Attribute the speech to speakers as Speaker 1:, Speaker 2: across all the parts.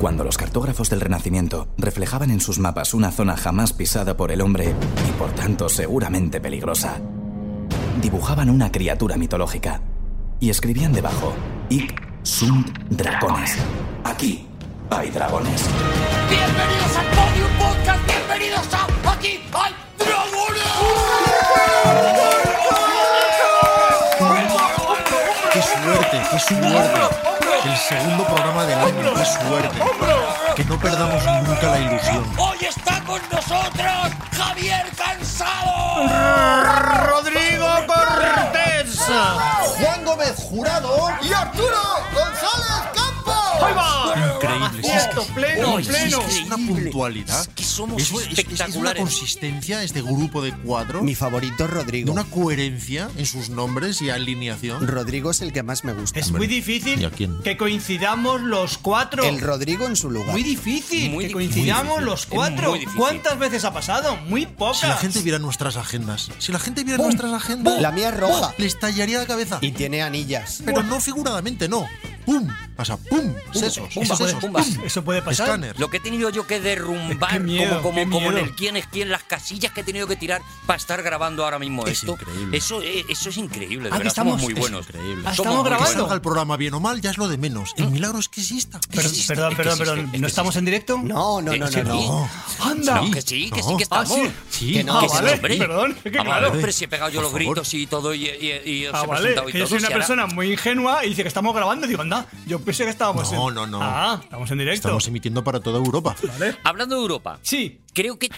Speaker 1: Cuando los cartógrafos del Renacimiento reflejaban en sus mapas una zona jamás pisada por el hombre y por tanto seguramente peligrosa, dibujaban una criatura mitológica y escribían debajo: Hic sunt dragones. Aquí hay dragones.
Speaker 2: Bienvenidos al Podium Podcast, bienvenidos a Aquí hay dragones.
Speaker 3: ¡Qué suerte, qué suerte! El segundo programa del año, qué suerte. Que no perdamos nunca la ilusión.
Speaker 2: Hoy está con nosotros Javier Cansado,
Speaker 3: ¡Rodrigo Cortés!
Speaker 4: Juan Gómez Jurado y Arturo González Campos.
Speaker 2: ¡Ahí va!
Speaker 3: Increíble.
Speaker 2: Justo, pleno.
Speaker 3: Es una puntualidad.
Speaker 2: Es que somos
Speaker 3: es una
Speaker 2: espectaculares.
Speaker 3: consistencia este grupo de cuatro.
Speaker 4: Mi favorito es
Speaker 3: De
Speaker 4: Rodrigo.
Speaker 3: una coherencia en sus nombres y alineación.
Speaker 4: Rodrigo es el que más me gusta.
Speaker 5: Es
Speaker 3: Hombre.
Speaker 5: muy
Speaker 3: ¿Y
Speaker 5: difícil
Speaker 3: a quién?
Speaker 5: que coincidamos los cuatro.
Speaker 4: El Rodrigo en su lugar.
Speaker 5: Muy difícil
Speaker 2: Muy
Speaker 5: que
Speaker 2: difícil.
Speaker 5: coincidamos
Speaker 3: Muy
Speaker 5: los
Speaker 2: difícil.
Speaker 5: cuatro.
Speaker 2: Es muy difícil.
Speaker 5: ¿Cuántas veces ha pasado? Muy pocas.
Speaker 3: Si la gente viera nuestras agendas. Si la gente viera nuestras agendas.
Speaker 4: La mía es roja.
Speaker 3: Les tallaría la cabeza.
Speaker 4: Y tiene anillas.
Speaker 3: Pero no figuradamente, no. ¡Pum! Pasa, ¡pum! Sesos,
Speaker 2: pumba,
Speaker 3: sesos,
Speaker 2: pumba.
Speaker 3: ¡pum!
Speaker 5: Eso puede pasar.
Speaker 3: Escáner.
Speaker 2: Lo que he tenido yo que derrumbar,
Speaker 5: Qué miedo,
Speaker 2: como
Speaker 5: qué
Speaker 2: en
Speaker 5: miedo.
Speaker 2: el quién es quién, las casillas que he tenido que tirar para estar grabando ahora mismo
Speaker 3: Es
Speaker 2: esto.
Speaker 3: increíble.
Speaker 2: Eso es increíble, de
Speaker 5: Ah, que
Speaker 2: verdad,
Speaker 5: estamos-
Speaker 2: somos muy
Speaker 5: es
Speaker 2: buenos.
Speaker 3: increíble.
Speaker 5: Ah,
Speaker 2: Somos
Speaker 5: estamos
Speaker 2: muy
Speaker 3: Que
Speaker 5: grabando.
Speaker 3: salga el programa bien o mal ya es lo de menos. El milagro es que exista.
Speaker 5: Perdón,
Speaker 2: existe,
Speaker 5: perdón,
Speaker 2: es que
Speaker 5: perdón,
Speaker 2: existe,
Speaker 5: perdón.
Speaker 2: es que
Speaker 5: ¿No estamos en directo?
Speaker 4: No.
Speaker 3: No.
Speaker 5: ¡Anda!
Speaker 2: No, que sí
Speaker 3: No.
Speaker 2: que estamos.
Speaker 3: Sí.
Speaker 4: Que no,
Speaker 2: Que sí,
Speaker 5: vale,
Speaker 2: hombre.
Speaker 5: perdón, que
Speaker 2: Ah,
Speaker 5: claro.
Speaker 2: vale, pero si he pegado yo
Speaker 3: Por
Speaker 2: los
Speaker 3: favor.
Speaker 2: gritos y todo y os
Speaker 5: Ah,
Speaker 2: he
Speaker 5: vale.
Speaker 2: presentado y
Speaker 5: Que yo
Speaker 2: todo.
Speaker 5: soy una
Speaker 2: si ahora-
Speaker 5: persona muy ingenua y dice que estamos grabando. Digo, anda, yo pensé que estábamos
Speaker 3: No,
Speaker 5: en...
Speaker 3: no.
Speaker 5: Ah, estamos en directo.
Speaker 3: Estamos emitiendo para toda Europa.
Speaker 5: Vale.
Speaker 2: Hablando de Europa,
Speaker 5: Sí.
Speaker 2: creo que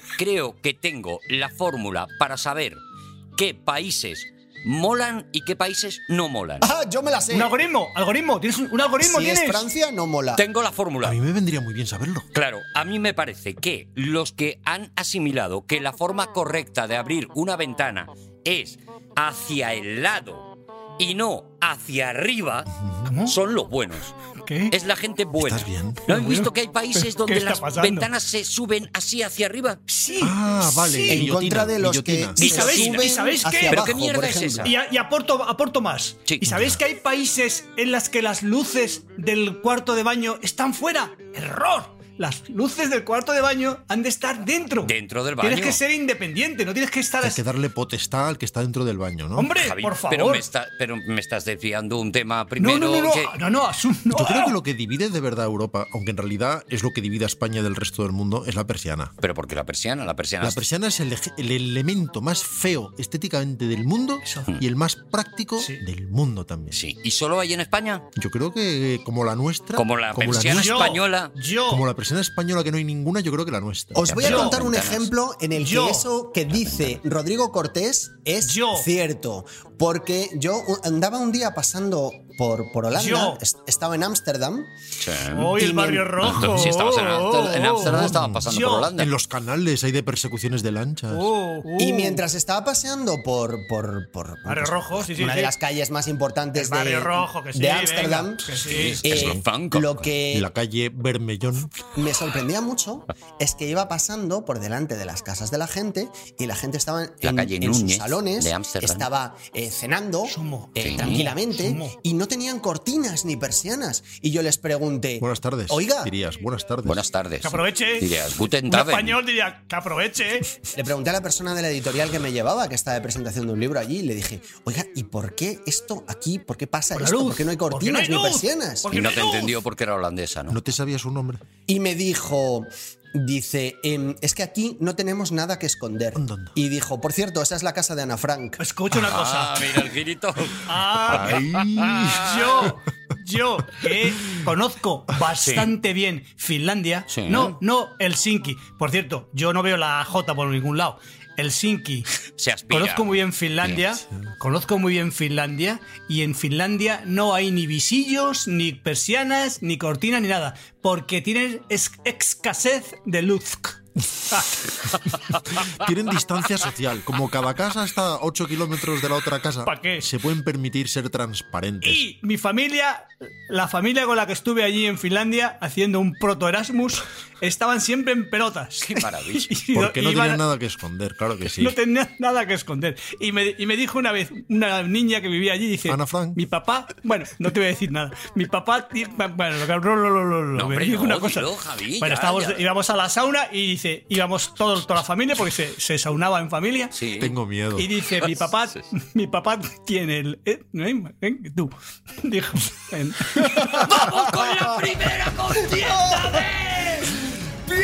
Speaker 2: tengo la fórmula para saber qué países molan y qué países no molan.
Speaker 4: Ah, yo me la sé.
Speaker 5: Un algoritmo. ¿Tienes un algoritmo?
Speaker 4: Si
Speaker 5: ¿Tienes?
Speaker 4: es Francia, no mola.
Speaker 2: Tengo la fórmula.
Speaker 3: A mí me vendría muy bien saberlo.
Speaker 2: Claro, a mí me parece que los que han asimilado que la forma correcta de abrir una ventana es hacia el lado y no hacia arriba,
Speaker 5: ¿Cómo?
Speaker 2: son los buenos.
Speaker 5: ¿Qué?
Speaker 2: Es la gente buena.
Speaker 3: ¿Estás bien?
Speaker 2: ¿No habéis
Speaker 5: Bueno,
Speaker 2: visto que hay países
Speaker 5: ¿qué
Speaker 2: donde
Speaker 5: está
Speaker 2: las
Speaker 5: pasando?
Speaker 2: ventanas se suben así hacia arriba?
Speaker 5: Sí.
Speaker 3: Ah, vale.
Speaker 5: Sí.
Speaker 4: En contra de los que
Speaker 3: guillotina.
Speaker 2: ¿Y
Speaker 4: se
Speaker 2: sabéis-
Speaker 4: suben
Speaker 5: y sabéis qué?
Speaker 4: hacia
Speaker 2: ¿Pero
Speaker 4: abajo,
Speaker 2: qué mierda
Speaker 4: por
Speaker 2: es
Speaker 4: ejemplo.
Speaker 2: esa?
Speaker 5: Y aporto más.
Speaker 2: Sí.
Speaker 5: ¿Y sabéis que hay países en las que las luces del cuarto de baño están fuera? ¡Error! Las luces del cuarto de baño han de estar dentro.
Speaker 2: Dentro del baño.
Speaker 5: Tienes que ser independiente, no tienes que estar
Speaker 3: Hay
Speaker 5: así.
Speaker 3: que darle potestad al que está dentro del baño, ¿no?
Speaker 5: Hombre,
Speaker 2: Javi,
Speaker 5: por
Speaker 2: pero
Speaker 5: favor.
Speaker 2: me estás desviando un tema
Speaker 5: No,
Speaker 2: primero
Speaker 5: no, no, no,
Speaker 2: que...
Speaker 5: no, no.
Speaker 3: Yo creo que lo que divide de verdad a Europa, aunque en realidad es lo que divide a España del resto del mundo, es la persiana.
Speaker 2: Pero porque la persiana
Speaker 3: La persiana es el elemento más feo estéticamente del mundo y el más práctico
Speaker 5: Sí.
Speaker 3: del mundo también.
Speaker 2: Sí, ¿y solo hay en España?
Speaker 3: Yo creo que como la nuestra,
Speaker 2: Como la persiana
Speaker 3: nuestra,
Speaker 2: española.
Speaker 3: como la persiana española que no hay ninguna, yo creo que la nuestra.
Speaker 4: Os voy a
Speaker 5: Yo.
Speaker 4: contar un
Speaker 2: Ventanas.
Speaker 4: ejemplo en el que
Speaker 5: Yo.
Speaker 4: eso que dice Rodrigo Cortés es
Speaker 5: Yo.
Speaker 4: cierto. Porque yo andaba un día pasando por Holanda,
Speaker 5: Yo.
Speaker 4: estaba en Ámsterdam.
Speaker 2: Sí.
Speaker 5: Hoy el
Speaker 4: Y
Speaker 5: barrio
Speaker 4: me-
Speaker 5: rojo.
Speaker 2: Si estabas en Ámsterdam, estabas pasando
Speaker 5: Yo.
Speaker 2: por Holanda.
Speaker 3: En los canales hay de persecuciones de lanchas.
Speaker 4: Y mientras estaba paseando por
Speaker 5: Barrio Rojo, sí, sí,
Speaker 4: una
Speaker 5: sí.
Speaker 4: de las calles más importantes
Speaker 5: El barrio rojo, que sí,
Speaker 4: de Ámsterdam,
Speaker 5: venga, que sí.
Speaker 2: Es lo franco.
Speaker 4: lo que
Speaker 3: En la calle Bermellón.
Speaker 4: me sorprendía mucho es que iba pasando por delante de las casas de la gente y la gente estaba
Speaker 2: La calle
Speaker 4: en sus
Speaker 2: Núñez
Speaker 4: salones,
Speaker 2: de Ámsterdam.
Speaker 4: estaba cenando
Speaker 5: Sumo.
Speaker 2: Sí.
Speaker 4: tranquilamente
Speaker 5: Sumo.
Speaker 4: y no tenían cortinas ni persianas. Y yo les pregunté,
Speaker 3: Buenas tardes.
Speaker 4: oiga,
Speaker 3: Dirías, buenas tardes.
Speaker 2: Buenas tardes.
Speaker 5: Que aproveche.
Speaker 2: Dirías, Guten
Speaker 5: Un
Speaker 2: Tag.
Speaker 5: español diría que aproveche.
Speaker 4: le pregunté a la persona de la editorial que me llevaba, que estaba de presentación de un libro allí, y le dije, oiga, ¿y por qué esto aquí? ¿Por qué pasa
Speaker 5: Por la
Speaker 4: esto?
Speaker 5: luz.
Speaker 4: ¿Por qué no hay
Speaker 5: ¿Por qué no
Speaker 4: cortinas
Speaker 5: hay
Speaker 4: ni
Speaker 5: luz?
Speaker 4: persianas?
Speaker 5: ¿Por
Speaker 2: Y no te
Speaker 5: luz.
Speaker 2: entendió porque era holandesa, ¿no?
Speaker 3: ¿No te sabías su nombre?
Speaker 4: Y me dijo, dice, es que aquí no tenemos nada que esconder.
Speaker 3: ¿Dónde?
Speaker 4: Y dijo, por cierto, esa es la casa de Ana Frank.
Speaker 5: Escucha una cosa.
Speaker 2: Ah, mira el girito.
Speaker 5: Yo que conozco bastante bien Finlandia,
Speaker 2: Sí.
Speaker 5: no Helsinki. Por cierto, yo no veo la J por ningún lado. Helsinki.
Speaker 2: Se aspira.
Speaker 5: Conozco muy bien Finlandia, y en Finlandia no hay ni visillos, ni persianas, ni cortinas, ni nada, porque tienen escasez de luz.
Speaker 3: Tienen distancia social. Como cada casa está a 8 kilómetros de la otra casa,
Speaker 5: ¿Pa qué?
Speaker 3: se pueden permitir ser transparentes.
Speaker 5: Y mi familia la familia con la que estuve allí en Finlandia haciendo un proto-Erasmus estaban siempre en pelotas.
Speaker 2: Qué maravilla.
Speaker 3: Porque no
Speaker 5: iban
Speaker 3: tenían nada que esconder, claro que sí.
Speaker 5: No tenía nada que esconder. Y me dijo una vez una niña que vivía allí, dice...
Speaker 3: Ana Frank.
Speaker 5: Mi papá... Bueno, no te voy a decir nada. Mi papá... Bueno,
Speaker 2: No,
Speaker 5: me
Speaker 2: hombre,
Speaker 5: dijo una
Speaker 2: no,
Speaker 5: cosa.
Speaker 2: dilo, Javi,
Speaker 5: Bueno,
Speaker 2: ya.
Speaker 5: íbamos a la sauna y dice... Íbamos toda la familia porque se saunaba en familia.
Speaker 2: Sí.
Speaker 3: Tengo miedo.
Speaker 5: Y dice, mi papá tiene el... tú. Dijo...
Speaker 2: ¡Vamos con la primera contienda de...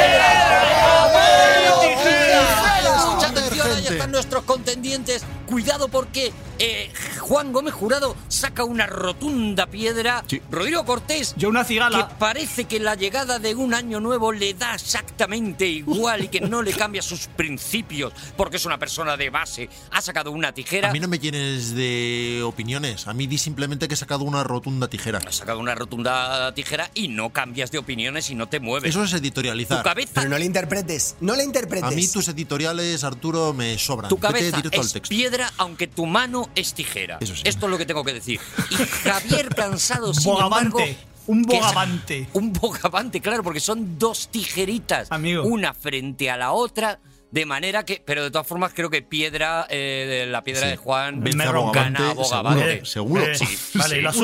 Speaker 2: Mucha atención, ahí están nuestros contendientes. Cuidado porque Juan Gómez Jurado saca una rotunda piedra.
Speaker 3: Sí.
Speaker 2: Rodrigo Cortés,
Speaker 5: Yo una
Speaker 2: que
Speaker 5: cigala...
Speaker 2: parece que la llegada de un año nuevo le da exactamente igual y que no le cambia sus principios porque es una persona de base. Ha sacado una tijera.
Speaker 3: A mí no me llenes de opiniones. A mí di simplemente que he sacado una rotunda tijera.
Speaker 2: Ha sacado una rotunda tijera y no cambias de opiniones y no te mueves.
Speaker 3: Eso es
Speaker 2: Tu
Speaker 3: editorializar.
Speaker 2: cabeza,
Speaker 4: Pero no le interpretes, no le interpretes.
Speaker 3: A mí tus editoriales, Arturo, me sobran.
Speaker 2: tu
Speaker 3: Vete
Speaker 2: cabeza
Speaker 3: directo al
Speaker 2: es
Speaker 3: texto.
Speaker 2: piedra, aunque tu mano es tijera.
Speaker 3: Eso sí.
Speaker 2: Esto es lo que tengo que decir. Y Javier Cansado, sin embargo...
Speaker 5: Bogavante. Un
Speaker 2: que es-
Speaker 5: bogavante.
Speaker 2: Un bogavante, claro, porque son dos tijeritas.
Speaker 5: Amigo.
Speaker 2: Una frente a la otra, de manera que... Pero de todas formas creo que piedra, la piedra
Speaker 3: Sí.
Speaker 2: de Juan
Speaker 3: Vence
Speaker 5: Me
Speaker 3: a
Speaker 2: gana a
Speaker 3: Bogavante,
Speaker 2: Bogavante.
Speaker 3: seguro.
Speaker 2: Sí,
Speaker 5: Vale,
Speaker 2: sí.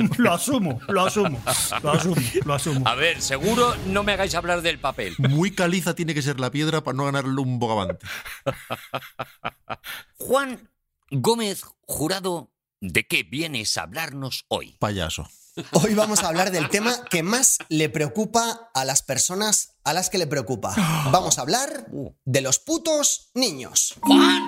Speaker 5: Lo asumo.
Speaker 2: A ver, seguro no me hagáis hablar del papel.
Speaker 3: Muy caliza tiene que ser la piedra para no ganarle un bogavante.
Speaker 2: Juan Gómez Jurado, ¿de qué vienes a hablarnos hoy?
Speaker 3: Payaso.
Speaker 4: Hoy vamos a hablar del tema que más le preocupa a las personas a las que le preocupa. Vamos a hablar de los putos niños.
Speaker 2: ¡Juan!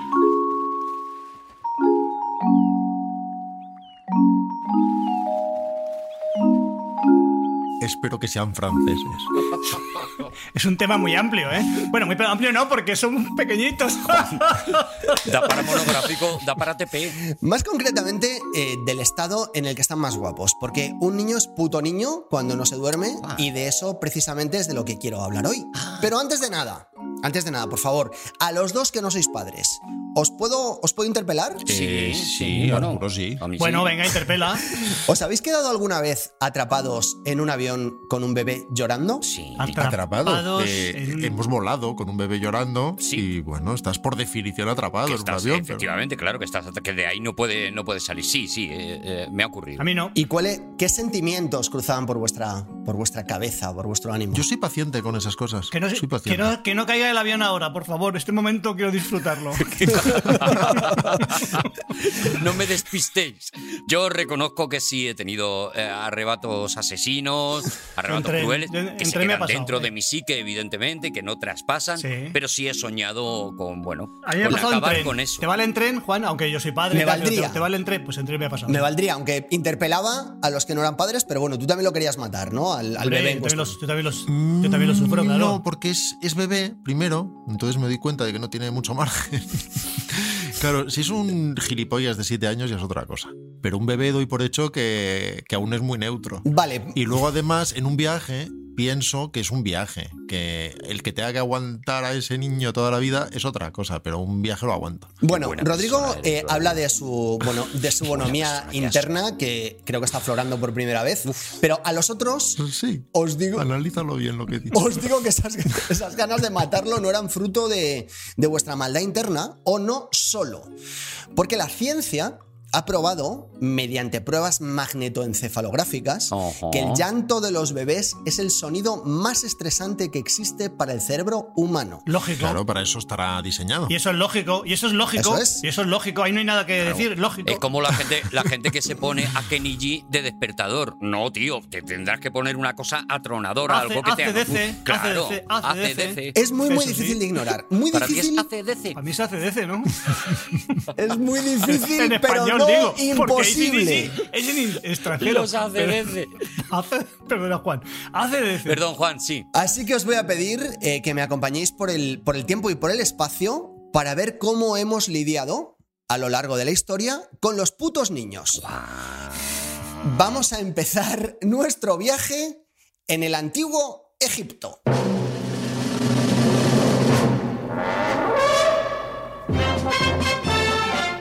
Speaker 3: Espero que sean franceses.
Speaker 5: Es un tema muy amplio, ¿eh? Bueno, muy amplio no, porque son pequeñitos.
Speaker 2: Da para monográfico, da para TP.
Speaker 4: Más concretamente, del estado en el que están más guapos. Porque un niño es puto niño cuando no se duerme y de eso precisamente es de lo que quiero hablar hoy. Pero antes de nada, por favor, a los dos que no sois padres, ¿os puedo interpelar?
Speaker 3: sí,
Speaker 2: bueno,
Speaker 3: Arturo, sí.
Speaker 2: a mí sí.
Speaker 5: Bueno, venga, interpela.
Speaker 4: ¿Os habéis quedado alguna vez atrapados en un avión con un bebé llorando?
Speaker 2: Sí.
Speaker 3: Atrapado.
Speaker 5: en-
Speaker 3: Hemos volado con un bebé llorando
Speaker 2: Sí.
Speaker 3: y bueno, estás por definición atrapado
Speaker 2: Que
Speaker 3: en un
Speaker 2: estás,
Speaker 3: avión. pero-
Speaker 2: efectivamente, claro que estás, que de ahí no puede salir. Sí, me ha ocurrido.
Speaker 5: A mí no.
Speaker 4: ¿Y qué sentimientos cruzaban por vuestra cabeza, por vuestro ánimo?
Speaker 3: Yo soy paciente con esas cosas.
Speaker 5: Que no,
Speaker 3: soy paciente.
Speaker 5: que no caiga el avión ahora, por favor. Este momento quiero disfrutarlo.
Speaker 2: No me despistéis. Yo reconozco que sí he tenido arrebatos asesinos, arrebatos
Speaker 5: Entre-
Speaker 2: crueles,
Speaker 5: yo-
Speaker 2: que se
Speaker 5: entre me ha
Speaker 2: quedan
Speaker 5: pasado,
Speaker 2: dentro de mi psique, evidentemente, que no traspasan,
Speaker 5: Sí.
Speaker 2: pero sí he soñado con,
Speaker 5: A mí me ha
Speaker 2: con
Speaker 5: pasado en
Speaker 2: acabar
Speaker 5: tren.
Speaker 2: con eso.
Speaker 5: ¿Te vale en tren, Juan? Aunque yo soy padre.
Speaker 4: Me
Speaker 5: y tal,
Speaker 4: valdría.
Speaker 5: ¿Te vale en tren? Pues en tren me ha pasado.
Speaker 4: Me valdría, aunque interpelaba a los que no eran padres, pero bueno, tú también lo querías matar, ¿no? Al
Speaker 5: Hombre,
Speaker 4: bebé en
Speaker 5: yo también
Speaker 4: cuestión.
Speaker 5: yo también lo sufro, claro.
Speaker 3: No, porque es bebé, primero, entonces me doy cuenta de que no tiene mucho margen. Claro, si es un gilipollas de 7 años ya es otra cosa. Pero un bebé doy por hecho que aún es muy neutro.
Speaker 4: Vale,
Speaker 3: Y luego además, en un viaje, pienso que es un viaje. Que el que tenga que aguantar a ese niño toda la vida es otra cosa, pero un viaje lo aguanta.
Speaker 4: bueno,
Speaker 2: buena
Speaker 4: Rodrigo
Speaker 2: persona eres, Rodrigo.
Speaker 4: habla de su bonomía
Speaker 2: persona, qué
Speaker 4: interna, que creo que está aflorando por primera vez. Pero a los otros,
Speaker 3: Sí,
Speaker 4: os digo,
Speaker 3: analízalo bien lo que dices.
Speaker 4: os digo que esas ganas de matarlo no eran fruto de vuestra maldad interna, o no solo. Porque la ciencia ha probado, mediante pruebas magnetoencefalográficas,
Speaker 2: Ojo.
Speaker 4: que el llanto de los bebés es el sonido más estresante que existe para el cerebro humano.
Speaker 5: Lógico.
Speaker 3: Claro, para eso estará diseñado.
Speaker 5: Y eso es lógico. Y eso es lógico.
Speaker 4: Eso es.
Speaker 5: Y eso es lógico. Ahí no hay nada que decir. Lógico.
Speaker 2: Es como la gente que se pone a Kenny G de despertador. No, tío, te tendrás que poner una cosa atronadora, algo que te haga.
Speaker 5: ACDC,
Speaker 2: Claro,
Speaker 5: ACDC.
Speaker 2: ACDC.
Speaker 4: Es muy
Speaker 5: Eso
Speaker 4: difícil
Speaker 5: sí.
Speaker 4: de ignorar. Muy
Speaker 2: Para ti es
Speaker 4: difícil.
Speaker 2: ACDC.
Speaker 5: A mí se hace DC, ¿no?
Speaker 4: Es muy difícil,
Speaker 5: En
Speaker 4: pero
Speaker 5: español
Speaker 4: no
Speaker 5: digo. Porque
Speaker 4: imposible.
Speaker 5: AC/DC es en extranjero.
Speaker 2: Los ACDC.
Speaker 5: Perdona, Juan. ACDC.
Speaker 2: Perdón, Juan, sí.
Speaker 4: Así que os voy a pedir que me acompañéis por el tiempo y por el espacio para ver cómo hemos lidiado a lo largo de la historia con los putos niños. Vamos a empezar nuestro viaje en el antiguo Egipto.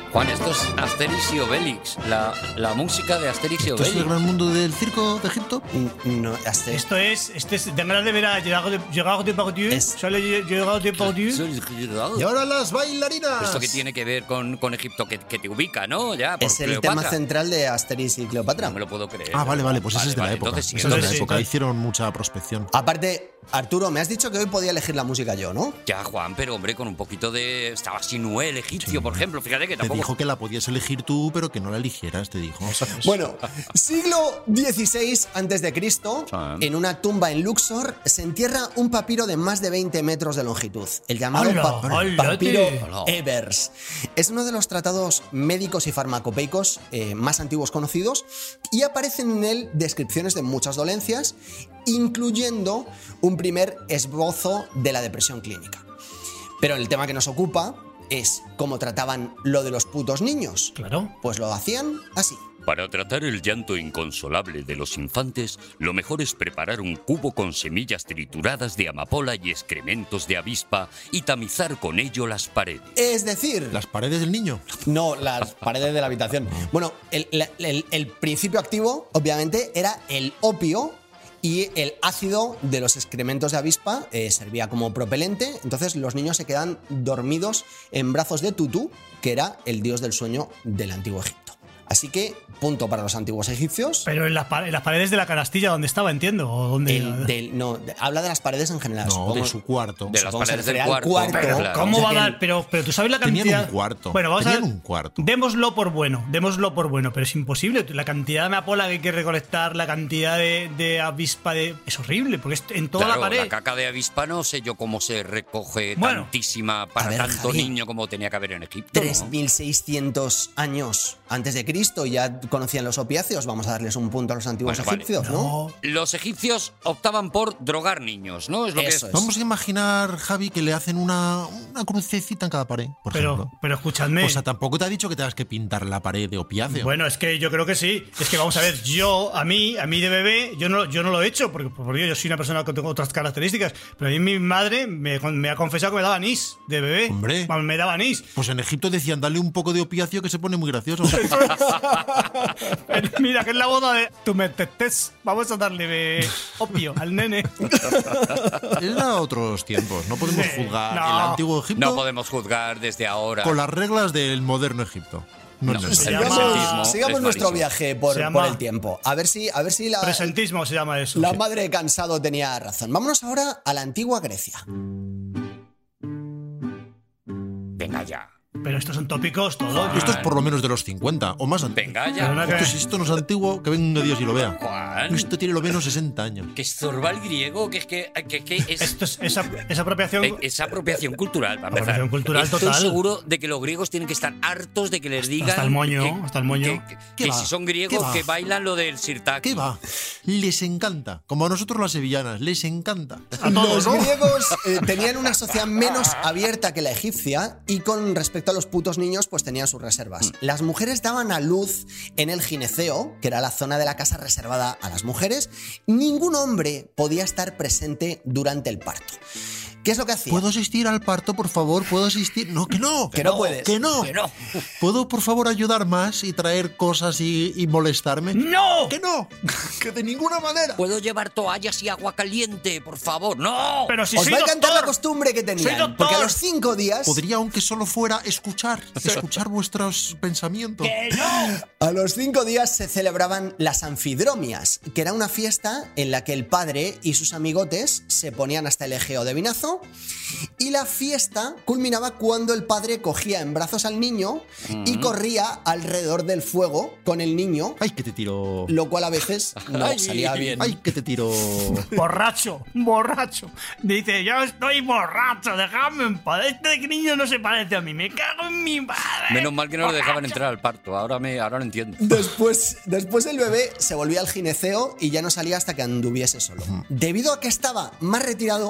Speaker 2: Juan, esto es Asterix y Obelix, la música de Asterix y
Speaker 3: ¿Esto es el
Speaker 2: Obelix.
Speaker 3: gran mundo del circo de Egipto?
Speaker 4: No, hasta
Speaker 5: Esto es de ganas de ver a Gerard Depardieu.
Speaker 4: Es-
Speaker 5: Sale Gerard Depardieu.
Speaker 3: Y ahora las bailarinas.
Speaker 2: Esto que tiene que ver con Egipto, que te ubica, ¿no? Ya, por
Speaker 4: es el
Speaker 2: Cleopatra.
Speaker 4: tema central de Asterix y Cleopatra.
Speaker 2: No me lo puedo creer.
Speaker 3: Ah, vale, pues ese es de la época.
Speaker 2: Entonces, sí,
Speaker 3: Ese es de la
Speaker 5: entonces sí,
Speaker 3: época.
Speaker 5: entonces-
Speaker 3: Hicieron mucha prospección.
Speaker 4: Aparte, Arturo, me has dicho que hoy podía elegir la música yo, ¿no?
Speaker 2: Ya, Juan, pero hombre, con un poquito de... Estaba Sinué, el egipcio, por ejemplo. Fíjate que
Speaker 3: Te
Speaker 2: tampoco...
Speaker 3: dijo que la podías elegir tú, pero que no la eligieras, te dijo.
Speaker 4: Bueno, siglo XVI a.C., en una tumba en Luxor, se entierra un papiro de más de 20 metros de longitud, el llamado
Speaker 5: ¡Hala!
Speaker 4: papiro
Speaker 2: ¡Hala!
Speaker 4: Ebers. Es uno de los tratados médicos y farmacopeicos más antiguos conocidos y aparecen en él descripciones de muchas dolencias, incluyendo un primer esbozo de la depresión clínica. Pero el tema que nos ocupa es cómo trataban lo de los putos niños.
Speaker 5: Claro.
Speaker 4: Pues lo hacían así.
Speaker 2: Para tratar el llanto inconsolable de los infantes, lo mejor es preparar un cubo con semillas trituradas de amapola y excrementos de avispa y tamizar con ello las paredes.
Speaker 4: Es decir,
Speaker 3: Las paredes del niño.
Speaker 4: no las paredes de la habitación. Bueno, el principio activo, obviamente, era el opio y el ácido de los excrementos de avispa servía como propelente. Entonces los niños se quedan dormidos en brazos de Tutu, que era el dios del sueño del antiguo Egipto. Así que, punto para los antiguos egipcios.
Speaker 5: Pero en las paredes de la canastilla donde estaba, entiendo. ¿O dónde?
Speaker 4: Habla de las paredes en general.
Speaker 3: No,
Speaker 4: supongo.
Speaker 3: de su cuarto.
Speaker 2: De las
Speaker 4: Supongo que
Speaker 2: paredes
Speaker 4: se
Speaker 2: del
Speaker 4: refiere al
Speaker 2: cuarto.
Speaker 4: cuarto.
Speaker 2: Claro.
Speaker 5: ¿Cómo
Speaker 4: O sea
Speaker 5: va a
Speaker 4: que
Speaker 5: dar? Pero tú sabes la cantidad.
Speaker 3: Tenían un cuarto.
Speaker 5: Bueno, vamos a
Speaker 3: Tenían
Speaker 5: ver.
Speaker 3: un cuarto.
Speaker 5: Démoslo por bueno, pero es imposible. La cantidad de amapola que hay que recolectar, la cantidad de avispa, es horrible, porque es en toda
Speaker 2: Claro,
Speaker 5: la pared.
Speaker 2: la caca de avispa no sé yo cómo se recoge
Speaker 5: Bueno.
Speaker 2: tantísima para
Speaker 4: A ver,
Speaker 2: tanto
Speaker 4: Javi.
Speaker 2: niño como tenía que haber en Egipto. ¿no?
Speaker 4: 3.600 años antes de Cristo ya conocían los opiáceos. Vamos a darles un punto a los antiguos
Speaker 2: Bueno, vale.
Speaker 4: egipcios, ¿no?
Speaker 2: Los egipcios optaban por drogar niños, ¿no? Es lo
Speaker 4: Eso
Speaker 2: que
Speaker 4: es.
Speaker 3: Vamos a imaginar, Javi, que le hacen una crucecita en cada pared, por ejemplo.
Speaker 5: Pero escuchadme.
Speaker 3: O sea, tampoco te ha dicho que tengas que pintar la pared de opiáceo.
Speaker 5: Bueno, es que yo creo que sí. Es que vamos a ver, a mí de bebé, yo no lo he hecho, porque yo soy una persona que tengo otras características. Pero a mí mi madre me ha confesado que me daba anís de bebé.
Speaker 3: Hombre.
Speaker 5: Me daba anís.
Speaker 3: Pues en Egipto decían, dale un poco de opiáceo que se pone muy gracioso.
Speaker 5: Mira, que es la boda de tu metetes. Vamos a darle opio al nene.
Speaker 3: Era otros tiempos. No podemos juzgar
Speaker 5: No.
Speaker 3: el antiguo Egipto
Speaker 2: no podemos juzgar desde ahora.
Speaker 3: con las reglas del moderno Egipto. No,
Speaker 2: No,
Speaker 3: es
Speaker 2: el
Speaker 3: necesario.
Speaker 5: llama-
Speaker 2: presentismo
Speaker 4: Sigamos
Speaker 2: es
Speaker 4: nuestro
Speaker 2: malísimo.
Speaker 4: viaje por
Speaker 5: Se llama-
Speaker 4: el tiempo. A ver si la
Speaker 5: Presentismo se llama eso.
Speaker 4: madre cansado tenía razón. Vámonos ahora a la antigua Grecia.
Speaker 2: Venga ya.
Speaker 5: Pero estos son tópicos todos.
Speaker 3: Esto es por lo menos de los 50 o más antiguo.
Speaker 2: Venga
Speaker 5: Perdona
Speaker 2: ya.
Speaker 5: que-
Speaker 3: Esto no es antiguo, que venga Dios y lo vea.
Speaker 2: Juan.
Speaker 3: Esto tiene lo menos 60 años.
Speaker 2: Que estorba el griego, que es...
Speaker 5: Esto es esa apropiación.
Speaker 2: Es apropiación cultural, para empezar.
Speaker 5: Apropiación cultural
Speaker 2: Estoy
Speaker 5: total.
Speaker 2: seguro de que los griegos tienen que estar hartos de que les digan...
Speaker 5: hasta el moño,
Speaker 2: que-
Speaker 5: hasta el moño.
Speaker 3: ¿Qué
Speaker 2: que
Speaker 3: va?
Speaker 2: si son
Speaker 3: ¿Qué
Speaker 2: griegos,
Speaker 3: va?
Speaker 2: que bailan lo del sirtaki.
Speaker 3: ¿Qué va? Les encanta. Como a nosotros las sevillanas, les encanta.
Speaker 5: A todos,
Speaker 4: Los
Speaker 5: ¿no?
Speaker 4: griegos tenían una sociedad menos abierta que la egipcia y con respecto a los putos niños pues tenían sus reservas. Las mujeres daban a luz en el gineceo, que era la zona de la casa reservada a las mujeres. Ningún hombre podía estar presente durante el parto. ¿Qué es lo que hacía?
Speaker 3: ¿Puedo asistir al parto, por favor? ¿Puedo asistir? No, que no.
Speaker 4: Que no puedes.
Speaker 3: Que no.
Speaker 2: Que no.
Speaker 3: ¿Puedo, por favor, ayudar más y traer cosas y molestarme?
Speaker 5: ¡No!
Speaker 3: Que no. Que de ninguna manera.
Speaker 2: ¿Puedo llevar toallas y agua caliente, por favor? ¡No!
Speaker 5: Pero si
Speaker 4: Os
Speaker 5: soy
Speaker 4: va a encantar la
Speaker 5: doctor.
Speaker 4: costumbre que
Speaker 5: Soy
Speaker 4: tenían.
Speaker 5: doctor.
Speaker 4: Porque a los 5 días...
Speaker 3: Podría, aunque solo fuera, escuchar vuestros pensamientos.
Speaker 5: ¡Que no!
Speaker 4: A los 5 días se celebraban las anfidromias, que era una fiesta en la que el padre y sus amigotes se ponían hasta el ejeo de vinazo, y la fiesta culminaba cuando el padre cogía en brazos al niño y corría alrededor del fuego con el niño,
Speaker 3: Ay, que te tiro.
Speaker 4: lo cual a veces no
Speaker 2: Ay.
Speaker 4: salía bien.
Speaker 3: Ay, que te tiro.
Speaker 5: Borracho. Dice, yo estoy borracho, déjame en paz. Este niño no se parece a mí, me cago en mi madre.
Speaker 2: Menos mal que no lo dejaban entrar al parto. Ahora lo entiendo.
Speaker 4: Después el bebé se volvía al gineceo y ya no salía hasta que anduviese solo. Debido a que estaba más retirado,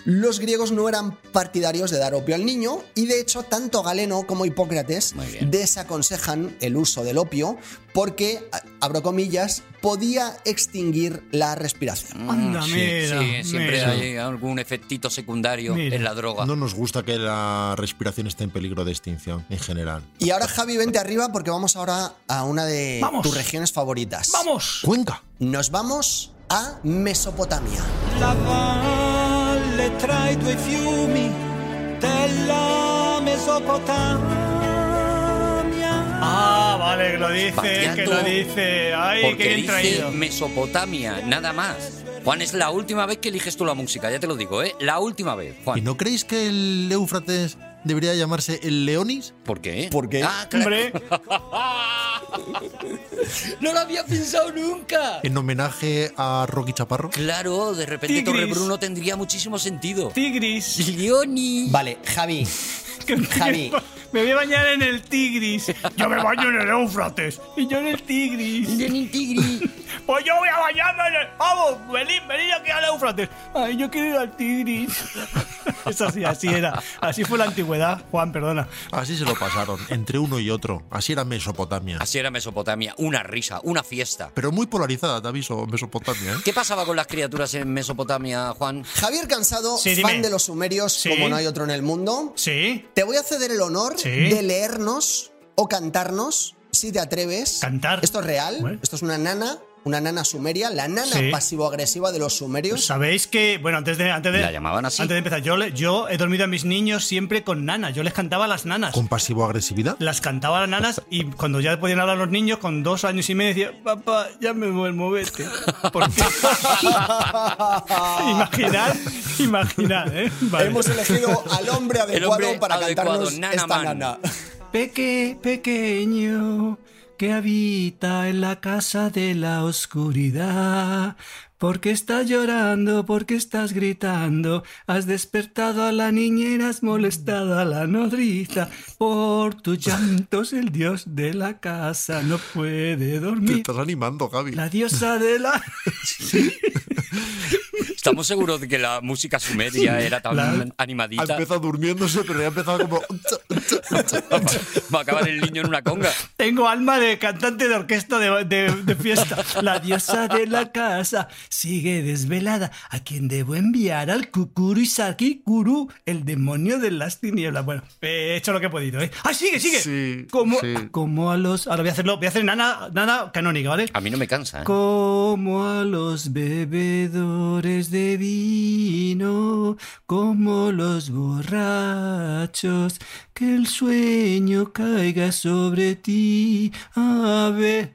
Speaker 4: Los griegos no eran partidarios de dar opio al niño y de hecho tanto Galeno como Hipócrates desaconsejan el uso del opio porque, abro comillas, podía extinguir la respiración.
Speaker 5: Anda, mira,
Speaker 2: Sí, siempre
Speaker 5: mira.
Speaker 2: hay algún efectito secundario
Speaker 5: Mira.
Speaker 2: en la droga.
Speaker 3: No nos gusta que la respiración esté en peligro de extinción en general.
Speaker 4: Y ahora, Javi, vente arriba porque vamos ahora a una de
Speaker 5: Vamos.
Speaker 4: tus regiones favoritas.
Speaker 5: ¡Vamos!
Speaker 3: Cuenca.
Speaker 4: Nos vamos a Mesopotamia.
Speaker 6: La valle tra i due fiumi della Mesopotamia.
Speaker 5: Ah, vale, que lo dice,
Speaker 2: Vaciando,
Speaker 5: que lo dice. Ay,
Speaker 2: Porque
Speaker 5: qué bien
Speaker 2: dice
Speaker 5: traído.
Speaker 2: Mesopotamia, nada más. Juan, es la última vez que eliges tú la música, ya te lo digo, ¿eh? La última vez, Juan.
Speaker 3: ¿Y no creéis que el Éufrates debería llamarse el Leonis?
Speaker 2: ¿Por qué?
Speaker 4: ¿Por qué?
Speaker 2: Ah, claro.
Speaker 5: Hombre,
Speaker 2: No lo había pensado nunca.
Speaker 3: En homenaje a Rocky Chaparro.
Speaker 2: Claro, de repente
Speaker 5: Tigris.
Speaker 2: Torrebruno tendría muchísimo sentido.
Speaker 5: Tigris.
Speaker 2: Leoni.
Speaker 4: Vale, Javi. Javi.
Speaker 5: Me voy a bañar en el Tigris. Yo me baño en el Éufrates. Y yo en el Tigris.
Speaker 2: Leoni Tigris.
Speaker 5: Pues yo voy a bañarme en el... Vamos, venid aquí al Éufrates. Ay, yo quiero ir al Tigris. Es así era. Así fue la antigüedad, Juan, perdona.
Speaker 3: Así se lo pasaron, entre uno y otro. Así era Mesopotamia.
Speaker 2: Así era Mesopotamia, una risa, una fiesta.
Speaker 3: Pero muy polarizada, te aviso, Mesopotamia, ¿eh?
Speaker 2: ¿Qué pasaba con las criaturas en Mesopotamia, Juan?
Speaker 4: Javier Cansado,
Speaker 5: Sí, dime.
Speaker 4: fan de los sumerios
Speaker 5: Sí.
Speaker 4: como no hay otro en el mundo.
Speaker 5: ¿Sí?
Speaker 4: Te voy a ceder el honor
Speaker 5: Sí.
Speaker 4: de leernos o cantarnos, si te atreves.
Speaker 5: ¿Cantar?
Speaker 4: Esto es real.
Speaker 5: Bueno.
Speaker 4: Esto es una nana sumeria, la nana
Speaker 5: Sí.
Speaker 4: pasivo-agresiva de los sumerios.
Speaker 5: Sabéis que, bueno, antes de
Speaker 2: La llamaban así.
Speaker 5: Antes de empezar, yo he dormido a mis niños siempre con nanas. Yo les cantaba a las nanas.
Speaker 3: ¿Con pasivo-agresividad?
Speaker 5: Las cantaba a las nanas y cuando ya podían hablar los niños, con 2 años y medio, decía, papá, ya me duermo, vete. Porque... imaginad, ¿eh? Vale.
Speaker 4: Hemos elegido al hombre adecuado
Speaker 2: hombre
Speaker 4: para
Speaker 2: adecuado,
Speaker 4: cantarnos
Speaker 2: Nana
Speaker 4: esta
Speaker 2: Man.
Speaker 4: nana.
Speaker 5: Pequeño que habita en la casa de la oscuridad. ¿Por qué estás llorando? ¿Por qué estás gritando? Has despertado a la niñera, has molestado a la nodriza. Por tus llantos el dios de la casa no puede
Speaker 3: Te
Speaker 5: dormir.
Speaker 3: estás animando, Javi.
Speaker 5: La diosa de la...
Speaker 2: ¿Estamos seguros de que la música sumeria era tan
Speaker 3: Ha
Speaker 2: animadita?
Speaker 3: empezado durmiéndose, pero ya ha empezado como...
Speaker 2: Va a acabar el niño en una conga.
Speaker 5: Tengo alma de cantante de orquesta de fiesta. La diosa de la casa sigue desvelada. ¿A quién debo enviar? Al Kukuru Isaki Kuru, el demonio de las tinieblas. Bueno, he hecho lo que he podido, ¿eh? ¡Ah, sigue!
Speaker 3: Sí,
Speaker 5: Como,
Speaker 3: sí.
Speaker 5: como a los... Ahora voy a hacer nana canónica, ¿vale?
Speaker 2: A mí no me cansa, ¿eh?
Speaker 5: Como a los bebedores de vino, como los borrachos, que el sueño caiga sobre ti, Ave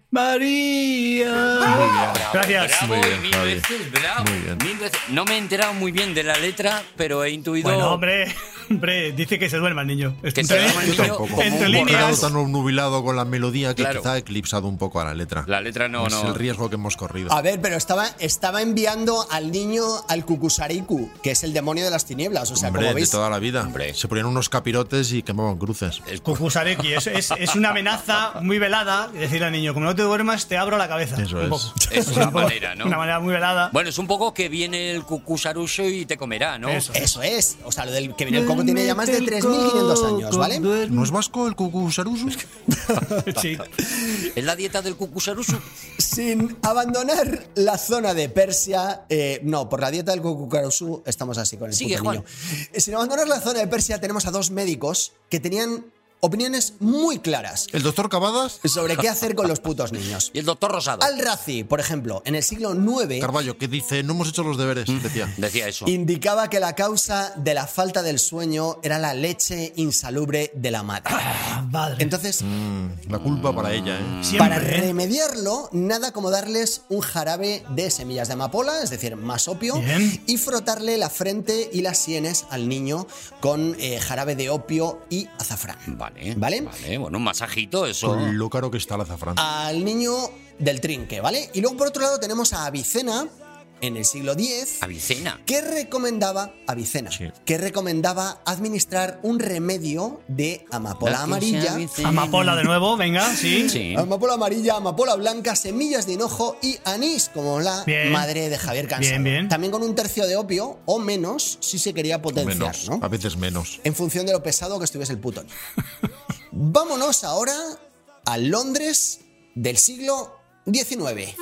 Speaker 5: María. Gracias.
Speaker 2: Bravo,
Speaker 3: Muy bien,
Speaker 2: mil
Speaker 3: Javi.
Speaker 2: veces, bravo.
Speaker 3: Muy bien.
Speaker 2: Mil veces. No me he enterado muy bien de la letra, pero he intuido...
Speaker 5: Bueno, hombre, dice que se duerma el niño.
Speaker 2: Que se duerma el
Speaker 3: Yo
Speaker 2: niño
Speaker 3: tampoco.
Speaker 2: como
Speaker 5: entre
Speaker 2: un
Speaker 3: He quedado
Speaker 5: líneas.
Speaker 3: tan nubilado con la melodía que
Speaker 2: Claro.
Speaker 3: quizá ha eclipsado un poco a la letra.
Speaker 2: La letra no,
Speaker 3: Es
Speaker 2: no.
Speaker 3: el riesgo que hemos corrido.
Speaker 4: A ver, pero estaba enviando al niño al Kukusariku, que es el demonio de las tinieblas. O sea,
Speaker 3: Hombre,
Speaker 4: como
Speaker 3: de
Speaker 4: veis,
Speaker 3: toda la vida.
Speaker 2: Hombre.
Speaker 3: Se ponían unos capirotes y quemaban cruces.
Speaker 5: Kukusareki, es una amenaza muy velada. Decirle al niño, como no te duermas, te abro la cabeza.
Speaker 3: Eso
Speaker 5: Un
Speaker 3: es.
Speaker 5: poco.
Speaker 2: Es una manera, ¿no?
Speaker 5: Una manera muy velada.
Speaker 2: Bueno, es un poco que viene el cucusarusho y te comerá, ¿no?
Speaker 5: Eso.
Speaker 4: eso es. O sea, lo del que viene el coco tiene ya más de 3.500 años, ¿vale?
Speaker 3: ¿No es vasco el cucusarusu?
Speaker 5: Sí.
Speaker 2: ¿Es la dieta del cucusarusho?
Speaker 4: Sin abandonar la zona de Persia, no, por la dieta del Kukukarusu estamos así con el
Speaker 2: Sigue,
Speaker 4: puto
Speaker 2: Juan.
Speaker 4: niño. Sin abandonar la zona de Persia tenemos a 2 médicos que tenían opiniones muy claras
Speaker 3: ¿El doctor Cavadas?
Speaker 4: sobre qué hacer con los putos niños.
Speaker 2: Y el doctor Rosado.
Speaker 4: Al-Razi, por ejemplo, en el siglo IX
Speaker 3: Carballo, que dice, no hemos hecho los deberes, decía.
Speaker 2: Decía eso.
Speaker 4: indicaba que la causa de la falta del sueño era la leche insalubre de la madre.
Speaker 5: Madre.
Speaker 4: Entonces,
Speaker 3: La culpa para ella, ¿eh?
Speaker 5: Siempre,
Speaker 4: para
Speaker 5: ¿eh?
Speaker 4: remediarlo, nada como darles un jarabe de semillas de amapola, es decir, más opio,
Speaker 5: Bien.
Speaker 4: y frotarle la frente y las sienes al niño con jarabe de opio y azafrán.
Speaker 2: Vale.
Speaker 4: ¿Vale?
Speaker 2: Vale, bueno, un masajito, eso.
Speaker 3: Con lo caro que está el azafrán.
Speaker 4: Al niño del trinque, ¿vale? Y luego por otro lado tenemos a Avicena, en el siglo X,
Speaker 2: Avicena.
Speaker 4: que recomendaba, Avicena, que recomendaba administrar un remedio de amapola amarilla,
Speaker 5: Amapola de nuevo, venga, sí.
Speaker 2: Sí.
Speaker 4: amapola amarilla, amapola blanca, semillas de hinojo y anís, como la
Speaker 5: Bien.
Speaker 4: madre de Javier Cansado.
Speaker 5: Bien, bien.
Speaker 4: También con un tercio de opio o menos si se quería potenciar,
Speaker 3: Menos,
Speaker 4: ¿no?
Speaker 3: a veces menos.
Speaker 4: En función de lo pesado que estuviese el puto niño. Vámonos ahora a Londres del siglo XIX.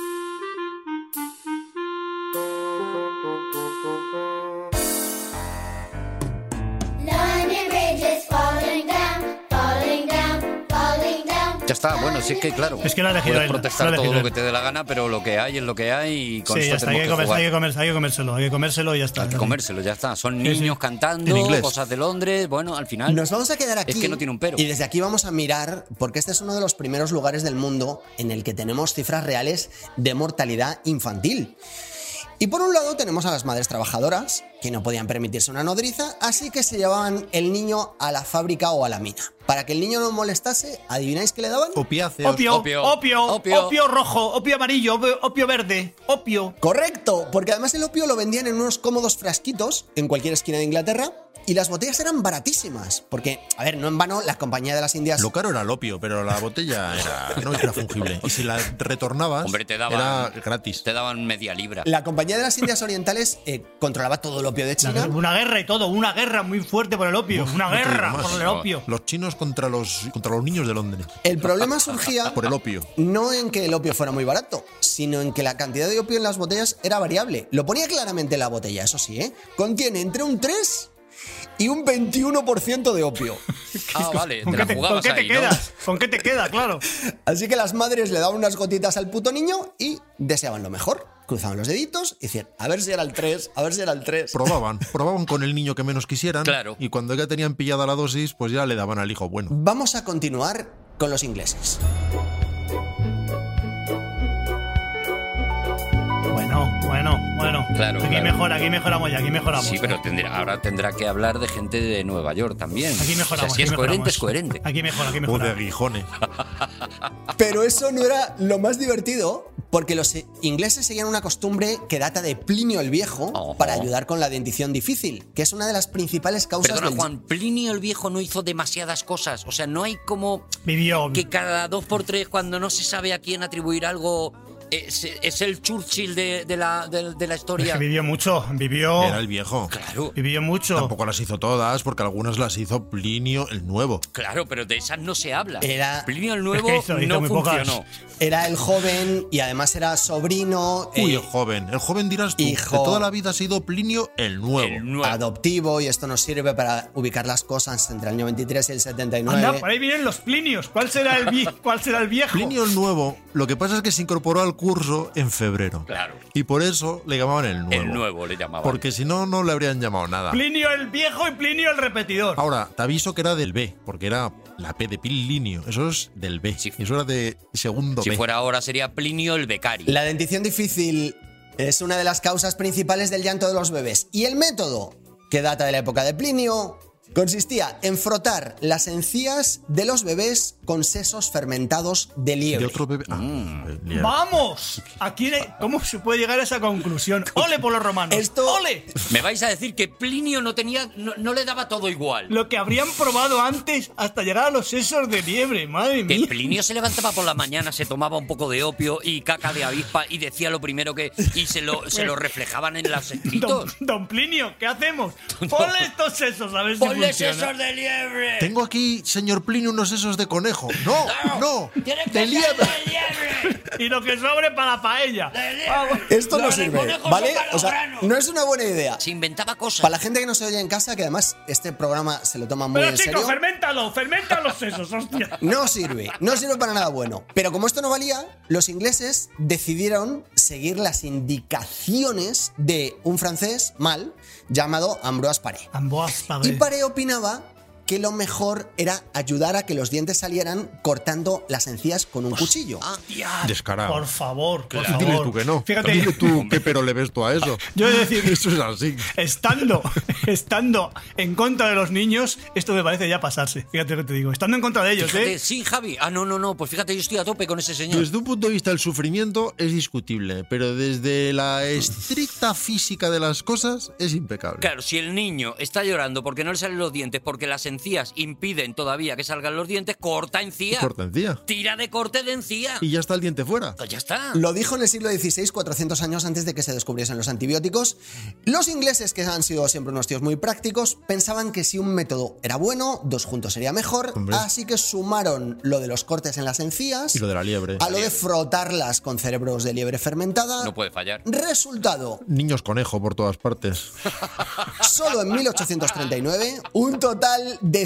Speaker 7: London Bridge is falling down, falling down, falling down.
Speaker 2: Ya está, bueno, sí es que claro.
Speaker 5: Es que lo ha elegido
Speaker 2: puedes
Speaker 5: él,
Speaker 2: protestar
Speaker 5: lo ha
Speaker 2: todo
Speaker 5: elegido
Speaker 2: lo que
Speaker 5: él.
Speaker 2: te dé la gana, pero lo que hay es lo que hay y con
Speaker 5: Sí,
Speaker 2: esto
Speaker 5: ya está,
Speaker 2: tenemos que jugar.
Speaker 5: hay que comérselo y ya está.
Speaker 2: Hay que comérselo, ya está. Son
Speaker 5: Sí,
Speaker 2: niños
Speaker 5: sí.
Speaker 2: cantando,
Speaker 3: En inglés.
Speaker 2: cosas de Londres. Bueno, al final.
Speaker 4: Nos vamos a quedar aquí.
Speaker 2: Es que no tiene un pero.
Speaker 4: Y desde aquí vamos a mirar, porque este es uno de los primeros lugares del mundo en el que tenemos cifras reales de mortalidad infantil. Y por un lado tenemos a las madres trabajadoras, que no podían permitirse una nodriza, así que se llevaban el niño a la fábrica o a la mina. Para que el niño no molestase, ¿adivináis qué le daban?
Speaker 3: Opiáceos.
Speaker 5: Opio rojo, opio amarillo, opio verde, opio.
Speaker 4: Correcto, porque además el opio lo vendían en unos cómodos frasquitos en cualquier esquina de Inglaterra y las botellas eran baratísimas, porque, a ver, no en vano, la Compañía de las Indias...
Speaker 3: Lo caro era el opio, pero la botella no era fungible. Y si la retornabas,
Speaker 2: Hombre, te daban.
Speaker 3: era gratis.
Speaker 2: Te daban media libra.
Speaker 4: La Compañía de las Indias Orientales controlaba todo el opio de China.
Speaker 5: Una guerra y todo, una guerra muy fuerte por el opio, una
Speaker 3: no te
Speaker 5: guerra
Speaker 3: digo más.
Speaker 5: por el opio.
Speaker 3: Los chinos contra los niños de Londres.
Speaker 4: El problema surgía
Speaker 3: Por el opio.
Speaker 4: no en que el opio fuera muy barato, sino en que la cantidad de opio en las botellas era variable. Lo ponía claramente en la botella, eso sí, ¿eh? Contiene entre un 3 y un 21% de opio.
Speaker 2: Ah, vale,
Speaker 5: ¿Con
Speaker 2: te
Speaker 5: qué
Speaker 2: la
Speaker 5: te,
Speaker 2: jugabas
Speaker 5: con qué te
Speaker 2: ahí, ¿no?
Speaker 5: quedas? ¿Con qué te queda? Claro.
Speaker 4: Así que las madres le daban unas gotitas al puto niño y deseaban lo mejor. Cruzaban los deditos y decían, a ver si era el 3, a ver si era el 3.
Speaker 3: Probaban con el niño que menos quisieran.
Speaker 2: Claro.
Speaker 3: Y cuando ya tenían pillada la dosis, pues ya le daban al hijo bueno.
Speaker 4: Vamos a continuar con los ingleses.
Speaker 5: Bueno.
Speaker 2: Claro,
Speaker 5: Aquí
Speaker 2: claro.
Speaker 5: mejoramos ya, aquí mejoramos.
Speaker 2: Sí, pero ahora tendrá que hablar de gente de Nueva York también.
Speaker 5: Aquí mejoramos.
Speaker 2: O sea, si
Speaker 5: aquí
Speaker 2: es coherente,
Speaker 5: mejoramos.
Speaker 2: es coherente.
Speaker 5: Aquí mejora, aquí
Speaker 3: O de
Speaker 5: mejora.
Speaker 3: aguijones.
Speaker 4: Pero eso no era lo más divertido, porque los ingleses seguían una costumbre que data de Plinio el Viejo
Speaker 2: Ojo.
Speaker 4: para ayudar con la dentición difícil, que es una de las principales causas
Speaker 2: Perdona,
Speaker 4: del...
Speaker 2: Juan, Plinio el Viejo no hizo demasiadas cosas. O sea, no hay como
Speaker 5: Vivió.
Speaker 2: que cada 2 por 3 cuando no se sabe a quién atribuir algo, es el Churchill de la
Speaker 5: Es
Speaker 2: historia.
Speaker 5: que vivió mucho,
Speaker 3: Era el viejo.
Speaker 2: Claro,
Speaker 5: vivió mucho.
Speaker 3: Tampoco las hizo todas, porque algunas las hizo Plinio el Nuevo.
Speaker 2: claro, pero de esas no se habla.
Speaker 4: Era-
Speaker 2: Plinio el Nuevo
Speaker 5: Hizo
Speaker 2: no
Speaker 5: muy pocas.
Speaker 2: funcionó.
Speaker 4: Era el joven y además era sobrino,
Speaker 3: Uy, el joven. El joven dirás tú.
Speaker 4: hijo.
Speaker 3: De toda la vida ha sido Plinio el Nuevo.
Speaker 2: El Nuevo.
Speaker 4: adoptivo, y esto nos sirve para ubicar las cosas entre el año 23 y el 79.
Speaker 5: Anda, por ahí vienen los Plinios. ¿Cuál será el viejo?
Speaker 3: Plinio el Nuevo, lo que pasa es que se incorporó al curso en febrero.
Speaker 2: Claro.
Speaker 3: Y por eso le llamaban el Nuevo.
Speaker 2: El Nuevo le llamaban.
Speaker 3: Porque si no, no le habrían llamado nada.
Speaker 5: Plinio el viejo y Plinio el repetidor.
Speaker 3: Ahora, te aviso que era del B, porque era la P de Plinio. Eso es del B.
Speaker 2: Sí.
Speaker 3: Y eso era de segundo
Speaker 2: Si
Speaker 3: B.
Speaker 2: fuera ahora sería Plinio el Becario.
Speaker 4: La dentición difícil es una de las causas principales del llanto de los bebés. Y el método, que data de la época de Plinio, consistía en frotar las encías de los bebés con sesos fermentados de liebre.
Speaker 3: De otro bebé. Ah, liebre.
Speaker 5: ¡Vamos! ¿Cómo se puede llegar a esa conclusión? ¡Ole por los romanos!
Speaker 4: Esto-
Speaker 5: ¡Ole!
Speaker 2: Me vais a decir que Plinio no le daba todo igual.
Speaker 5: Lo que habrían probado antes hasta llegar a los sesos de liebre, madre
Speaker 2: Que
Speaker 5: mía.
Speaker 2: Plinio se levantaba por la mañana, se tomaba un poco de opio y caca de avispa y decía lo primero que... Y se lo reflejaban en los escritos.
Speaker 5: Don Plinio, ¿qué hacemos? Ponle estos sesos a ver si
Speaker 2: ¡Ponle
Speaker 5: funciona.
Speaker 2: sesos de liebre!
Speaker 3: Tengo aquí, señor Plinio, unos sesos de conejo. No, no.
Speaker 2: ¡Tiene que
Speaker 3: De
Speaker 2: ser
Speaker 3: liebre.
Speaker 2: de liebre!
Speaker 5: Y lo que sobre para la paella.
Speaker 2: ¡De liebre!
Speaker 5: Vamos.
Speaker 4: Esto no
Speaker 2: Los de
Speaker 4: sirve,
Speaker 2: conejo
Speaker 4: ¿vale?
Speaker 2: son para
Speaker 4: O
Speaker 2: los
Speaker 4: sea,
Speaker 2: granos.
Speaker 4: no es una buena idea.
Speaker 2: Se inventaba cosas.
Speaker 4: Para la gente que no se oye en casa, que además este programa se lo toma muy
Speaker 5: Pero
Speaker 4: en
Speaker 5: chicos,
Speaker 4: serio,
Speaker 5: fermenta los sesos, hostia.
Speaker 4: no sirve para nada bueno. Pero como esto no valía, los ingleses decidieron seguir las indicaciones de un francés mal llamado Ambroise Paré.
Speaker 5: Ambos
Speaker 4: Y
Speaker 5: padres.
Speaker 4: Paré opinaba que lo mejor era ayudar a que los dientes salieran cortando las encías con un cuchillo.
Speaker 3: Descarado.
Speaker 5: Por favor, por
Speaker 3: Dile
Speaker 5: favor.
Speaker 3: tú que no.
Speaker 5: Fíjate,
Speaker 3: Dile tú qué pero le ves tú a eso.
Speaker 5: yo he de decir,
Speaker 3: Eso es así.
Speaker 5: estando en contra de los niños, esto me parece ya pasarse. Fíjate lo que te digo. Estando en contra de ellos,
Speaker 2: Fíjate, sí, Javi. No, pues fíjate, yo estoy a tope con ese señor.
Speaker 3: Desde un punto de vista del sufrimiento es discutible, pero desde la estricta física de las cosas es impecable.
Speaker 2: Claro, si el niño está llorando porque no le salen los dientes, porque las encías impiden todavía que salgan los dientes, corta encía.
Speaker 3: Corta encía.
Speaker 2: Tira de corte de encía.
Speaker 3: Y ya está el diente fuera.
Speaker 2: Pues ya está.
Speaker 4: Lo dijo en el siglo XVI, 400 años antes de que se descubriesen los antibióticos. Los ingleses, que han sido siempre unos tíos muy prácticos, pensaban que si un método era bueno, dos juntos sería mejor,
Speaker 3: Hombre.
Speaker 4: así que sumaron lo de los cortes en las encías
Speaker 3: Y lo de la liebre.
Speaker 4: a lo de frotarlas con cerebros de liebre fermentada.
Speaker 2: No puede fallar.
Speaker 4: Resultado,
Speaker 3: Niños conejo por todas partes.
Speaker 4: solo en 1839, un total de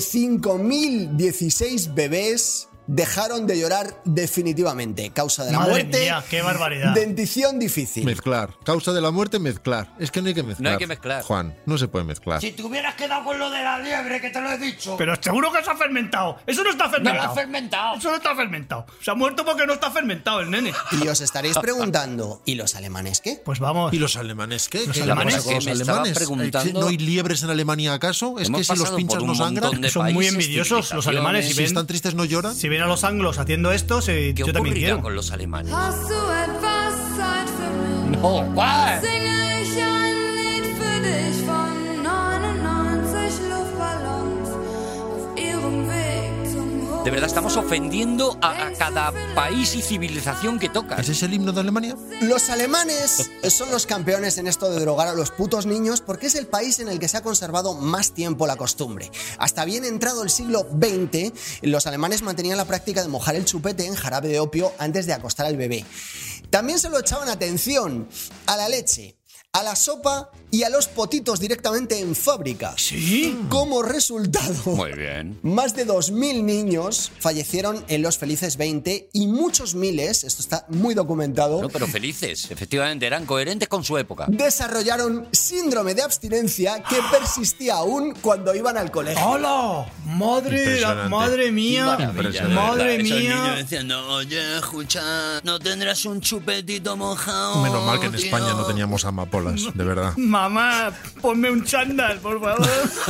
Speaker 4: 5.016 bebés dejaron de llorar definitivamente. Causa de la
Speaker 5: Madre
Speaker 4: muerte,
Speaker 5: mía, qué barbaridad.
Speaker 4: dentición difícil.
Speaker 3: Mezclar. Causa de la muerte, mezclar. Es que no hay que mezclar.
Speaker 2: No hay que mezclar.
Speaker 3: Juan, no se puede mezclar.
Speaker 2: Si te hubieras quedado con lo de la liebre, que te lo he dicho.
Speaker 5: Pero seguro que se ha fermentado. Eso no está
Speaker 2: No
Speaker 5: fermentado.
Speaker 2: lo has fermentado.
Speaker 5: Eso no está fermentado. Se ha muerto porque no está fermentado el nene.
Speaker 4: Y os estaréis preguntando, ¿y los alemanes qué?
Speaker 5: Pues vamos.
Speaker 3: ¿Y los alemanes qué?
Speaker 5: Los
Speaker 3: ¿Qué
Speaker 5: alemanes,
Speaker 3: pasa con los
Speaker 2: que me estaba
Speaker 3: alemanes?
Speaker 2: preguntando-
Speaker 3: ¿No hay liebres en Alemania acaso? Es
Speaker 2: Hemos
Speaker 3: que si los
Speaker 2: pasado
Speaker 3: pinchas
Speaker 2: por
Speaker 3: no
Speaker 2: un
Speaker 3: sangran.
Speaker 2: montón de
Speaker 5: Son muy
Speaker 2: países,
Speaker 5: envidiosos los alemanes y
Speaker 3: Si
Speaker 5: ven-
Speaker 3: están tristes no lloran.
Speaker 5: Si ven a los anglos haciendo esto,
Speaker 2: ¿Qué
Speaker 5: yo también
Speaker 2: ocurrirá
Speaker 5: quiero.
Speaker 2: con los alemanes?
Speaker 8: Hast du etwas Zeit für mich?
Speaker 2: No, ¿cuál?
Speaker 8: Singe ich ein Lied für dich von 99 Luftballons auf ihrem Weg zum
Speaker 2: De verdad, estamos ofendiendo a cada país y civilización que toca.
Speaker 3: ¿Ese es el himno de Alemania?
Speaker 4: Los alemanes son los campeones en esto de drogar a los putos niños porque es el país en el que se ha conservado más tiempo la costumbre. Hasta bien entrado el siglo XX, los alemanes mantenían la práctica de mojar el chupete en jarabe de opio antes de acostar al bebé. También se lo echaban atención a la leche, a la sopa y a los potitos directamente en fábrica.
Speaker 5: ¿Sí?
Speaker 4: Como resultado,
Speaker 2: Muy bien.
Speaker 4: más de 2.000 niños fallecieron en los felices 20 y muchos miles, esto está muy documentado,
Speaker 2: No, pero felices. Efectivamente, eran coherentes con su época.
Speaker 4: desarrollaron síndrome de abstinencia que persistía aún cuando iban al colegio.
Speaker 5: ¡Hola!
Speaker 3: Impresionante.
Speaker 5: Madre mía.
Speaker 3: Impresionante.
Speaker 5: Madre mía.
Speaker 2: diciendo, oye, escucha, no tendrás un chupetito mojado.
Speaker 3: Menos mal que en España no teníamos amapolas, de verdad.
Speaker 5: Mamá, ponme un chándal, por favor.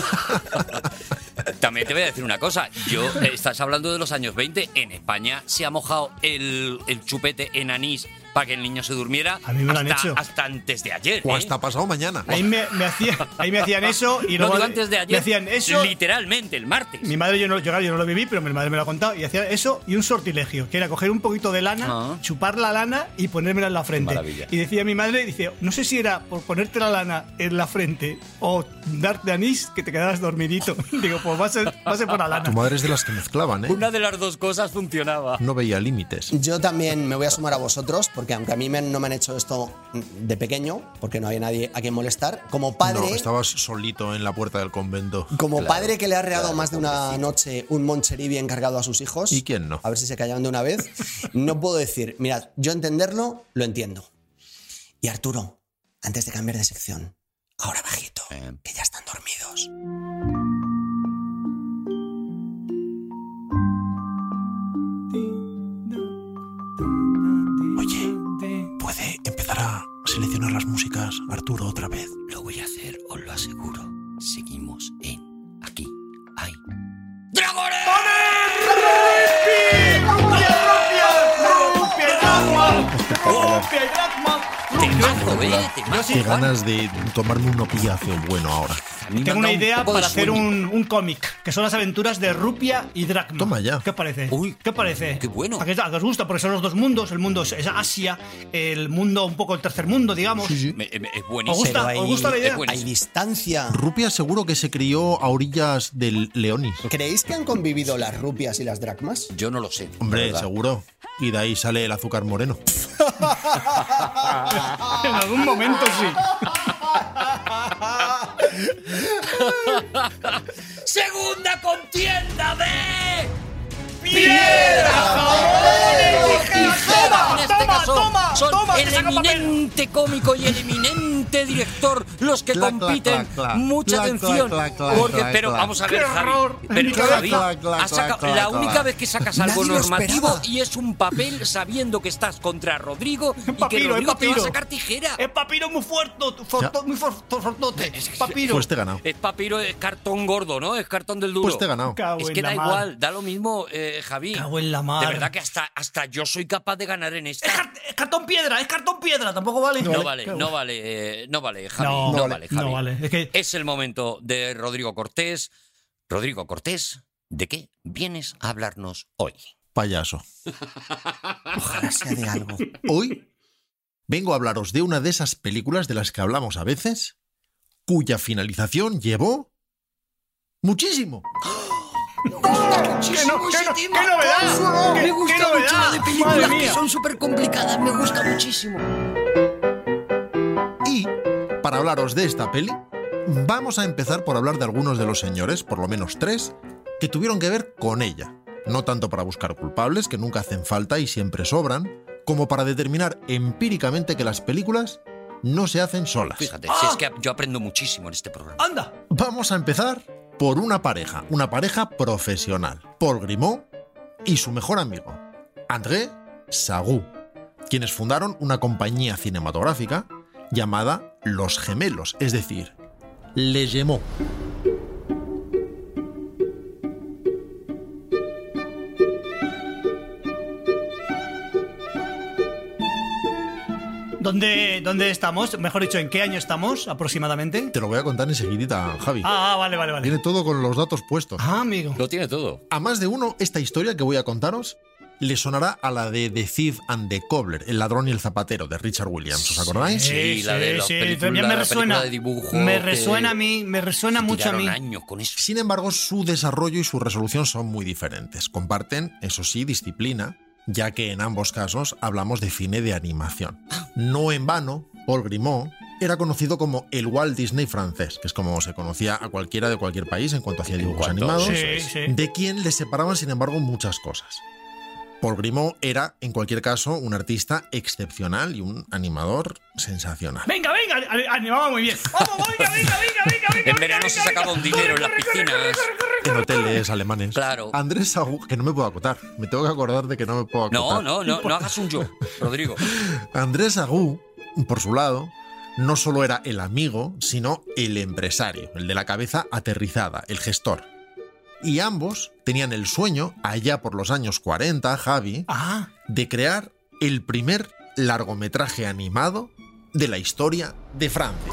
Speaker 2: También te voy a decir una cosa. Estás hablando de los años 20. En España se ha mojado el chupete en anís para que el niño se durmiera.
Speaker 5: A mí me lo han hecho.
Speaker 2: Hasta antes de ayer.
Speaker 3: O
Speaker 2: ¿eh?
Speaker 3: hasta pasado mañana.
Speaker 5: Ahí me hacían eso y
Speaker 2: No,
Speaker 5: luego
Speaker 2: digo antes de ayer.
Speaker 5: me hacían eso.
Speaker 2: Literalmente, el martes.
Speaker 5: Mi madre, yo no lo viví, pero mi madre me lo ha contado. Y hacía eso y un sortilegio, que era coger un poquito de lana,
Speaker 2: Ah.
Speaker 5: chupar la lana y ponérmela en la frente.
Speaker 2: Maravilla.
Speaker 5: Y decía mi madre, dice, no sé si era por ponerte la lana en la frente o darte anís que te quedaras dormidito. Digo, pues va a ser por la
Speaker 3: Tu
Speaker 5: lana.
Speaker 3: madre es de las que mezclaban, ¿eh?
Speaker 2: Una de las dos cosas funcionaba.
Speaker 3: No veía límites.
Speaker 4: Yo también me voy a sumar a vosotros, porque aunque a mí no me han hecho esto de pequeño, porque no había nadie a quien molestar, como
Speaker 3: No,
Speaker 4: padre,
Speaker 3: estabas solito en la puerta del convento.
Speaker 4: padre que le ha regalado más de una noche un Moncherí bien cargado a sus hijos,
Speaker 3: ¿Y quién no?
Speaker 4: a ver si se callaban de una vez, no puedo decir, mirad, yo entenderlo, lo entiendo. Y Arturo, antes de cambiar de sección, ahora bajito, que ya están dormidos.
Speaker 3: Oye, ¿puede empezar a seleccionar las músicas, Arturo, otra vez?
Speaker 2: Lo voy a hacer, os lo aseguro. Seguimos en Aquí hay ¡Dragones! Temazo, temazo.
Speaker 3: Qué ganas de tomarme un opiáceo bueno ahora.
Speaker 2: A mí me
Speaker 5: Tengo
Speaker 2: han
Speaker 5: una
Speaker 2: dado un
Speaker 5: idea
Speaker 2: poco de
Speaker 5: para hacer
Speaker 2: sueño.
Speaker 5: un cómic, que son las aventuras de Rupia y Dracma.
Speaker 3: Toma ya.
Speaker 5: ¿Qué os parece?
Speaker 2: Uy,
Speaker 5: ¿Qué os parece?
Speaker 2: qué bueno.
Speaker 5: ¿A qué os gusta? Porque son los dos mundos. El mundo es Asia, el mundo un poco el tercer mundo, digamos.
Speaker 2: Es buenísimo.
Speaker 5: ¿Os gusta?
Speaker 4: Pero
Speaker 5: ¿Os gusta la idea?
Speaker 2: Es buenísimo.
Speaker 4: Hay distancia.
Speaker 3: Rupia seguro que se crió a orillas del Leonis.
Speaker 4: ¿Creéis que han convivido las rupias y las dracmas?
Speaker 2: Yo no lo sé.
Speaker 3: Hombre,
Speaker 2: la verdad.
Speaker 3: seguro. Y de ahí sale el azúcar moreno.
Speaker 5: En algún momento sí.
Speaker 2: Segunda contienda de
Speaker 5: ¡Piedra,
Speaker 2: jamón y tijera. En este caso, son
Speaker 5: toma, que
Speaker 2: el
Speaker 5: saca papel.
Speaker 2: eminente cómico y el eminente asistente, director, los que
Speaker 3: Clac, clac,
Speaker 2: compiten.
Speaker 3: clac, clac.
Speaker 2: Mucha
Speaker 3: Clac,
Speaker 2: atención.
Speaker 3: clac, clac,
Speaker 2: Porque,
Speaker 3: clac,
Speaker 2: pero
Speaker 3: clac.
Speaker 2: vamos a ver,
Speaker 5: ¡Qué
Speaker 2: Javi.
Speaker 5: horror!
Speaker 2: Pero
Speaker 3: Clac,
Speaker 2: Javi,
Speaker 3: clac, clac,
Speaker 2: has sacado-
Speaker 3: clac,
Speaker 2: la
Speaker 3: clac.
Speaker 2: única vez que sacas algo
Speaker 4: Nadie lo
Speaker 2: normativo
Speaker 4: esperaba.
Speaker 2: y es un papel sabiendo que estás contra Rodrigo y que
Speaker 5: Papiro,
Speaker 2: Rodrigo te va a
Speaker 5: papiro.
Speaker 2: sacar tijera.
Speaker 5: Es papiro muy fuerte, muy fortote. Papiro.
Speaker 3: Pues te he ganado.
Speaker 2: Es papiro, es cartón gordo, ¿no? Es cartón del duro.
Speaker 3: Pues te he ganado.
Speaker 5: Cago
Speaker 2: Es
Speaker 5: en
Speaker 2: que
Speaker 5: la
Speaker 2: da
Speaker 5: mar.
Speaker 2: igual, da lo mismo, Javi.
Speaker 5: Cago en la mar.
Speaker 2: De verdad que hasta yo soy capaz de ganar en esta.
Speaker 5: Es cartón piedra, tampoco vale.
Speaker 2: No vale, Javi.
Speaker 5: No,
Speaker 2: No
Speaker 5: vale,
Speaker 2: vale, Javi.
Speaker 5: no vale. Es que
Speaker 2: Es el momento de Rodrigo Cortés. Rodrigo Cortés, ¿de qué vienes a hablarnos hoy?
Speaker 3: Payaso.
Speaker 4: Ojalá sea de algo.
Speaker 3: Hoy vengo a hablaros de una de esas películas de las que hablamos a veces, cuya finalización llevó muchísimo.
Speaker 5: ¡Qué novedad!
Speaker 2: Me gusta
Speaker 5: ¡Qué
Speaker 2: mucho
Speaker 5: novedad!
Speaker 2: la de películas
Speaker 5: ¡Madre
Speaker 2: que
Speaker 5: mía!
Speaker 2: son súper complicadas, me gusta muchísimo.
Speaker 3: Y, para hablaros de esta peli, vamos a empezar por hablar de algunos de los señores, por lo menos 3, que tuvieron que ver con ella. No tanto para buscar culpables, que nunca hacen falta y siempre sobran, como para determinar empíricamente que las películas no se hacen solas.
Speaker 2: Fíjate, si es que yo aprendo muchísimo en este programa.
Speaker 5: ¡Anda!
Speaker 3: Vamos a empezar por una pareja profesional, Paul Grimaud y su mejor amigo, André Sagou, quienes fundaron una compañía cinematográfica llamada Los Gemelos, es decir, Les Gemeaux.
Speaker 5: ¿Dónde estamos? Mejor dicho, ¿en qué año estamos aproximadamente?
Speaker 3: Te lo voy a contar enseguidita, Javi.
Speaker 5: Vale.
Speaker 3: Viene todo con los datos puestos.
Speaker 5: Amigo.
Speaker 2: Lo tiene todo.
Speaker 3: A más de uno, esta historia que voy a contaros le sonará a la de The Thief and the Cobbler, El ladrón y el zapatero, de Richard Williams. ¿Os acordáis?
Speaker 2: Sí, la de la película-
Speaker 5: también me
Speaker 2: la
Speaker 5: resuena.
Speaker 2: película de dibujo
Speaker 5: Me
Speaker 2: que
Speaker 5: resuena a mí, me resuena mucho a mí.
Speaker 2: Tiraron años con eso.
Speaker 3: Sin embargo, su desarrollo y su resolución son muy diferentes. Comparten, eso sí, disciplina, ya que en ambos casos hablamos de cine de animación. No en vano, Paul Grimaud era conocido como el Walt Disney francés, que es como se conocía a cualquiera de cualquier país en cuanto hacía dibujos
Speaker 2: cuanto-
Speaker 3: animados,
Speaker 5: Sí.
Speaker 3: de quien le separaban, sin embargo, muchas cosas. Paul Grimaud era, en cualquier caso, un artista excepcional y un animador sensacional.
Speaker 5: Venga, animaba muy bien. ¡Vamos, venga!
Speaker 2: En verano se sacaba un dinero en las piscinas.
Speaker 3: En hoteles alemanes.
Speaker 2: Claro.
Speaker 3: Andrés Sagou, que no me puedo acotar. Me tengo que acordar de que no me puedo acotar.
Speaker 2: No hagas un yo, Rodrigo.
Speaker 3: Andrés Sagou, por su lado, no solo era el amigo, sino el empresario, el de la cabeza aterrizada, el gestor. Y ambos tenían el sueño, allá por los años 40, Javi, de crear el primer largometraje animado de la historia de Francia.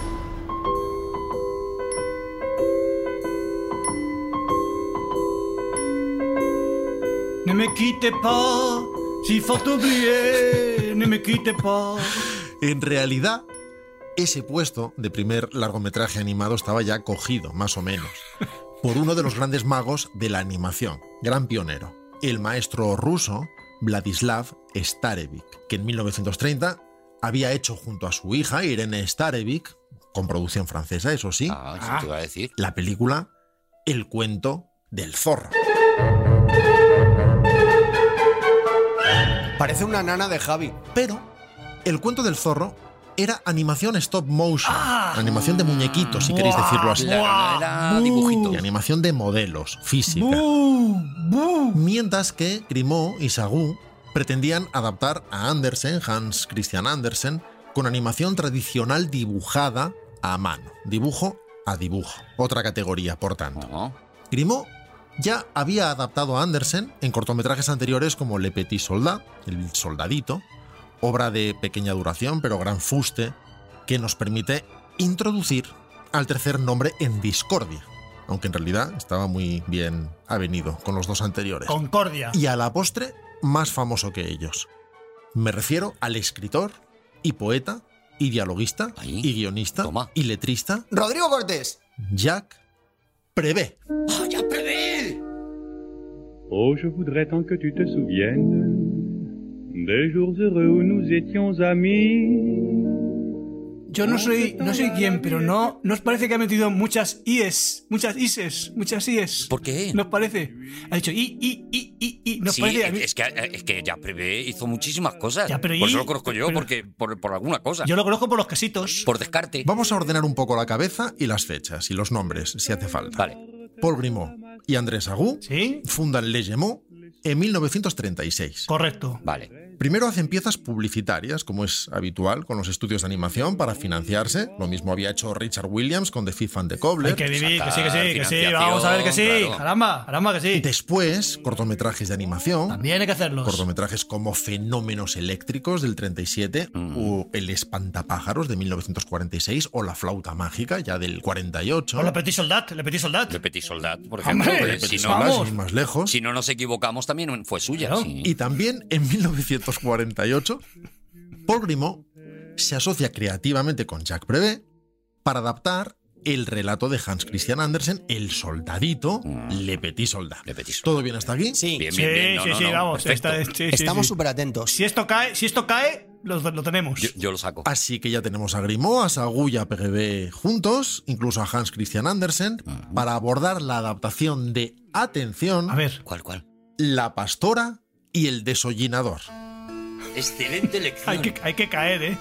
Speaker 5: Ne me quitte pas, si faut oublier, ne me quitte pas.
Speaker 3: En realidad, ese puesto de primer largometraje animado estaba ya cogido, más o menos, por uno de los grandes magos de la animación, gran pionero, el maestro ruso Vladislav Starevich, que en 1930 había hecho junto a su hija Irene Starevich, con producción francesa, eso sí,
Speaker 2: Eso te iba a decir.
Speaker 3: la película El cuento del zorro.
Speaker 4: Parece una nana de Javi.
Speaker 3: Pero El cuento del zorro era animación stop motion, animación de muñequitos, si queréis decirlo así.
Speaker 2: Era dibujito.
Speaker 3: Y animación de modelos, física. Mientras que Grimaud y Sagou pretendían adaptar a Andersen, Hans Christian Andersen, con animación tradicional dibujada a mano, dibujo a dibujo, otra categoría, por tanto.
Speaker 2: No.
Speaker 3: Grimaud ya había adaptado a Andersen en cortometrajes anteriores como Le Petit Soldat, El Soldadito, obra de pequeña duración pero gran fuste, que nos permite introducir al tercer nombre en discordia, aunque en realidad estaba muy bien avenido con los dos anteriores.
Speaker 5: Concordia.
Speaker 3: Y a la postre, más famoso que ellos. Me refiero al escritor y poeta y dialoguista
Speaker 2: Ahí.
Speaker 3: y guionista
Speaker 2: Toma.
Speaker 3: y letrista
Speaker 4: Rodrigo Cortés.
Speaker 3: Jacques Prévert.
Speaker 2: ¡Ah, ya prevé!
Speaker 9: Oh, je voudrais tant que tu te souviennes des jours heureux où nous étions amis.
Speaker 5: Yo no soy quién, pero no os parece que ha metido muchas ies, muchas ises, muchas ies.
Speaker 2: ¿Por qué?
Speaker 5: ¿Nos parece? Ha dicho i. ¿Nos
Speaker 2: Sí,
Speaker 5: parece a mí?
Speaker 2: es que ya Prevé hizo muchísimas cosas.
Speaker 5: Ya, pero
Speaker 2: por
Speaker 5: ¿y?
Speaker 2: eso lo conozco yo,
Speaker 5: Pero-
Speaker 2: porque por alguna cosa.
Speaker 5: Yo lo conozco por los quesitos.
Speaker 2: Por descarte.
Speaker 3: Vamos a ordenar un poco la cabeza y las fechas y los nombres, si hace falta.
Speaker 2: Vale.
Speaker 3: Paul Grimaud y Andrés Agut
Speaker 5: ¿Sí?
Speaker 3: fundan Les Gemaux en 1936.
Speaker 5: Correcto.
Speaker 2: Vale.
Speaker 3: Primero hacen piezas publicitarias, como es habitual con los estudios de animación, para financiarse. Lo mismo había hecho Richard Williams con The Thief and the
Speaker 5: Hay
Speaker 3: Cobbler.
Speaker 5: que vivir, que sí,
Speaker 2: financiación,
Speaker 5: vamos a ver que sí.
Speaker 2: claro.
Speaker 5: Caramba que sí.
Speaker 3: Después, cortometrajes de animación.
Speaker 5: También hay que hacerlos.
Speaker 3: Cortometrajes como Fenómenos Eléctricos del 37, o El Espantapájaros de 1946, o La Flauta Mágica ya del 48.
Speaker 5: O Le Petit Soldat.
Speaker 2: Le Petit Soldat, por ejemplo.
Speaker 5: Hombre,
Speaker 2: que
Speaker 5: Le Petit
Speaker 2: si, no,
Speaker 5: Soldat.
Speaker 3: Sin ir más lejos.
Speaker 2: si no nos equivocamos, también fue suya.
Speaker 5: Claro.
Speaker 2: Sí.
Speaker 3: Y también en 1948, Paul Grimaud se asocia creativamente con Jacques Prévert para adaptar el relato de Hans Christian Andersen, El Soldadito, Le Petit Soldat.
Speaker 2: Le Petit Soldat.
Speaker 3: ¿Todo bien hasta aquí?
Speaker 4: Sí.
Speaker 2: Bien,
Speaker 5: Sí,
Speaker 2: bien, bien. No,
Speaker 5: sí,
Speaker 2: no,
Speaker 5: sí,
Speaker 2: no,
Speaker 5: vamos.
Speaker 2: perfecto.
Speaker 4: Estamos súper atentos.
Speaker 5: Si esto cae, lo tenemos.
Speaker 2: Yo lo saco.
Speaker 3: Así que ya tenemos a Grimaud, a Sagut y a Prévert juntos, incluso a Hans Christian Andersen, para abordar la adaptación de, atención,
Speaker 5: A ver.
Speaker 2: ¿Cuál?
Speaker 3: La Pastora y el Desollinador.
Speaker 2: Excelente lección.
Speaker 5: Hay que caer, ¿eh?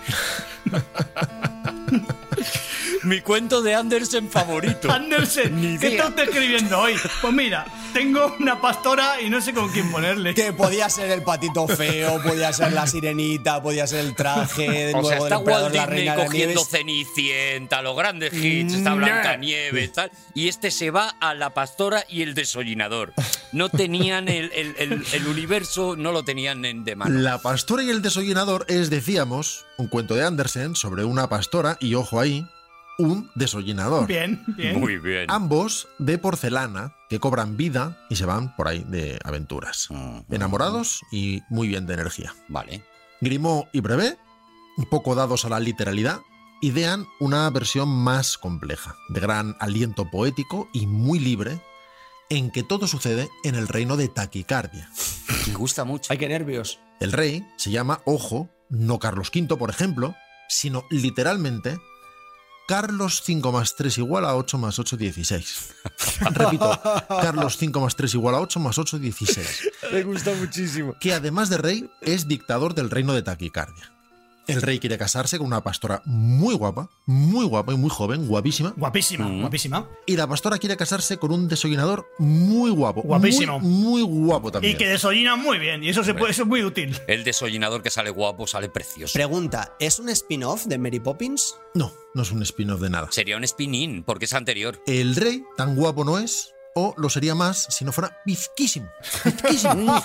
Speaker 2: Mi cuento de Andersen favorito.
Speaker 5: Andersen,
Speaker 2: Ni
Speaker 5: ¿qué
Speaker 2: idea.
Speaker 5: está usted escribiendo hoy? Pues mira, tengo una pastora y no sé con quién ponerle.
Speaker 4: Que podía ser el patito feo, podía ser la sirenita, podía ser el traje de
Speaker 2: O sea,
Speaker 4: nuevo
Speaker 2: está
Speaker 4: del emperador,
Speaker 2: Walt
Speaker 4: la
Speaker 2: Disney
Speaker 4: reina de las
Speaker 2: cogiendo
Speaker 4: nieves.
Speaker 2: Cenicienta, los grandes hits, está Blancanieves, tal, y este se va a La Pastora y el Desollinador. No tenían el universo, no lo tenían de mano.
Speaker 3: La Pastora y el Desollinador es, decíamos, un cuento de Andersen sobre una pastora y, ojo ahí, un desollinador.
Speaker 5: Bien.
Speaker 2: Muy bien.
Speaker 3: Ambos de porcelana que cobran vida y se van por ahí de aventuras. Enamorados y muy bien de energía.
Speaker 2: Vale.
Speaker 3: Grimaud y Prévert, un poco dados a la literalidad, idean una versión más compleja, de gran aliento poético y muy libre, en que todo sucede en el reino de Taquicardia.
Speaker 2: Me gusta mucho.
Speaker 4: Ay, qué nervios.
Speaker 3: El rey se llama, ojo, no Carlos V, por ejemplo, sino literalmente Carlos 5 más 3 igual a 8 más 8, 16. Repito, Carlos 5 más 3 igual a 8 más 8, 16.
Speaker 4: Me gusta muchísimo.
Speaker 3: Que además de rey, es dictador del reino de Taquicardia. El rey quiere casarse con una pastora muy guapa y muy joven, guapísima.
Speaker 5: Guapísima.
Speaker 3: Y la pastora quiere casarse con un desollinador muy guapo.
Speaker 5: Guapísimo.
Speaker 3: Muy guapo también.
Speaker 5: Y que desollina muy bien. Y eso eso es muy útil.
Speaker 2: El Desollinador que sale guapo, sale precioso.
Speaker 4: Pregunta, ¿es un spin-off de Mary Poppins?
Speaker 3: No, no es un spin-off de nada.
Speaker 2: Sería un spin-in, porque es anterior.
Speaker 3: El rey tan guapo no es, o lo sería más si no fuera bizquísimo. Bizquísimo.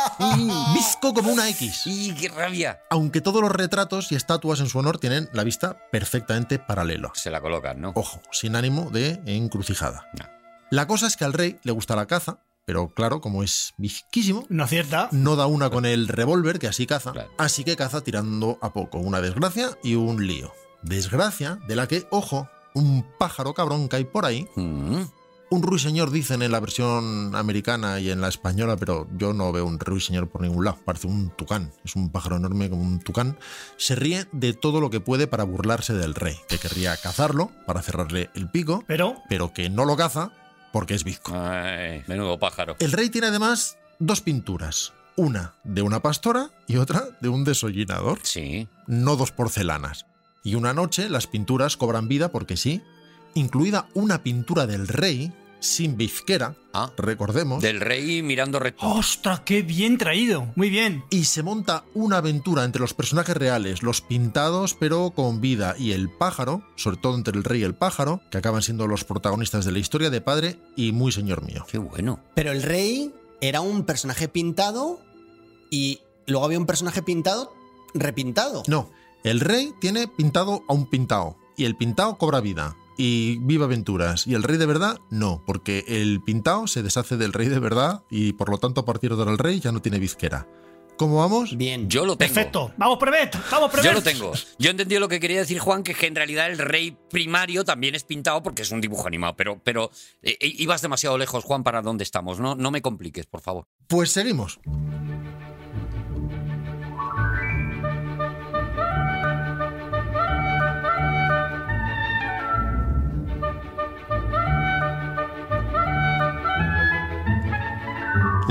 Speaker 3: Bizco como una X.
Speaker 2: ¡Y qué rabia!
Speaker 3: Aunque todos los retratos y estatuas en su honor tienen la vista perfectamente paralela.
Speaker 2: Se la colocan, ¿no?
Speaker 3: Ojo, sin ánimo de encrucijada.
Speaker 2: No.
Speaker 3: La cosa es que al rey le gusta la caza, pero claro, como es bizquísimo,
Speaker 5: No acierta.
Speaker 3: no da una con el revólver, que así caza.
Speaker 2: Claro.
Speaker 3: Así que caza tirando a poco. Una desgracia y un lío. Desgracia de la que, ojo, un pájaro cabrón cae por ahí. Un ruiseñor dicen en la versión americana y en la española, pero yo no veo un ruiseñor por ningún lado. Parece un tucán. Es un pájaro enorme como un tucán. Se ríe de todo lo que puede para burlarse del rey, que querría cazarlo para cerrarle el pico,
Speaker 5: Pero
Speaker 3: que no lo caza porque es bizco.
Speaker 2: Ay, menudo pájaro.
Speaker 3: El rey tiene además dos pinturas. Una de una pastora y otra de un desollinador.
Speaker 2: Sí.
Speaker 3: No dos porcelanas. Y una noche las pinturas cobran vida porque sí, incluida una pintura del rey sin bizquera,
Speaker 2: Ah.
Speaker 3: recordemos,
Speaker 2: Del rey mirando recto.
Speaker 5: ¡ostras, qué bien traído! Muy bien.
Speaker 3: y se monta una aventura entre los personajes reales, los pintados pero con vida, y el pájaro, sobre todo entre el rey y el pájaro, que acaban siendo los protagonistas de la historia de padre y muy señor mío.
Speaker 2: Qué bueno.
Speaker 4: Pero el rey era un personaje pintado y luego había un personaje pintado repintado.
Speaker 3: No, el rey tiene pintado a un pintao, y el pintao cobra vida. Y viva aventuras. Y el rey de verdad, no, porque el pintao se deshace del rey de verdad y por lo tanto a partir de ahora el rey ya no tiene bizquera. ¿Cómo vamos?
Speaker 4: Bien.
Speaker 2: Yo lo tengo.
Speaker 5: Perfecto. Vamos, Prevet. Vamos, Prevet.
Speaker 2: Yo lo tengo. Yo entendí lo que quería decir Juan, que en realidad el rey primario también es pintado porque es un dibujo animado, pero ibas demasiado lejos, Juan, para dónde estamos. No me compliques, por favor.
Speaker 3: Pues seguimos.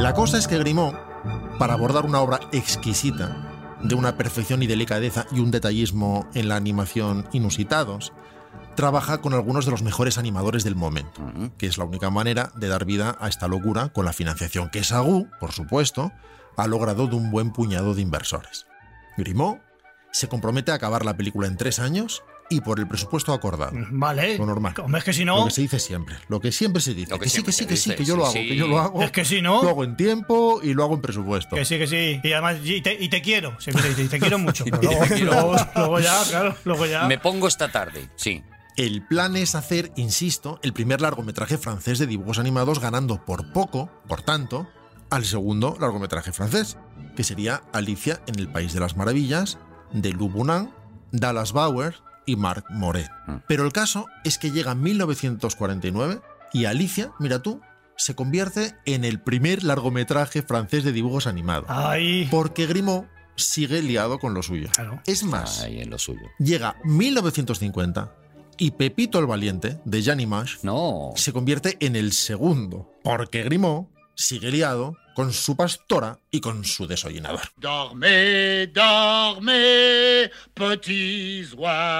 Speaker 3: La cosa es que Grimaud, para abordar una obra exquisita, de una perfección y delicadeza y un detallismo en la animación inusitados, trabaja con algunos de los mejores animadores del momento, que es la única manera de dar vida a esta locura con la financiación que Sagú, por supuesto, ha logrado de un buen puñado de inversores. Grimaud se compromete a acabar la película en 3 años y por el presupuesto acordado.
Speaker 5: Vale.
Speaker 3: Lo normal.
Speaker 5: Hombre, es que si no...
Speaker 3: Lo que se dice siempre. Lo que siempre se dice.
Speaker 2: Lo que
Speaker 3: Que sí,
Speaker 2: siempre
Speaker 3: que sí,
Speaker 2: se
Speaker 3: que sí,
Speaker 2: dice,
Speaker 3: que yo lo hago,
Speaker 2: sí.
Speaker 3: que yo lo hago.
Speaker 5: Es que si no...
Speaker 3: Lo hago en tiempo y lo hago en presupuesto.
Speaker 5: Que sí. Y además, y te quiero. Siempre te quiero mucho. Pero
Speaker 2: Y te quiero
Speaker 5: luego ya, claro, luego ya...
Speaker 2: Me pongo esta tarde, sí.
Speaker 3: El plan es hacer, insisto, el primer largometraje francés de dibujos animados, ganando por poco, por tanto, al segundo largometraje francés, que sería Alicia en el País de las Maravillas, de Lou Bounan, Dallas Bauer y Marc Moret. Pero el caso es que llega 1949 y Alicia, mira tú, se convierte en el primer largometraje francés de dibujos animados.
Speaker 5: Ay.
Speaker 3: Porque Grimaud sigue liado con lo suyo.
Speaker 5: Claro.
Speaker 3: Es más,
Speaker 2: Ahí en lo suyo.
Speaker 3: llega 1950 y Pepito el Valiente, de Jean Image,
Speaker 2: No.
Speaker 3: se convierte en el segundo, porque Grimaud sigue liado con su pastora y con su desollinador.
Speaker 10: Dormez, dormez, petits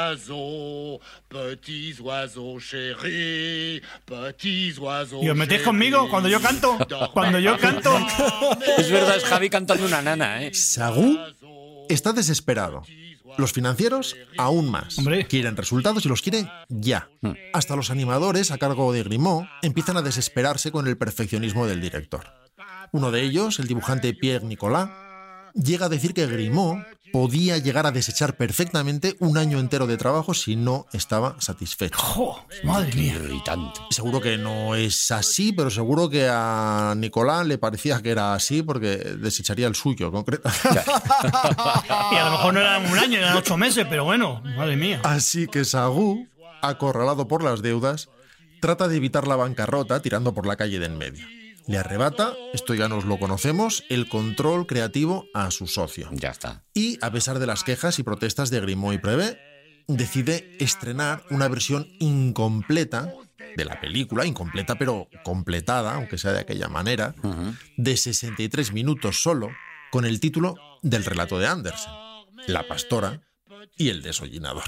Speaker 10: oiseaux chéris, petits oiseaux.
Speaker 5: ¿Y os metéis conmigo cuando yo canto? Cuando yo canto...
Speaker 2: Es verdad, es Javi cantando una nana, ¿eh?
Speaker 3: Sagú está desesperado. Los financieros, aún más.
Speaker 5: Hombre.
Speaker 3: Quieren resultados y los quieren ya. Hasta los animadores, a cargo de Grimaud, empiezan a desesperarse con el perfeccionismo del director. Uno de ellos, el dibujante Pierre Nicolas, llega a decir que Grimaud podía llegar a desechar perfectamente un año entero de trabajo si no estaba satisfecho.
Speaker 5: ¡Jo! Madre mía.
Speaker 2: Irritante.
Speaker 3: Seguro que no es así, pero seguro que a Nicolás le parecía que era así porque desecharía el suyo, concretamente.
Speaker 5: Y a lo mejor no eran un año, eran 8 meses, pero bueno, madre mía.
Speaker 3: Así que Sagú, acorralado por las deudas, trata de evitar la bancarrota tirando por la calle de en medio. Le arrebata, esto ya nos lo conocemos, el control creativo a su socio.
Speaker 2: Ya está.
Speaker 3: Y, a pesar de las quejas y protestas de Grimaud y Prévet, decide estrenar una versión incompleta de la película, incompleta pero completada, aunque sea de aquella manera, de 63 minutos solo, con el título del relato de Andersen, La pastora y el desollinador.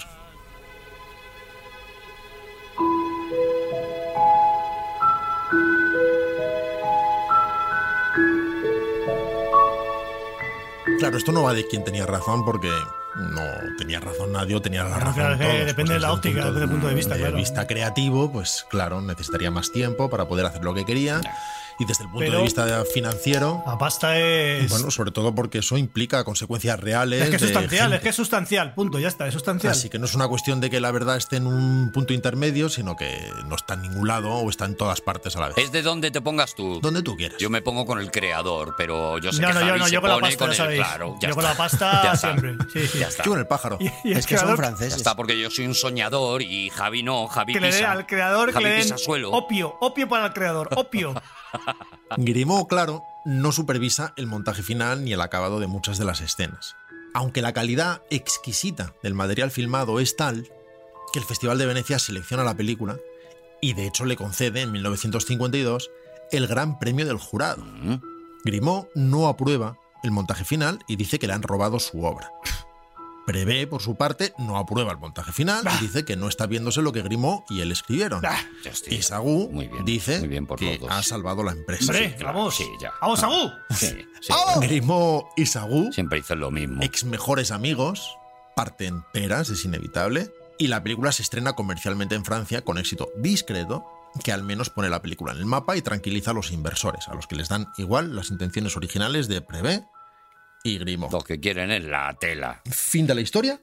Speaker 3: Claro, esto no va de quién tenía razón, porque no tenía razón nadie o tenía la razón
Speaker 5: Claro, que
Speaker 3: todos.
Speaker 5: depende de la óptica, desde el punto de vista, claro.
Speaker 3: vista creativo, pues claro, necesitaría más tiempo para poder hacer lo que quería. Y desde el punto
Speaker 5: Pero
Speaker 3: de vista financiero,
Speaker 5: la pasta es...
Speaker 3: bueno, sobre todo porque eso implica consecuencias reales.
Speaker 5: Es que es
Speaker 3: de
Speaker 5: sustancial,
Speaker 3: gente.
Speaker 5: es que es sustancial, punto, ya está, es sustancial.
Speaker 3: Así que no es una cuestión de que la verdad esté en un punto intermedio, sino que no está en ningún lado o está en todas partes a la vez.
Speaker 2: Es de donde te pongas tú.
Speaker 3: Donde tú quieras.
Speaker 2: Yo me pongo con el creador, pero yo sé
Speaker 5: No,
Speaker 2: que
Speaker 5: no,
Speaker 2: Javi
Speaker 5: yo no,
Speaker 2: se
Speaker 5: yo con la
Speaker 2: pone
Speaker 5: pasta,
Speaker 2: con
Speaker 5: ya
Speaker 2: el...
Speaker 5: sabéis.
Speaker 2: Claro, ya
Speaker 5: Yo con
Speaker 2: está.
Speaker 5: la pasta
Speaker 2: Ya está.
Speaker 5: siempre. Sí, sí.
Speaker 2: Ya está.
Speaker 3: Yo con el pájaro.
Speaker 5: Y
Speaker 4: Es que son
Speaker 5: creador,
Speaker 2: Ya
Speaker 4: franceses.
Speaker 2: está, porque yo soy un soñador y Javi no, Javi
Speaker 5: que le dé
Speaker 2: pisa.
Speaker 5: al creador que
Speaker 2: Javi
Speaker 5: le den
Speaker 2: pisa suelo.
Speaker 5: opio para el creador, opio.
Speaker 3: Grimaud, claro, no supervisa el montaje final ni el acabado de muchas de las escenas. Aunque la calidad exquisita del material filmado es tal que el Festival de Venecia selecciona la película y de hecho le concede en 1952 el Gran Premio del Jurado. Grimaud no aprueba el montaje final y dice que le han robado su obra. Prévet, por su parte, no aprueba el montaje final y dice que no está viéndose lo que Grimaud y él escribieron.
Speaker 2: Ya estoy.
Speaker 3: Y Sagú
Speaker 2: Muy bien,
Speaker 3: dice
Speaker 2: muy bien por
Speaker 3: que
Speaker 2: los dos.
Speaker 3: ha salvado la empresa.
Speaker 5: Hombre,
Speaker 2: claro,
Speaker 5: vamos.
Speaker 2: sí, ya.
Speaker 5: Vamos, Agú.
Speaker 2: Sí, sí.
Speaker 3: Grimaud y Sagú,
Speaker 2: Siempre dicen lo mismo.
Speaker 3: ex mejores amigos, parten peras, es inevitable, y la película se estrena comercialmente en Francia con éxito discreto, que al menos pone la película en el mapa y tranquiliza a los inversores, a los que les dan igual las intenciones originales de Prévet y Grimaud.
Speaker 2: Lo que quieren es la tela.
Speaker 3: Fin de la historia.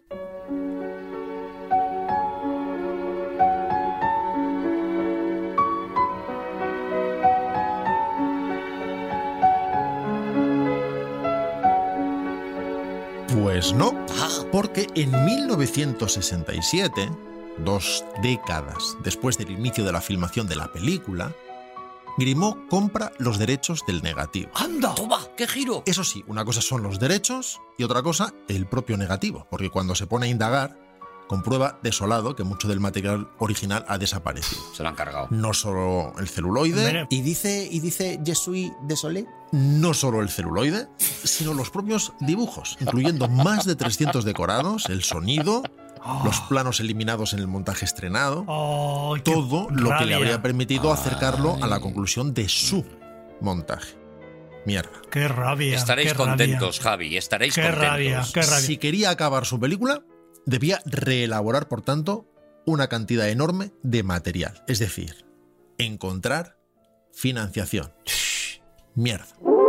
Speaker 3: Pues no, porque en 1967, 2 décadas después del inicio de la filmación de la película, Grimaud compra los derechos del negativo.
Speaker 5: ¡Anda!
Speaker 2: ¡Toma! ¡Qué giro!
Speaker 3: Eso sí, una cosa son los derechos y otra cosa el propio negativo, porque cuando se pone a indagar, comprueba desolado que mucho del material original ha desaparecido.
Speaker 2: Se lo han cargado.
Speaker 3: No solo el celuloide,
Speaker 4: ¿Y dice Je suis désolé?
Speaker 3: no solo el celuloide, sino los propios dibujos, incluyendo más de 300 decorados, el sonido, los planos eliminados en el montaje estrenado, todo lo que le habría permitido acercarlo a la conclusión de su montaje. Mierda.
Speaker 5: ¡Qué rabia!
Speaker 2: Estaréis
Speaker 5: qué
Speaker 2: contentos,
Speaker 5: rabia.
Speaker 2: Javi, estaréis
Speaker 5: ¡Qué
Speaker 2: contentos.
Speaker 5: rabia! ¡Qué rabia!
Speaker 3: Si quería acabar su película, debía reelaborar, por tanto, una cantidad enorme de material. Es decir, encontrar financiación. Mierda.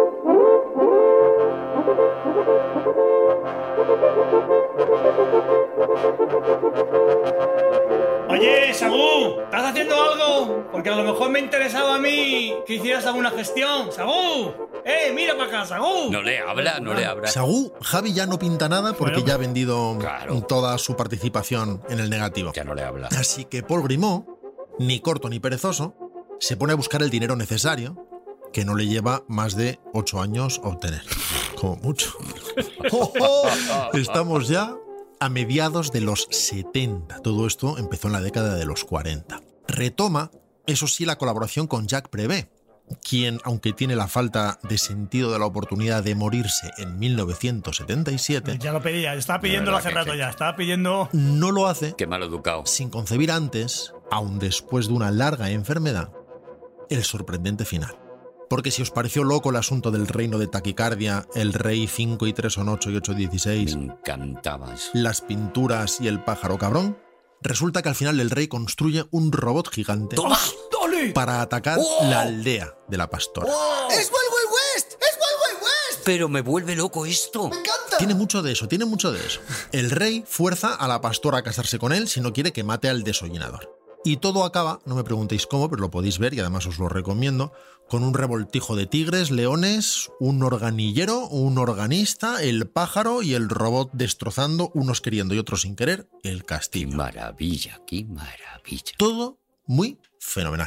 Speaker 5: Oye, Sagú, ¿estás haciendo algo? Porque a lo mejor me interesaba a mí que hicieras alguna gestión. ¡Sagú! Mira para acá, Sagú!
Speaker 2: No le habla, no le habla.
Speaker 3: Sagú, Javi ya no pinta nada porque
Speaker 5: Bueno,
Speaker 3: ya ha vendido
Speaker 2: claro.
Speaker 3: toda su participación en el negativo.
Speaker 2: Ya no le habla.
Speaker 3: Así que Paul Grimaud, ni corto ni perezoso, se pone a buscar el dinero necesario, que no le lleva más de 8 años obtener. Como mucho. Estamos ya a mediados de los 70. Todo esto empezó en la década de los 40. Retoma, eso sí, la colaboración con Jacques Prévert, quien, aunque tiene la falta de sentido de la oportunidad de morirse en 1977,
Speaker 5: Ya lo pedía, estaba pidiéndolo hace rato ya. Estaba pidiendo...
Speaker 3: no lo hace
Speaker 2: Qué mal educado.
Speaker 3: sin concebir antes, aun después de una larga enfermedad, el sorprendente final. Porque si os pareció loco el asunto del reino de taquicardia, el rey 5 y 3 son 8 y 8
Speaker 2: Me
Speaker 3: 16,
Speaker 2: encantaba eso.
Speaker 3: las pinturas y el pájaro cabrón, resulta que al final el rey construye un robot gigante
Speaker 2: ¡Toma!
Speaker 3: para atacar la aldea de la pastora.
Speaker 4: ¡Es Wild Wild West! ¡Es Wild Wild West!
Speaker 2: Pero me vuelve loco esto.
Speaker 4: ¡Me encanta!
Speaker 3: Tiene mucho de eso, tiene mucho de eso. El rey fuerza a la pastora a casarse con él si no quiere que mate al desollinador. Y todo acaba, no me preguntéis cómo, pero lo podéis ver y además os lo recomiendo, con un revoltijo de tigres, leones, un organillero, un organista, el pájaro y el robot destrozando, unos queriendo y otros sin querer, el
Speaker 2: Qué
Speaker 3: castillo.
Speaker 2: maravilla, qué maravilla.
Speaker 3: Todo muy fenomenal.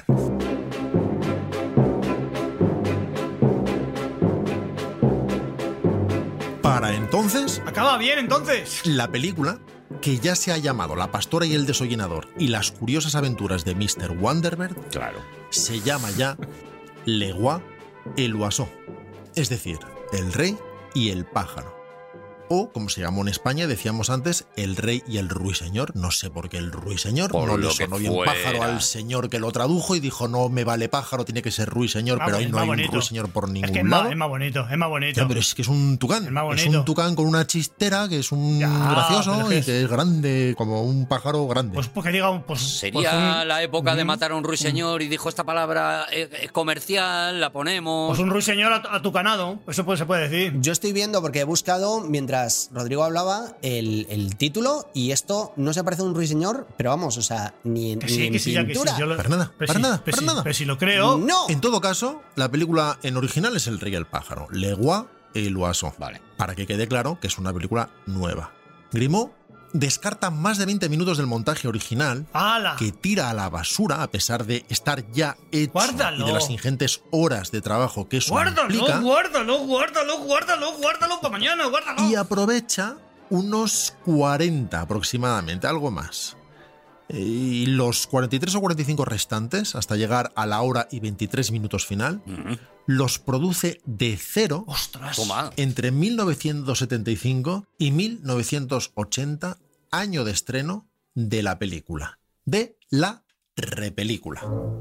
Speaker 3: Para entonces,
Speaker 5: Acaba bien, entonces.
Speaker 3: la película, que ya se ha llamado La pastora y el desollinador y las curiosas aventuras de Mr. Wonderbird,
Speaker 2: Claro.
Speaker 3: se llama ya Le Roi et l'Oiseau, es decir, el rey y el pájaro. O, como se llamó en España, decíamos antes, el rey y el ruiseñor. No sé por qué el ruiseñor,
Speaker 2: Por
Speaker 3: no le
Speaker 2: lo que
Speaker 3: sonó bien
Speaker 2: fuera.
Speaker 3: pájaro al señor que lo tradujo y dijo, no me vale pájaro, tiene que ser ruiseñor, pero ahí no hay un ruiseñor por ningún
Speaker 5: Es que
Speaker 3: lado.
Speaker 5: es más bonito, es más bonito.
Speaker 3: Ya, pero es que es un tucán.
Speaker 5: Es más
Speaker 3: Es
Speaker 5: bonito.
Speaker 3: un tucán con una chistera que es un
Speaker 5: Ya, pero
Speaker 3: gracioso
Speaker 5: es
Speaker 3: y que es grande, como un pájaro grande.
Speaker 5: Pues porque diga pues
Speaker 2: Sería
Speaker 5: un-
Speaker 2: la época de matar a un ruiseñor y dijo esta palabra comercial, la ponemos.
Speaker 5: Pues un ruiseñor a tu canado. Eso se puede decir.
Speaker 4: Yo estoy viendo, porque he buscado, mientras Rodrigo hablaba, el título, y esto no se parece a un ruiseñor, pero vamos, o sea, ni en,
Speaker 5: Que
Speaker 4: ni
Speaker 5: sí,
Speaker 4: en
Speaker 5: que sí, ya que sí.
Speaker 4: pintura.
Speaker 5: Yo lo-
Speaker 3: Para nada,
Speaker 5: pues
Speaker 3: para
Speaker 5: sí,
Speaker 3: nada,
Speaker 5: pues
Speaker 3: para
Speaker 5: sí,
Speaker 3: nada.
Speaker 5: pues si lo creo.
Speaker 4: ¡No!
Speaker 3: En todo caso, la película en original es El rey y el pájaro, Le Roi et l'Oiseau.
Speaker 2: Vale.
Speaker 3: Para que quede claro que es una película nueva. Grimaud descarta más de 20 minutos del montaje original,
Speaker 5: ¡Hala!
Speaker 3: que tira a la basura a pesar de estar ya hecho
Speaker 5: Guárdalo.
Speaker 3: y de las ingentes horas de trabajo que eso
Speaker 5: Guárdalo,
Speaker 3: implica,
Speaker 5: guárdalo para mañana, guárdalo.
Speaker 3: y aprovecha unos 40 aproximadamente, algo más. Y los 43 o 45 restantes, hasta llegar a la hora y 23 minutos final, los produce de cero
Speaker 5: ¡Ostras!
Speaker 2: Toma.
Speaker 3: entre 1975 y 1980, año de estreno de la película, de la repelícula.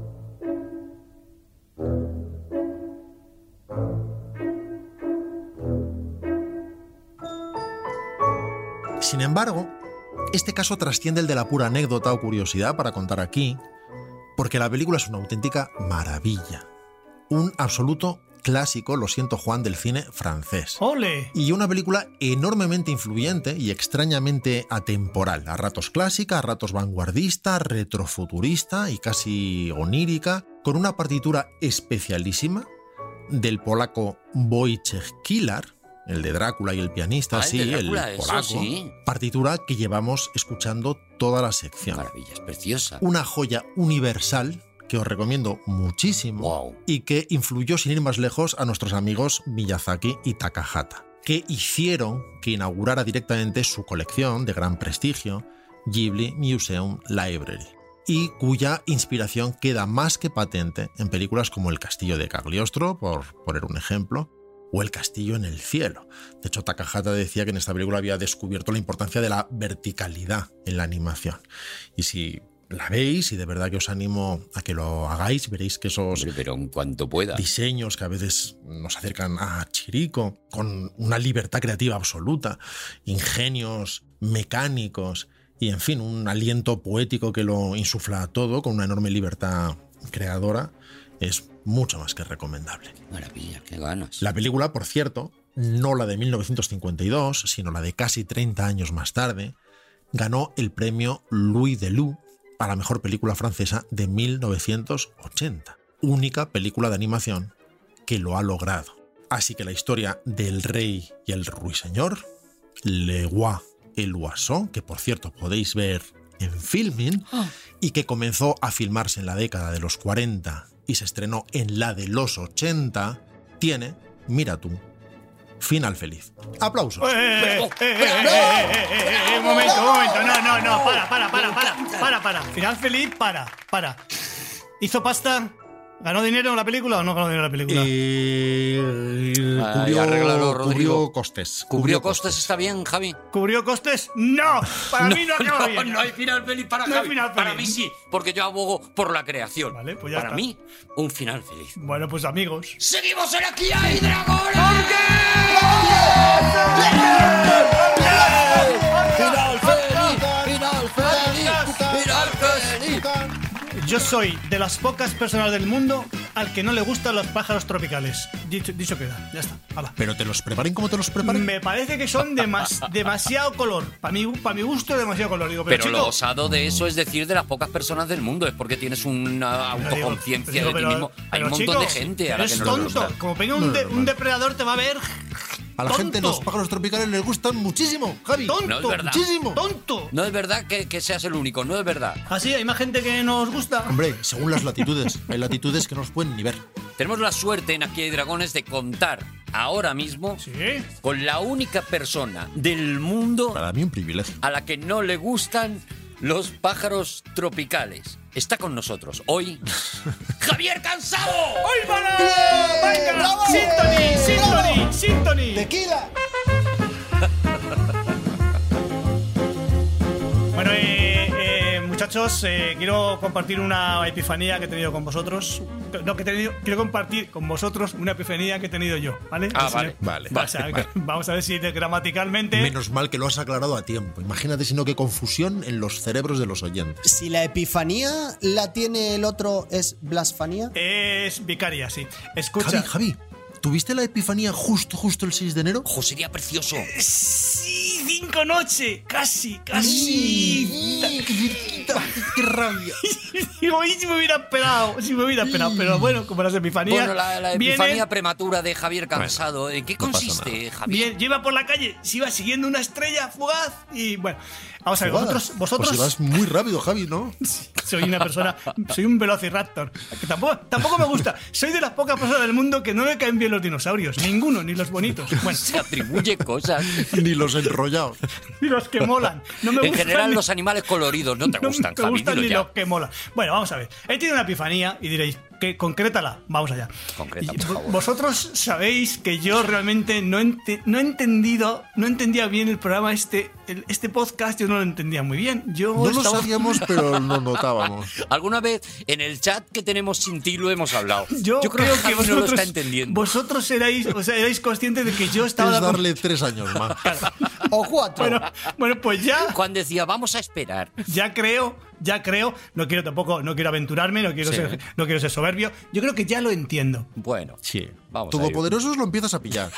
Speaker 3: Sin embargo, este caso trasciende el de la pura anécdota o curiosidad para contar aquí, porque la película es una auténtica maravilla. Un absoluto clásico, lo siento Juan, del cine francés.
Speaker 5: ¡Ole!
Speaker 3: Y una película enormemente influyente y extrañamente atemporal, a ratos clásica, a ratos vanguardista, retrofuturista y casi onírica, con una partitura especialísima del polaco Wojciech Kilar, el de Drácula y el pianista,
Speaker 2: Ah,
Speaker 3: sí,
Speaker 2: el de Drácula,
Speaker 3: el
Speaker 2: eso
Speaker 3: polaco,
Speaker 2: sí.
Speaker 3: partitura que llevamos escuchando toda la sección.
Speaker 2: Maravilla, es preciosa.
Speaker 3: Una joya universal que os recomiendo muchísimo
Speaker 2: Wow.
Speaker 3: y que influyó sin ir más lejos a nuestros amigos Miyazaki y Takahata, que hicieron que inaugurara directamente su colección de gran prestigio Ghibli Museum Library, y cuya inspiración queda más que patente en películas como El castillo de Cagliostro, por poner un ejemplo, o El castillo en el cielo. De hecho, Takahata decía que en esta película había descubierto la importancia de la verticalidad en la animación. Y si la veis, y de verdad que os animo a que lo hagáis, veréis que esos
Speaker 2: pero en cuanto pueda.
Speaker 3: diseños que a veces nos acercan a Chihiro, con una libertad creativa absoluta, ingenios mecánicos y, en fin, un aliento poético que lo insufla todo, con una enorme libertad creadora, es mucho más que recomendable.
Speaker 2: Maravilla, qué ganas.
Speaker 3: La película, por cierto, no la de 1952, sino la de casi 30 años más tarde, ganó el premio Louis Delou a la mejor película francesa de 1980. Única película de animación que lo ha logrado. Así que la historia del rey y el ruiseñor, Le Roi et l'Oiseau, que por cierto podéis ver en Filmin, y que comenzó a filmarse en la década de los 40 y se estrenó en la de los 80, tiene, mira tú, final feliz. ¡Aplausos!
Speaker 5: Un momento. No, para. Final feliz, para. ¿Hizo pasta? ¿Ganó dinero la película o no ganó dinero la película?
Speaker 2: Arréglalo, Rodrigo.
Speaker 3: Cubrió costes.
Speaker 2: ¿Cubrió costes está bien, Javi?
Speaker 5: ¿Cubrió costes? ¡No! Para mí no acaba bien.
Speaker 2: No hay final feliz para
Speaker 5: No hay
Speaker 2: Javi.
Speaker 5: final
Speaker 2: Para
Speaker 5: feliz.
Speaker 2: mí sí, porque yo abogo por la creación.
Speaker 5: Vale, pues ya
Speaker 2: para
Speaker 5: está.
Speaker 2: mí, un final feliz.
Speaker 5: Bueno, pues amigos.
Speaker 2: ¡Seguimos en Aquí hay dragones! ¡Final feliz!
Speaker 5: Yo soy de las pocas personas del mundo al que no le gustan los pájaros tropicales. Dicho queda, ya está. Hala.
Speaker 3: Pero te los preparen como te los preparen.
Speaker 5: Me parece que son demasiado color. Para mi gusto, demasiado color. Digo,
Speaker 2: Pero
Speaker 5: chico,
Speaker 2: lo osado de eso es decir de las pocas personas del mundo, es porque tienes una autoconciencia de ti mismo. Hay un montón de gente a la que
Speaker 5: eres
Speaker 2: no le
Speaker 5: tonto.
Speaker 2: gusta.
Speaker 5: Como venga un depredador te va a ver.
Speaker 3: A la gente los pájaros tropicales les gustan muchísimo, Javi.
Speaker 5: ¡Tonto!
Speaker 2: No es verdad.
Speaker 3: Muchísimo.
Speaker 5: ¡Tonto!
Speaker 2: No es verdad que seas el único, no es verdad.
Speaker 5: Así hay más gente que nos gusta.
Speaker 3: Hombre, según las latitudes. Hay latitudes que no os pueden ni ver.
Speaker 2: Tenemos la suerte en Aquí hay Dragones de contar ahora mismo
Speaker 5: Sí.
Speaker 2: con la única persona del mundo
Speaker 3: Para mí un privilegio.
Speaker 2: a la que no le gustan los pájaros tropicales. Está con nosotros hoy Javier Cansado.
Speaker 5: ¡Hoy para! ¡Venga! ¡Sintony!
Speaker 4: ¡Tequila!
Speaker 5: Bueno, muchachos, quiero compartir una epifanía que he tenido con vosotros. Quiero compartir con vosotros una epifanía que he tenido yo, ¿vale?
Speaker 3: Vale.
Speaker 5: O sea, vamos a ver si gramaticalmente...
Speaker 3: Menos mal que lo has aclarado a tiempo. Imagínate, sino qué confusión en los cerebros de los oyentes.
Speaker 4: Si la epifanía la tiene el otro, ¿es blasfanía?
Speaker 5: Es vicaria, sí. Escucha...
Speaker 3: Javi, ¿tuviste la epifanía justo el 6 de enero?
Speaker 2: Ojo, sería precioso.
Speaker 5: Sí, 5 noches, casi.
Speaker 3: ¡Qué rabia!
Speaker 5: Digo, y si me hubiera esperado, pero bueno, como las epifanías...
Speaker 2: Bueno, la epifanía
Speaker 5: vienen-
Speaker 2: prematura de Javier Cansado. ¿En qué consiste, Javier?
Speaker 5: Bien, yo iba por la calle, se iba siguiendo una estrella fugaz y bueno, vamos a ver,
Speaker 3: Pues
Speaker 5: vosotros
Speaker 3: si vas muy rápido, Javi, ¿no?
Speaker 5: soy una persona, soy un velociraptor, que tampoco me gusta, soy de las pocas personas del mundo que no le caen bien los dinosaurios, ninguno, ni los bonitos, bueno,
Speaker 2: Se atribuye cosas.
Speaker 3: Ni los enrollados.
Speaker 5: ni los que molan, no me
Speaker 2: En
Speaker 5: gustan
Speaker 2: general,
Speaker 5: ni-
Speaker 2: los animales coloridos no te gustan,
Speaker 5: no me
Speaker 2: Javi,
Speaker 5: gustan
Speaker 2: dilo
Speaker 5: ni
Speaker 2: ya.
Speaker 5: los que molan. Bueno, vamos a ver, he tenido una epifanía y diréis, que concrétala, vamos allá.
Speaker 2: Concreta,
Speaker 5: Y
Speaker 2: por favor.
Speaker 5: Vosotros sabéis que yo realmente no entendía bien el programa este podcast, yo no lo entendía muy bien. Yo
Speaker 3: No lo
Speaker 5: estaba-
Speaker 3: sabíamos, pero lo notábamos.
Speaker 2: Alguna vez en el chat que tenemos sin ti lo hemos hablado.
Speaker 5: Yo
Speaker 2: creo que
Speaker 5: que
Speaker 2: Javi no lo está entendiendo.
Speaker 5: Vosotros erais conscientes de que yo
Speaker 3: Es
Speaker 5: estaba...
Speaker 3: darle 3 años más.
Speaker 4: ¿O 4?
Speaker 5: Bueno, pues ya...
Speaker 2: Juan decía, vamos a esperar.
Speaker 5: Ya creo, no quiero aventurarme, no quiero ser soberbio. Yo creo que ya lo entiendo.
Speaker 2: Bueno,
Speaker 3: Sí.
Speaker 2: vamos a ir.
Speaker 3: Todopoderosos lo empiezas a pillar.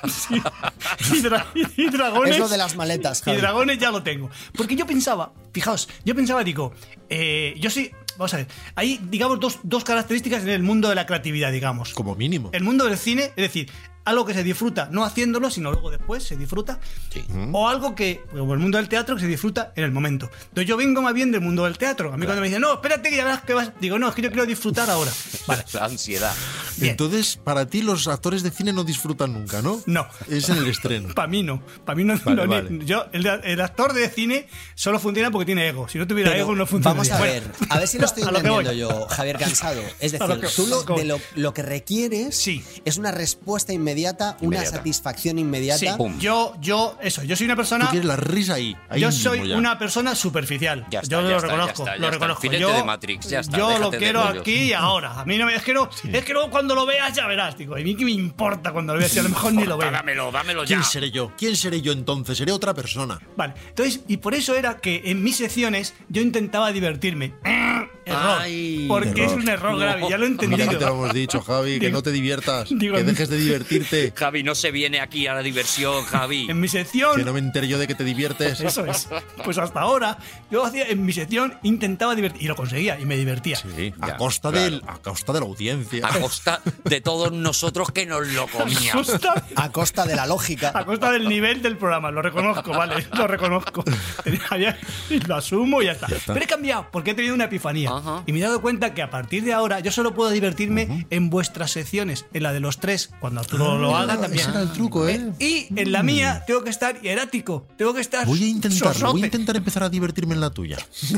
Speaker 5: Y dragones.
Speaker 4: Es lo de las maletas,
Speaker 5: Y
Speaker 4: Javi.
Speaker 5: dragones ya lo tengo. Porque yo pensaba, fijaos, digo, yo soy. Vamos a ver, hay, digamos, dos características en el mundo de la creatividad, digamos.
Speaker 3: Como mínimo.
Speaker 5: El mundo del cine, es decir, algo que se disfruta no haciéndolo, sino luego después se disfruta.
Speaker 2: Sí.
Speaker 5: O algo que, como el mundo del teatro, que se disfruta en el momento. Entonces yo vengo más bien del mundo del teatro. A mí cuando me dicen, no, espérate que ya verás que vas... Digo, no, es que yo quiero disfrutar ahora. Vale.
Speaker 2: La ansiedad.
Speaker 3: Entonces, para ti los actores de cine no disfrutan nunca, ¿no?
Speaker 5: No.
Speaker 3: Es en el estreno.
Speaker 5: Para mí no. Para mí no.
Speaker 3: Vale, vale.
Speaker 5: Yo, el actor de cine solo funciona porque tiene ego. Si no tuviera ego, no funcionaría.
Speaker 4: Vamos a ver si lo estoy
Speaker 5: a lo que
Speaker 4: entendiendo
Speaker 5: voy.
Speaker 4: yo, Javier Cansado. Es
Speaker 5: A lo
Speaker 4: decir,
Speaker 5: que-
Speaker 4: tú
Speaker 5: a lo que-
Speaker 4: lo que requieres
Speaker 5: Sí.
Speaker 4: es una respuesta inmediata, una
Speaker 2: Inmediata.
Speaker 4: satisfacción
Speaker 5: Sí,
Speaker 4: inmediata.
Speaker 2: Pum.
Speaker 5: yo soy una
Speaker 3: Tú
Speaker 5: persona.
Speaker 3: quieres la risa ahí.
Speaker 5: Yo
Speaker 3: mismo
Speaker 5: soy
Speaker 3: ya.
Speaker 5: una persona superficial.
Speaker 2: Ya está,
Speaker 5: yo
Speaker 2: ya
Speaker 5: lo
Speaker 2: está,
Speaker 5: reconozco,
Speaker 2: ya está,
Speaker 5: lo
Speaker 2: ya está.
Speaker 5: reconozco.
Speaker 2: Filete
Speaker 5: Yo,
Speaker 2: de Matrix, ya está,
Speaker 5: yo lo
Speaker 2: déjate de
Speaker 5: quiero
Speaker 2: rollos.
Speaker 5: aquí y ahora. A mí no me, es que luego cuando lo veas ya verás, digo. A mí qué me importa cuando lo veas, si a lo mejor ni lo veo.
Speaker 2: Dámelo ya.
Speaker 3: ¿Quién seré yo? ¿Quién seré yo entonces? Seré otra persona.
Speaker 5: Vale, entonces, y por eso era que en mis secciones yo intentaba divertirme. Error.
Speaker 2: Ay,
Speaker 5: porque
Speaker 3: error.
Speaker 5: es un error grave, ya lo he
Speaker 3: Ya te
Speaker 5: entendido.
Speaker 3: lo hemos dicho, Javi, que
Speaker 5: Digo-
Speaker 3: no te diviertas,
Speaker 5: digo-
Speaker 3: que dejes de divertirte,
Speaker 2: Javi, no se viene aquí a la diversión, Javi.
Speaker 5: En mi sección.
Speaker 3: que no me entere yo de que te diviertes.
Speaker 5: Eso es. Pues hasta ahora, yo hacía en mi sección, intentaba divertir. Y lo conseguía, y me divertía.
Speaker 3: Sí,
Speaker 2: Ya,
Speaker 3: a costa
Speaker 2: claro.
Speaker 3: a costa de la audiencia.
Speaker 2: A costa de todos nosotros que nos lo
Speaker 5: A
Speaker 2: comíamos.
Speaker 5: costa,
Speaker 4: A costa de la lógica.
Speaker 5: a costa del nivel del programa, lo reconozco, vale, lo reconozco. Lo asumo y ya está. Pero he cambiado porque he tenido una epifanía.
Speaker 2: Ajá.
Speaker 5: Y me he dado cuenta que a partir de ahora yo solo puedo divertirme en vuestras secciones, en la de los tres, cuando Arturo lo haga también.
Speaker 3: Ese era el truco, ¿eh?
Speaker 5: Y en la mía tengo que estar hierático, tengo que estar
Speaker 3: Voy a
Speaker 5: sosote.
Speaker 3: intentar empezar a divertirme en la tuya.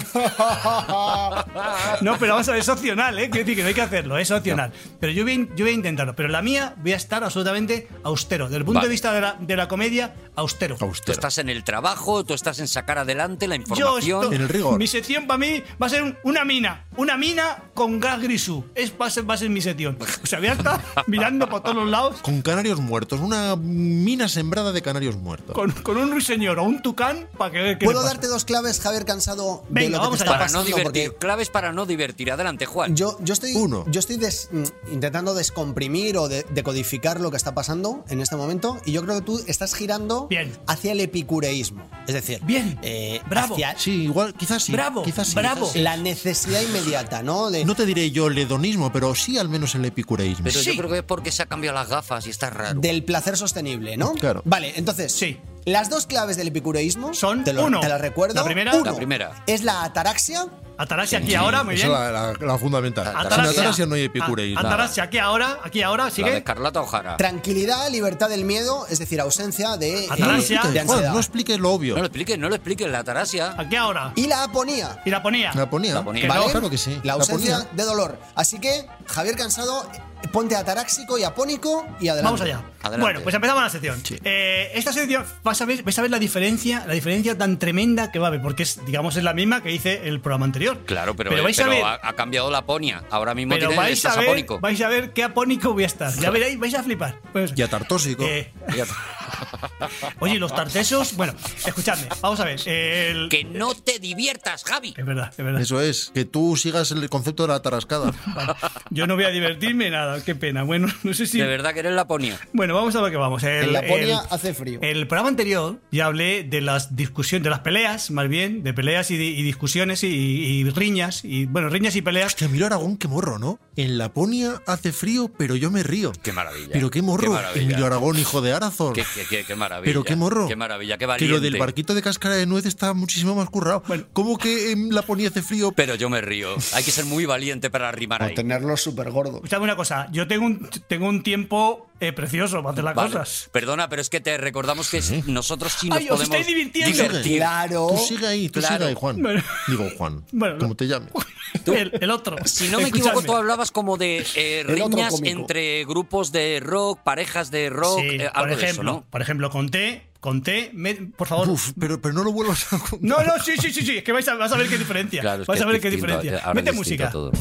Speaker 5: No, pero vamos a ver, es opcional, ¿eh? Quiero decir que no hay que hacerlo, es opcional. Pero yo voy a intentarlo. Pero en la mía voy a estar absolutamente austero. Desde el punto
Speaker 2: Vale.
Speaker 5: de vista de la comedia, austero.
Speaker 2: Tú estás en el trabajo, tú estás en sacar adelante la
Speaker 5: Yo
Speaker 2: información.
Speaker 5: esto-
Speaker 3: En el rigor.
Speaker 5: Mi sección para mí va a ser una mina con gas grisú. Va a ser mi sección. O sea, voy a estar mirando por todos los lados
Speaker 3: Con canarios muertos, una mina sembrada de canarios muertos.
Speaker 5: con un ruiseñor o un tucán para que vea qué
Speaker 4: ¿Puedo
Speaker 5: le pasa.
Speaker 4: darte dos claves, Javier Cansado, de
Speaker 5: Venga,
Speaker 4: lo que
Speaker 5: vamos
Speaker 4: te
Speaker 5: allá.
Speaker 4: está
Speaker 2: Para no
Speaker 4: pasando?
Speaker 2: divertir.
Speaker 4: Porque
Speaker 2: Claves para no divertir. Adelante, Juan.
Speaker 4: yo estoy intentando descomprimir o decodificar lo que está pasando en este momento, y yo creo que tú estás girando
Speaker 5: Bien.
Speaker 4: hacia el epicureísmo. Es decir,
Speaker 5: Bien. Bravo.
Speaker 4: hacia
Speaker 3: Sí, igual, quizás sí.
Speaker 5: Bravo,
Speaker 3: quizás sí.
Speaker 5: bravo.
Speaker 4: la necesidad inmediata, ¿no?
Speaker 3: No te diré yo el hedonismo, pero sí al menos el epicureísmo.
Speaker 2: Pero
Speaker 5: Sí.
Speaker 2: yo creo que es porque se ha cambiado las gafas y está raro.
Speaker 4: Del placer sostenible, ¿no?
Speaker 3: Claro.
Speaker 4: Vale, entonces,
Speaker 5: Sí.
Speaker 4: las dos claves del epicureísmo
Speaker 5: Son
Speaker 4: te
Speaker 5: uno.
Speaker 4: las recuerdo.
Speaker 5: La primera.
Speaker 4: Uno,
Speaker 2: La primera.
Speaker 4: es la ataraxia.
Speaker 5: Ataraxia aquí ahora, muy
Speaker 3: Esa
Speaker 5: bien.
Speaker 3: es la fundamental.
Speaker 2: Ataraxia.
Speaker 3: Sin ataraxia no hay epicureísmo.
Speaker 5: Ataraxia aquí ahora,
Speaker 2: La de
Speaker 5: sigue.
Speaker 2: Escarlata O'Hara.
Speaker 4: Tranquilidad, libertad del miedo, es decir, ausencia de
Speaker 5: Ataraxia.
Speaker 4: de
Speaker 3: Juan,
Speaker 4: ansiedad.
Speaker 3: no expliques lo obvio.
Speaker 2: No lo expliques, la ataraxia.
Speaker 5: Aquí ahora.
Speaker 4: Y la aponía.
Speaker 5: Y la ponía.
Speaker 3: La ponía.
Speaker 2: La ponía.
Speaker 5: Que
Speaker 4: ¿Vale?
Speaker 5: no,
Speaker 3: claro que sí.
Speaker 4: La ausencia
Speaker 3: ponía.
Speaker 4: de dolor. Así que, Javier Cansado, ponte ataráxico y apónico y adelante.
Speaker 5: Vamos allá.
Speaker 2: Adelante.
Speaker 5: Bueno, pues empezamos la sección. Esta sección vais a ver la diferencia tan tremenda que va a haber, porque es la misma que hice el programa anterior.
Speaker 2: Claro, pero
Speaker 5: vais a ver,
Speaker 2: ha cambiado la ponia. Ahora mismo
Speaker 5: pero
Speaker 2: tiene
Speaker 5: vais
Speaker 2: apónico.
Speaker 5: a ver qué apónico voy a estar. Ya veréis, vais a flipar. Pues,
Speaker 3: Y atartósico.
Speaker 5: oye, los tartesos, bueno, escuchadme, vamos a ver.
Speaker 2: Que no te diviertas, Javi.
Speaker 5: Es verdad, es verdad.
Speaker 3: Eso es, que tú sigas el concepto de la tarascada.
Speaker 5: Yo no voy a divertirme nada, qué pena. Bueno, no sé si.
Speaker 2: De verdad que eres la ponia.
Speaker 5: Bueno, vamos a lo que vamos.
Speaker 4: En la ponia hace frío.
Speaker 5: El programa anterior ya hablé de las discusiones, de las peleas, más bien, de peleas y discusiones y riñas, riñas y peleas.
Speaker 3: Hostia, Emilio Aragón, qué morro, ¿no? En Laponia hace frío, pero yo me río.
Speaker 2: Qué maravilla.
Speaker 3: Pero qué morro,
Speaker 2: maravilla.
Speaker 3: Emilio Aragón, hijo de Arazón.
Speaker 2: Qué maravilla.
Speaker 3: Pero qué morro.
Speaker 2: Qué maravilla, qué
Speaker 3: Que
Speaker 2: valiente.
Speaker 3: lo del barquito de cáscara de nuez está muchísimo más currado.
Speaker 5: Bueno.
Speaker 3: ¿Cómo que en Laponia hace frío?
Speaker 2: Pero yo me río. Hay que ser muy valiente para arrimar ahí.
Speaker 4: tenerlos súper gordos.
Speaker 5: Escuchadme una cosa, yo tengo un tiempo precioso para hacer las
Speaker 2: Vale.
Speaker 5: cosas.
Speaker 2: Perdona, pero es que te recordamos que nosotros sí nos
Speaker 5: Ay, os
Speaker 2: podemos
Speaker 5: estáis divirtiendo.
Speaker 2: divertir.
Speaker 4: Claro.
Speaker 3: Tú sigue ahí, Juan.
Speaker 5: Bueno.
Speaker 3: Digo, Juan,
Speaker 5: Bueno,
Speaker 3: como te llames.
Speaker 5: El otro.
Speaker 2: Si no me equivoco,
Speaker 5: Escuchadme.
Speaker 2: tú hablabas como de
Speaker 4: otro
Speaker 2: riñas
Speaker 4: cómico.
Speaker 2: entre grupos de rock, parejas de rock,
Speaker 5: Sí,
Speaker 2: algo
Speaker 5: por
Speaker 2: de eso,
Speaker 5: ejemplo,
Speaker 2: ¿no?
Speaker 5: por ejemplo, conté, por favor.
Speaker 3: Uf, pero no lo vuelvas a contar.
Speaker 5: No, sí, es que vas a ver qué diferencia.
Speaker 2: Claro, es
Speaker 5: vas
Speaker 2: que
Speaker 5: a ver
Speaker 2: es
Speaker 5: qué
Speaker 2: distinto,
Speaker 5: diferencia.
Speaker 2: ahora es
Speaker 5: Mete
Speaker 2: distinto
Speaker 5: música.
Speaker 2: todo.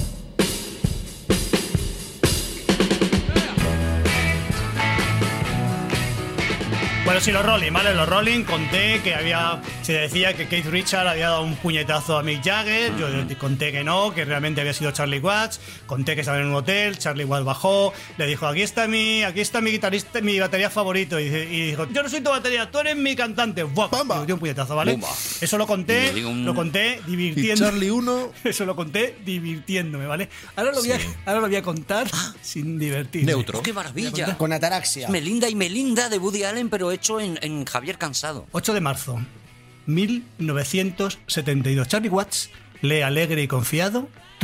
Speaker 5: Bueno, sí, los Rolling, ¿vale? Los Rolling, conté que se decía que Keith Richards había dado un puñetazo a Mick Jagger, yo conté que no, que realmente había sido Charlie Watts, conté que estaba en un hotel, Charlie Watts bajó, le dijo, aquí está mi guitarrista, mi batería favorito, y dijo, yo no soy tu batería, tú eres mi cantante, ¡buah!
Speaker 3: ¡Bamba!
Speaker 5: Le dio un puñetazo, ¿vale?
Speaker 2: ¡Bumba!
Speaker 5: Eso lo conté
Speaker 2: Y le dio un-
Speaker 5: divirtiéndome.
Speaker 3: Y Charlie 1,
Speaker 5: Eso lo conté divirtiéndome, ¿vale? Ahora lo voy a contar sin divertirme.
Speaker 3: neutro.
Speaker 2: ¡Oh, qué maravilla!
Speaker 4: Con ataraxia.
Speaker 2: Melinda y Melinda de Woody Allen, pero hecho en Javier Cansado.
Speaker 5: 8 de marzo, 1972. Charlie Watts lee alegre y confiado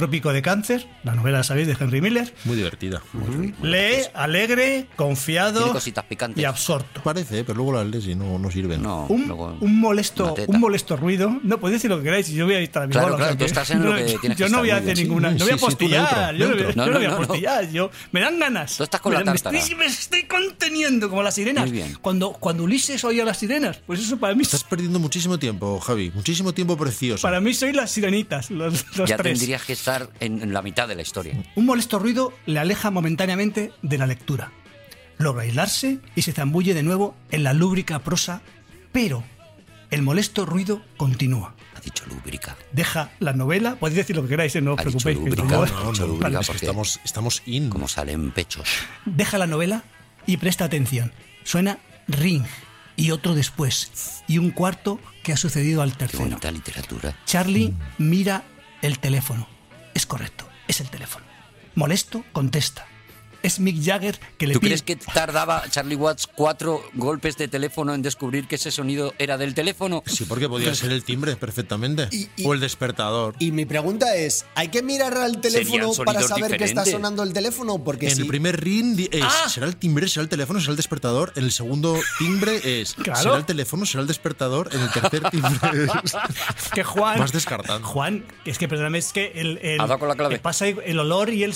Speaker 5: Trópico de Cáncer, la novela, ¿sabéis?, de Henry Miller.
Speaker 3: Muy divertida.
Speaker 5: Lee alegre, confiado
Speaker 2: Tiene cositas picantes.
Speaker 5: y absorto.
Speaker 3: Parece, pero luego las lees y no sirven.
Speaker 2: No, luego
Speaker 5: Un molesto ruido. No podéis decir lo que queráis, yo voy a estar a mi
Speaker 2: Claro,
Speaker 5: bola,
Speaker 2: claro, tú estás en lo que tienes que
Speaker 5: yo no voy a
Speaker 2: estar, muy
Speaker 5: hacer
Speaker 2: bien.
Speaker 5: ninguna.
Speaker 3: Sí,
Speaker 5: No voy a
Speaker 3: sí, sí, tú
Speaker 5: postillar. Yo
Speaker 3: neutro.
Speaker 5: no voy a
Speaker 2: No.
Speaker 5: postillar. Me dan ganas.
Speaker 2: Tú estás con la tártara.
Speaker 5: Me estoy conteniendo como las sirenas.
Speaker 2: Muy bien.
Speaker 5: Cuando Ulises oía las sirenas, pues eso para mí.
Speaker 3: Estás perdiendo muchísimo tiempo, Javi. Muchísimo tiempo precioso.
Speaker 5: Para mí soy las sirenitas, los
Speaker 2: ya
Speaker 5: tres.
Speaker 2: tendrías que estar en la mitad de la historia.
Speaker 5: Un molesto ruido le aleja momentáneamente de la lectura. Logra aislarse y se zambulle de nuevo en la lúbrica prosa, pero el molesto ruido continúa.
Speaker 2: Ha dicho lúbrica.
Speaker 5: Deja la novela, podéis decir lo que queráis, no os
Speaker 2: Ha dicho
Speaker 5: preocupéis. que
Speaker 2: lúbrica.
Speaker 5: esto-
Speaker 2: Ha dicho lúbrica
Speaker 3: Es que
Speaker 2: porque
Speaker 3: estamos in.
Speaker 2: como salen pechos.
Speaker 5: Deja la novela y presta atención. Suena ring y otro después y un cuarto que ha sucedido al
Speaker 2: Qué
Speaker 5: tercero.
Speaker 2: bonita literatura.
Speaker 5: Charlie mira el teléfono. Es correcto, es el teléfono. Molesto, contesta. Es Mick Jagger que le
Speaker 2: ¿Tú
Speaker 5: pide...
Speaker 2: crees que tardaba Charlie Watts 4 golpes de teléfono en descubrir que ese sonido era del teléfono?
Speaker 3: Sí, porque podía ser el timbre perfectamente. O el despertador.
Speaker 4: Y mi pregunta es, ¿hay que mirar al teléfono
Speaker 2: Serían
Speaker 4: para
Speaker 2: sonidos
Speaker 4: saber que está
Speaker 2: diferentes.
Speaker 4: sonando el teléfono? Porque
Speaker 3: En
Speaker 4: si...
Speaker 3: el primer ring será el timbre, será el teléfono, será el despertador. En el segundo timbre
Speaker 5: Claro.
Speaker 3: será el teléfono, será el despertador. En el tercer timbre
Speaker 5: que Juan...
Speaker 3: vas descartando.
Speaker 5: Juan, es que perdóname, es que
Speaker 2: Ha dado con la clave.
Speaker 5: pasa el olor y el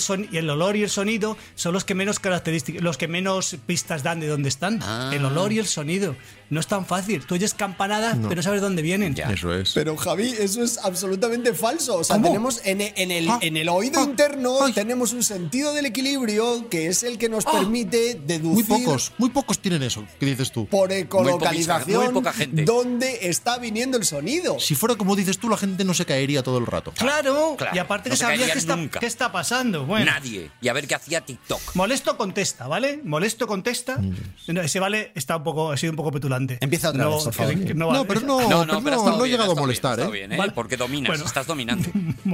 Speaker 5: sonido son los que menos características, los que menos pistas dan de dónde están.
Speaker 2: Ah.
Speaker 5: El olor y el sonido. No es tan fácil. Tú oyes campanadas, pero no sabes dónde vienen.
Speaker 2: Ya.
Speaker 3: Eso es.
Speaker 4: Pero Javi, eso es absolutamente falso. O sea,
Speaker 5: ¿Cómo?
Speaker 4: tenemos en el oído interno tenemos un sentido del equilibrio que es el que nos permite deducir
Speaker 3: Muy pocos tienen eso. ¿Qué dices tú?
Speaker 4: por
Speaker 2: Muy
Speaker 4: ecolocalización
Speaker 2: poca gente.
Speaker 4: dónde está viniendo el sonido.
Speaker 3: Si fuera como dices tú, la gente no se caería todo el rato.
Speaker 5: Claro,
Speaker 2: Claro,
Speaker 5: y aparte
Speaker 2: no
Speaker 5: que
Speaker 2: se
Speaker 5: sabías
Speaker 2: caerían nunca.
Speaker 5: qué está pasando. Bueno,
Speaker 2: Nadie. Y a ver qué hacía TikTok.
Speaker 5: Molesto contesta, ¿vale? Molesto contesta. No, ese vale ha sido un poco petulante.
Speaker 4: Empieza otra vez, por favor.
Speaker 5: No,
Speaker 3: No, pero no,
Speaker 2: No,
Speaker 3: pero
Speaker 2: pero ha
Speaker 3: no,
Speaker 2: estado
Speaker 3: no he
Speaker 2: bien,
Speaker 3: llegado a
Speaker 2: estado
Speaker 3: molestar,
Speaker 2: bien,
Speaker 3: ¿eh?
Speaker 2: está bien,
Speaker 5: Vale.
Speaker 2: Porque dominas,
Speaker 5: Bueno.
Speaker 2: estás dominando.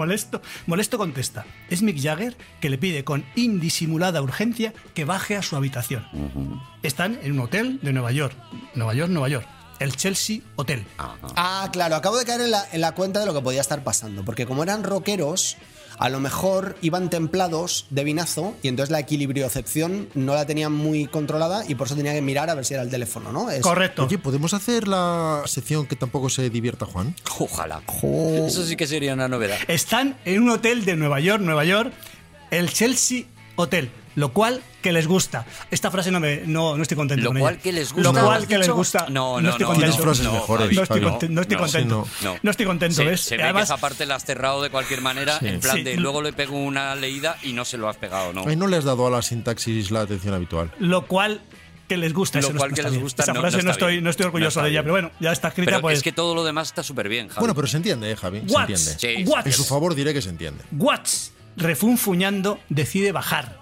Speaker 5: Molesto contesta. Es Mick Jagger que le pide con indisimulada urgencia que baje a su habitación. Están en un hotel de Nueva York. Nueva York. El Chelsea Hotel.
Speaker 4: Ah, claro, acabo de caer en la cuenta de lo que podía estar pasando. Porque como eran rockeros, a lo mejor iban templados de vinazo y entonces la equilibriocepción no la tenían muy controlada y por eso tenía que mirar a ver si era el teléfono, ¿no?
Speaker 5: Correcto.
Speaker 3: Oye, ¿podemos hacer la sección que tampoco se divierta Juan?
Speaker 2: Ojalá. Eso sí que sería una novedad.
Speaker 5: Están en un hotel de Nueva York, el Chelsea Hotel, lo cual que les gusta. Esta frase no estoy contento
Speaker 2: Lo
Speaker 5: con
Speaker 2: cual
Speaker 5: ella.
Speaker 2: que les gusta,
Speaker 5: Lo cual
Speaker 2: ¿has
Speaker 5: que les
Speaker 2: dicho?
Speaker 5: gusta.
Speaker 2: No,
Speaker 5: estoy
Speaker 2: no,
Speaker 5: contento.
Speaker 3: Tienes frases
Speaker 2: no,
Speaker 3: mejores,
Speaker 2: Javi,
Speaker 5: No estoy
Speaker 3: Javi.
Speaker 5: contento. No estoy
Speaker 3: No,
Speaker 5: contento.
Speaker 3: sí,
Speaker 5: No estoy contento, ¿ves?
Speaker 2: Se ve
Speaker 5: Además,
Speaker 2: que esa parte la has cerrado de cualquier manera, en plan
Speaker 5: Sí.
Speaker 2: de luego le pego una leída y no se lo has pegado, ¿no?
Speaker 3: Ay, no le has dado a la sintaxis la atención habitual.
Speaker 5: lo cual que les gusta.
Speaker 2: Lo
Speaker 5: eso no
Speaker 2: cual que
Speaker 5: está
Speaker 2: les
Speaker 5: bien.
Speaker 2: gusta,
Speaker 5: Esa
Speaker 2: no
Speaker 5: frase
Speaker 2: está bien.
Speaker 5: no estoy
Speaker 2: No
Speaker 5: orgulloso
Speaker 2: está
Speaker 5: de ella,
Speaker 2: bien.
Speaker 5: pero bueno, ya está escrita.
Speaker 2: Pero
Speaker 5: Pues
Speaker 2: es que todo lo demás está súper bien, Javi.
Speaker 3: Bueno, pero se entiende, Javi. Se
Speaker 5: Watts.
Speaker 3: entiende.
Speaker 2: Sí,
Speaker 5: Watts.
Speaker 3: En su favor diré que se entiende.
Speaker 5: Watts, refunfuñando, decide bajar.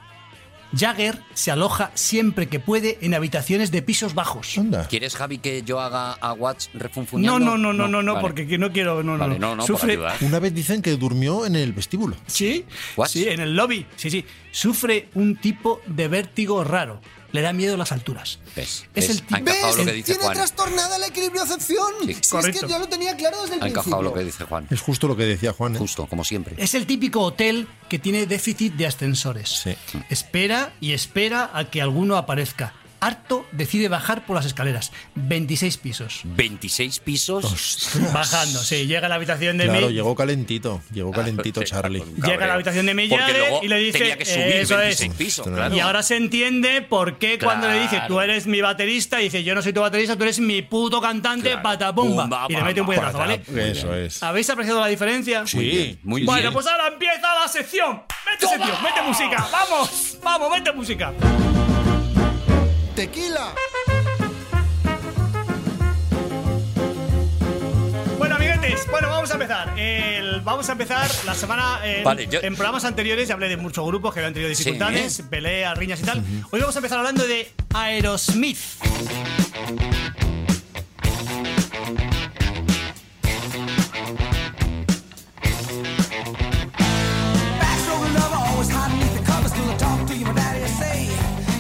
Speaker 5: Jagger se aloja siempre que puede en habitaciones de pisos bajos.
Speaker 3: Anda.
Speaker 2: ¿Quieres, Javi, que yo haga a Watts refunfuñando?
Speaker 5: No,
Speaker 2: Vale.
Speaker 5: porque no quiero. No,
Speaker 2: Vale, no, por
Speaker 5: Sufre.
Speaker 2: ayudar.
Speaker 3: Una vez dicen que durmió en el vestíbulo.
Speaker 5: Sí,
Speaker 2: Watts.
Speaker 5: sí, en el lobby. Sí. Sufre un tipo de vértigo raro. Le da miedo las alturas.
Speaker 2: ¿Ves?
Speaker 5: Es
Speaker 2: ¿Ves?
Speaker 5: el tipo.
Speaker 2: Ha encajado lo que dice
Speaker 4: Tiene
Speaker 2: Juan.
Speaker 4: trastornada la equilibriocepción.
Speaker 2: Sí.
Speaker 4: Si es
Speaker 5: Correcto.
Speaker 4: que ya lo tenía claro desde el
Speaker 2: Ha encajado
Speaker 4: principio.
Speaker 2: lo que dice Juan.
Speaker 3: Es justo lo que decía Juan. ¿eh?
Speaker 2: Justo, como siempre.
Speaker 5: Es el típico hotel que tiene déficit de ascensores.
Speaker 3: Sí.
Speaker 5: Espera y espera a que alguno aparezca. Harto, decide bajar por las escaleras. 26 pisos.
Speaker 2: 26 pisos.
Speaker 5: Bajando, sí. Llega a la habitación de
Speaker 3: Claro,
Speaker 5: Mick.
Speaker 3: llegó calentito. Llegó calentito,
Speaker 2: Sí,
Speaker 3: Charlie.
Speaker 2: con
Speaker 5: Llega a la
Speaker 2: cabreo.
Speaker 5: habitación de Mick
Speaker 2: Porque
Speaker 5: Jagger
Speaker 2: luego
Speaker 5: y le dice,
Speaker 2: tenía que subir
Speaker 5: eso
Speaker 2: 26
Speaker 5: es.
Speaker 2: pisos,
Speaker 3: Y
Speaker 2: claro.
Speaker 5: Y ahora se entiende por qué cuando le dice tú eres mi baterista, dice yo no soy tu baterista, tú eres mi puto cantante,
Speaker 2: Claro.
Speaker 5: patapumba.
Speaker 2: Pumba,
Speaker 5: Y le mete un
Speaker 2: pamba.
Speaker 5: puñetazo, ¿vale?
Speaker 3: Eso es.
Speaker 5: ¿Habéis apreciado la diferencia?
Speaker 3: Sí.
Speaker 2: Muy bien, muy
Speaker 5: Bueno,
Speaker 2: bien.
Speaker 5: pues ahora empieza la sección. Mete sección, mete música. Vamos, mete música.
Speaker 3: ¡Tequila!
Speaker 5: Bueno, amiguetes, vamos a empezar. Vamos a empezar la semana.
Speaker 2: Vale, yo-
Speaker 5: En programas anteriores ya hablé de muchos grupos que habían tenido dificultades, peleas, riñas y tal. Hoy vamos a empezar hablando de Aerosmith.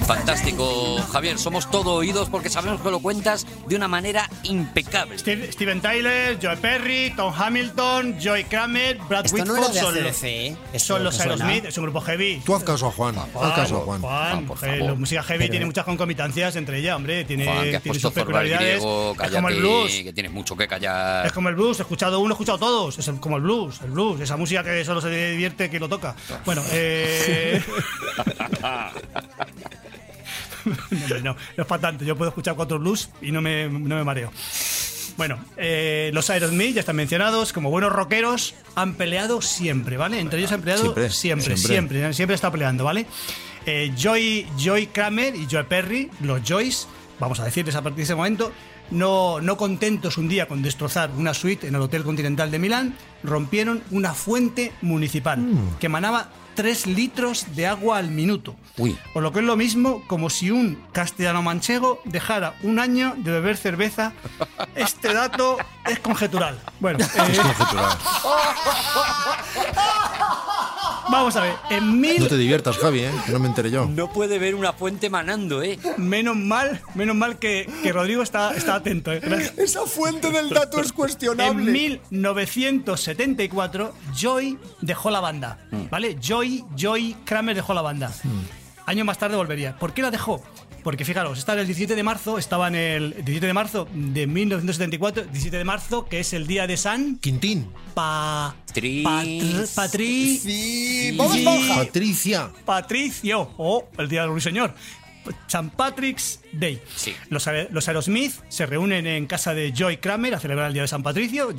Speaker 2: Fantástico, Javier. Somos todo oídos porque sabemos que lo cuentas de una manera impecable.
Speaker 5: Steven Tyler, Joe Perry, Tom Hamilton, Joey Kramer, Brad
Speaker 4: Esto no
Speaker 5: Whitford
Speaker 4: era de AC/DC,
Speaker 5: son los Aerosmith, es un grupo heavy.
Speaker 3: Tú haz caso a Juan. Haz caso a Juan.
Speaker 2: por favor.
Speaker 5: La música heavy tiene muchas concomitancias entre ellas, hombre.
Speaker 2: Juan, que
Speaker 5: Tiene
Speaker 2: has puesto
Speaker 5: sus
Speaker 2: Zorba el
Speaker 5: peculiaridades.
Speaker 2: griego,
Speaker 5: Es como el blues.
Speaker 2: que tienes mucho que callar.
Speaker 5: Es como el blues, he escuchado uno, he escuchado todos. Es como el blues, esa música que solo se divierte quien lo toca. Bueno, no es para tanto. Yo puedo escuchar 4 blues y no me mareo. Bueno, los Aerosmith ya están mencionados. Como buenos rockeros, han peleado siempre, ¿vale? Entre ellos han peleado siempre está peleando, ¿vale? Joey Kramer y Joe Perry, los Joys, vamos a decirles a partir de ese momento, no contentos un día con destrozar una suite en el Hotel Continental de Milán, rompieron una fuente municipal que emanaba 3 litros de agua al minuto.
Speaker 2: Uy.
Speaker 5: O lo que es lo mismo, como si un castellano manchego dejara un año de beber cerveza. Este dato es conjetural. Bueno,
Speaker 3: Es conjetural.
Speaker 5: vamos a ver.
Speaker 3: No te diviertas, Javi, que no me enteré yo.
Speaker 2: No puede ver una fuente manando, ¿eh?
Speaker 5: Menos mal que Rodrigo está atento. Gracias.
Speaker 4: Esa fuente del dato es
Speaker 5: En
Speaker 4: cuestionable.
Speaker 5: 1974, Joey dejó la banda, ¿vale? Joey Kramer dejó la banda. Años más tarde volvería. ¿Por qué la dejó? Porque fijaros, estaba el 17 de marzo de 1974, 17 de marzo, que es el día de San
Speaker 3: Quintín.
Speaker 4: Sí, Bob Esponja.
Speaker 3: Patricia.
Speaker 5: o el día del Ruiseñor. St. Patrick's Day.
Speaker 2: Sí.
Speaker 5: Los Aerosmith se reúnen en casa de Joey Kramer a celebrar el día de San Patricio,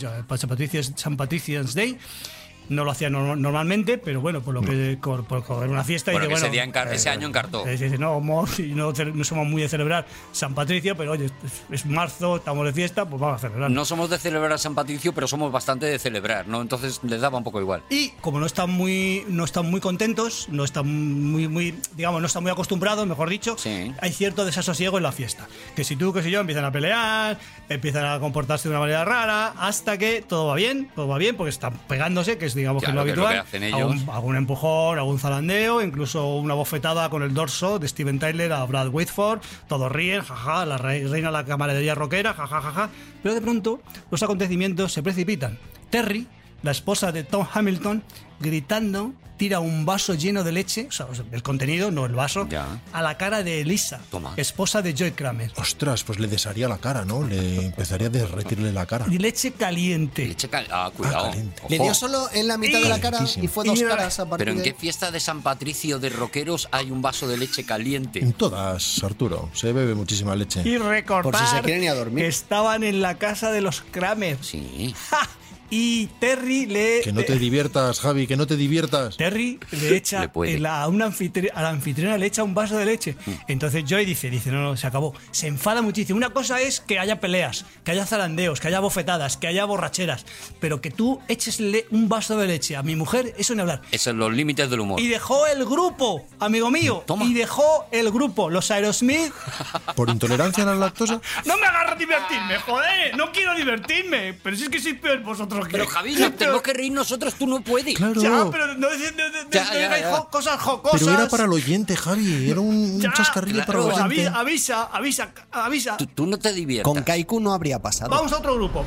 Speaker 5: St. Patrick's Day. No lo hacía normalmente, pero bueno, por lo que por coger una fiesta.
Speaker 2: Bueno,
Speaker 5: y
Speaker 2: que
Speaker 5: bueno,
Speaker 2: ese año encartó.
Speaker 5: No somos muy de celebrar San Patricio, pero oye, es marzo, estamos de fiesta, pues vamos a celebrar.
Speaker 2: No somos de celebrar San Patricio, pero somos bastante de celebrar, ¿no? Entonces les daba un poco igual.
Speaker 5: Y como no están muy contentos, no están muy acostumbrados, mejor dicho,
Speaker 2: Sí.
Speaker 5: hay cierto desasosiego en la fiesta. Que si tú, que si yo, empiezan a pelear, empiezan a comportarse de una manera rara, hasta que todo va bien, porque están pegándose, que es digamos
Speaker 2: Claro,
Speaker 5: que es
Speaker 2: que
Speaker 5: lo
Speaker 2: es lo
Speaker 5: habitual.
Speaker 2: que hacen ellos.
Speaker 5: Algún empujón, algún zalandeo, incluso una bofetada con el dorso de Steven Tyler a Brad Whitford. Todos ríen, jaja, la reina de la camaradería rockera, jajajaja. Pero de pronto los acontecimientos se precipitan. Terry, la esposa de Tom Hamilton, gritando, tira un vaso lleno de leche, o sea, el contenido, no el vaso,
Speaker 2: Ya.
Speaker 5: a la cara de Elisa,
Speaker 2: Toma.
Speaker 5: esposa de Joey Kramer.
Speaker 3: Ostras, pues le desharía la cara, ¿no? Le empezaría a derretirle la cara.
Speaker 5: Y leche caliente.
Speaker 2: Cuidado.
Speaker 3: caliente.
Speaker 4: Le dio solo en la mitad de la cara y fue 2 caras a partir
Speaker 2: Pero ¿en
Speaker 4: de
Speaker 2: qué
Speaker 4: ahí.
Speaker 2: fiesta de San Patricio de rockeros hay un vaso de leche caliente?
Speaker 3: En todas, Arturo. Se bebe muchísima leche.
Speaker 5: Y recordar
Speaker 4: Por si se quieren ir a dormir.
Speaker 5: que estaban en la casa de los Kramer.
Speaker 2: Sí.
Speaker 5: ¡Ja! Y Terry le...
Speaker 3: Que no te diviertas, Javi, que no te diviertas.
Speaker 5: Terry le echa
Speaker 2: Le puede.
Speaker 5: a la anfitriona le echa un vaso de leche. Entonces Joey dice, no, se acabó. Se enfada muchísimo. Una cosa es que haya peleas, que haya zarandeos, que haya bofetadas, que haya borracheras, pero que tú echesle un vaso de leche a mi mujer, eso ni hablar.
Speaker 2: Esos son los límites del humor.
Speaker 5: Y dejó el grupo, amigo mío.
Speaker 2: Toma.
Speaker 5: Y dejó el grupo, los Aerosmith.
Speaker 3: ¿Por intolerancia a la lactosa?
Speaker 5: No me agarra a divertirme, joder. No quiero divertirme. Pero si es que sois peor vosotros que...
Speaker 2: Pero Javi, nos tenemos que reír nosotros, tú no puedes.
Speaker 3: Claro.
Speaker 5: Ya, pero no digáis cosas jocosas.
Speaker 3: Pero era para el oyente, Javi. Era un
Speaker 5: Ya,
Speaker 3: chascarrillo
Speaker 2: claro.
Speaker 3: para el oyente.
Speaker 5: Avisa.
Speaker 2: Tú no te diviertas.
Speaker 4: Con Kaiku no habría pasado.
Speaker 5: Vamos a otro grupo.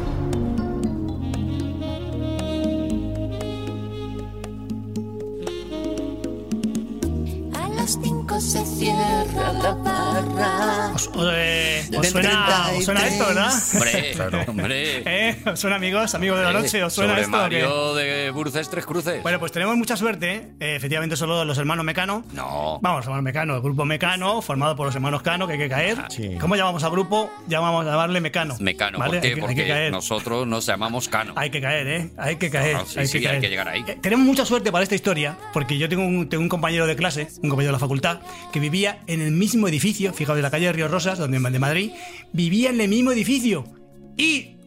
Speaker 8: A las 5 se cierra la barra.
Speaker 5: Os suena esto, ¿verdad?
Speaker 2: Hombre, hombre.
Speaker 5: ¿Os suena, amigos de la noche? ¿Os suena
Speaker 2: Sobre
Speaker 5: esto? o qué?
Speaker 2: Mario de Bruces, Tres Cruces.
Speaker 5: Bueno, pues tenemos mucha suerte. Efectivamente, solo los hermanos Mecano.
Speaker 2: No.
Speaker 5: Vamos, hermanos Mecano, el grupo Mecano, formado por los hermanos Cano, que hay que caer.
Speaker 3: Sí.
Speaker 5: ¿Cómo llamamos al grupo? Vamos a llamarle Mecano.
Speaker 2: Mecano,
Speaker 5: ¿vale?
Speaker 2: ¿por qué?
Speaker 5: Hay que
Speaker 2: Porque
Speaker 5: caer.
Speaker 2: nosotros nos llamamos Cano.
Speaker 5: Hay que caer, ¿eh? Hay que caer.
Speaker 2: No, sí, hay que llegar ahí.
Speaker 5: Tenemos mucha suerte para esta historia, porque yo tengo un compañero de clase, un compañero de la facultad, que vivía en el mismo edificio, fijaos, de la calle de Río Rosas, de Madrid, vivía en el mismo edificio. Y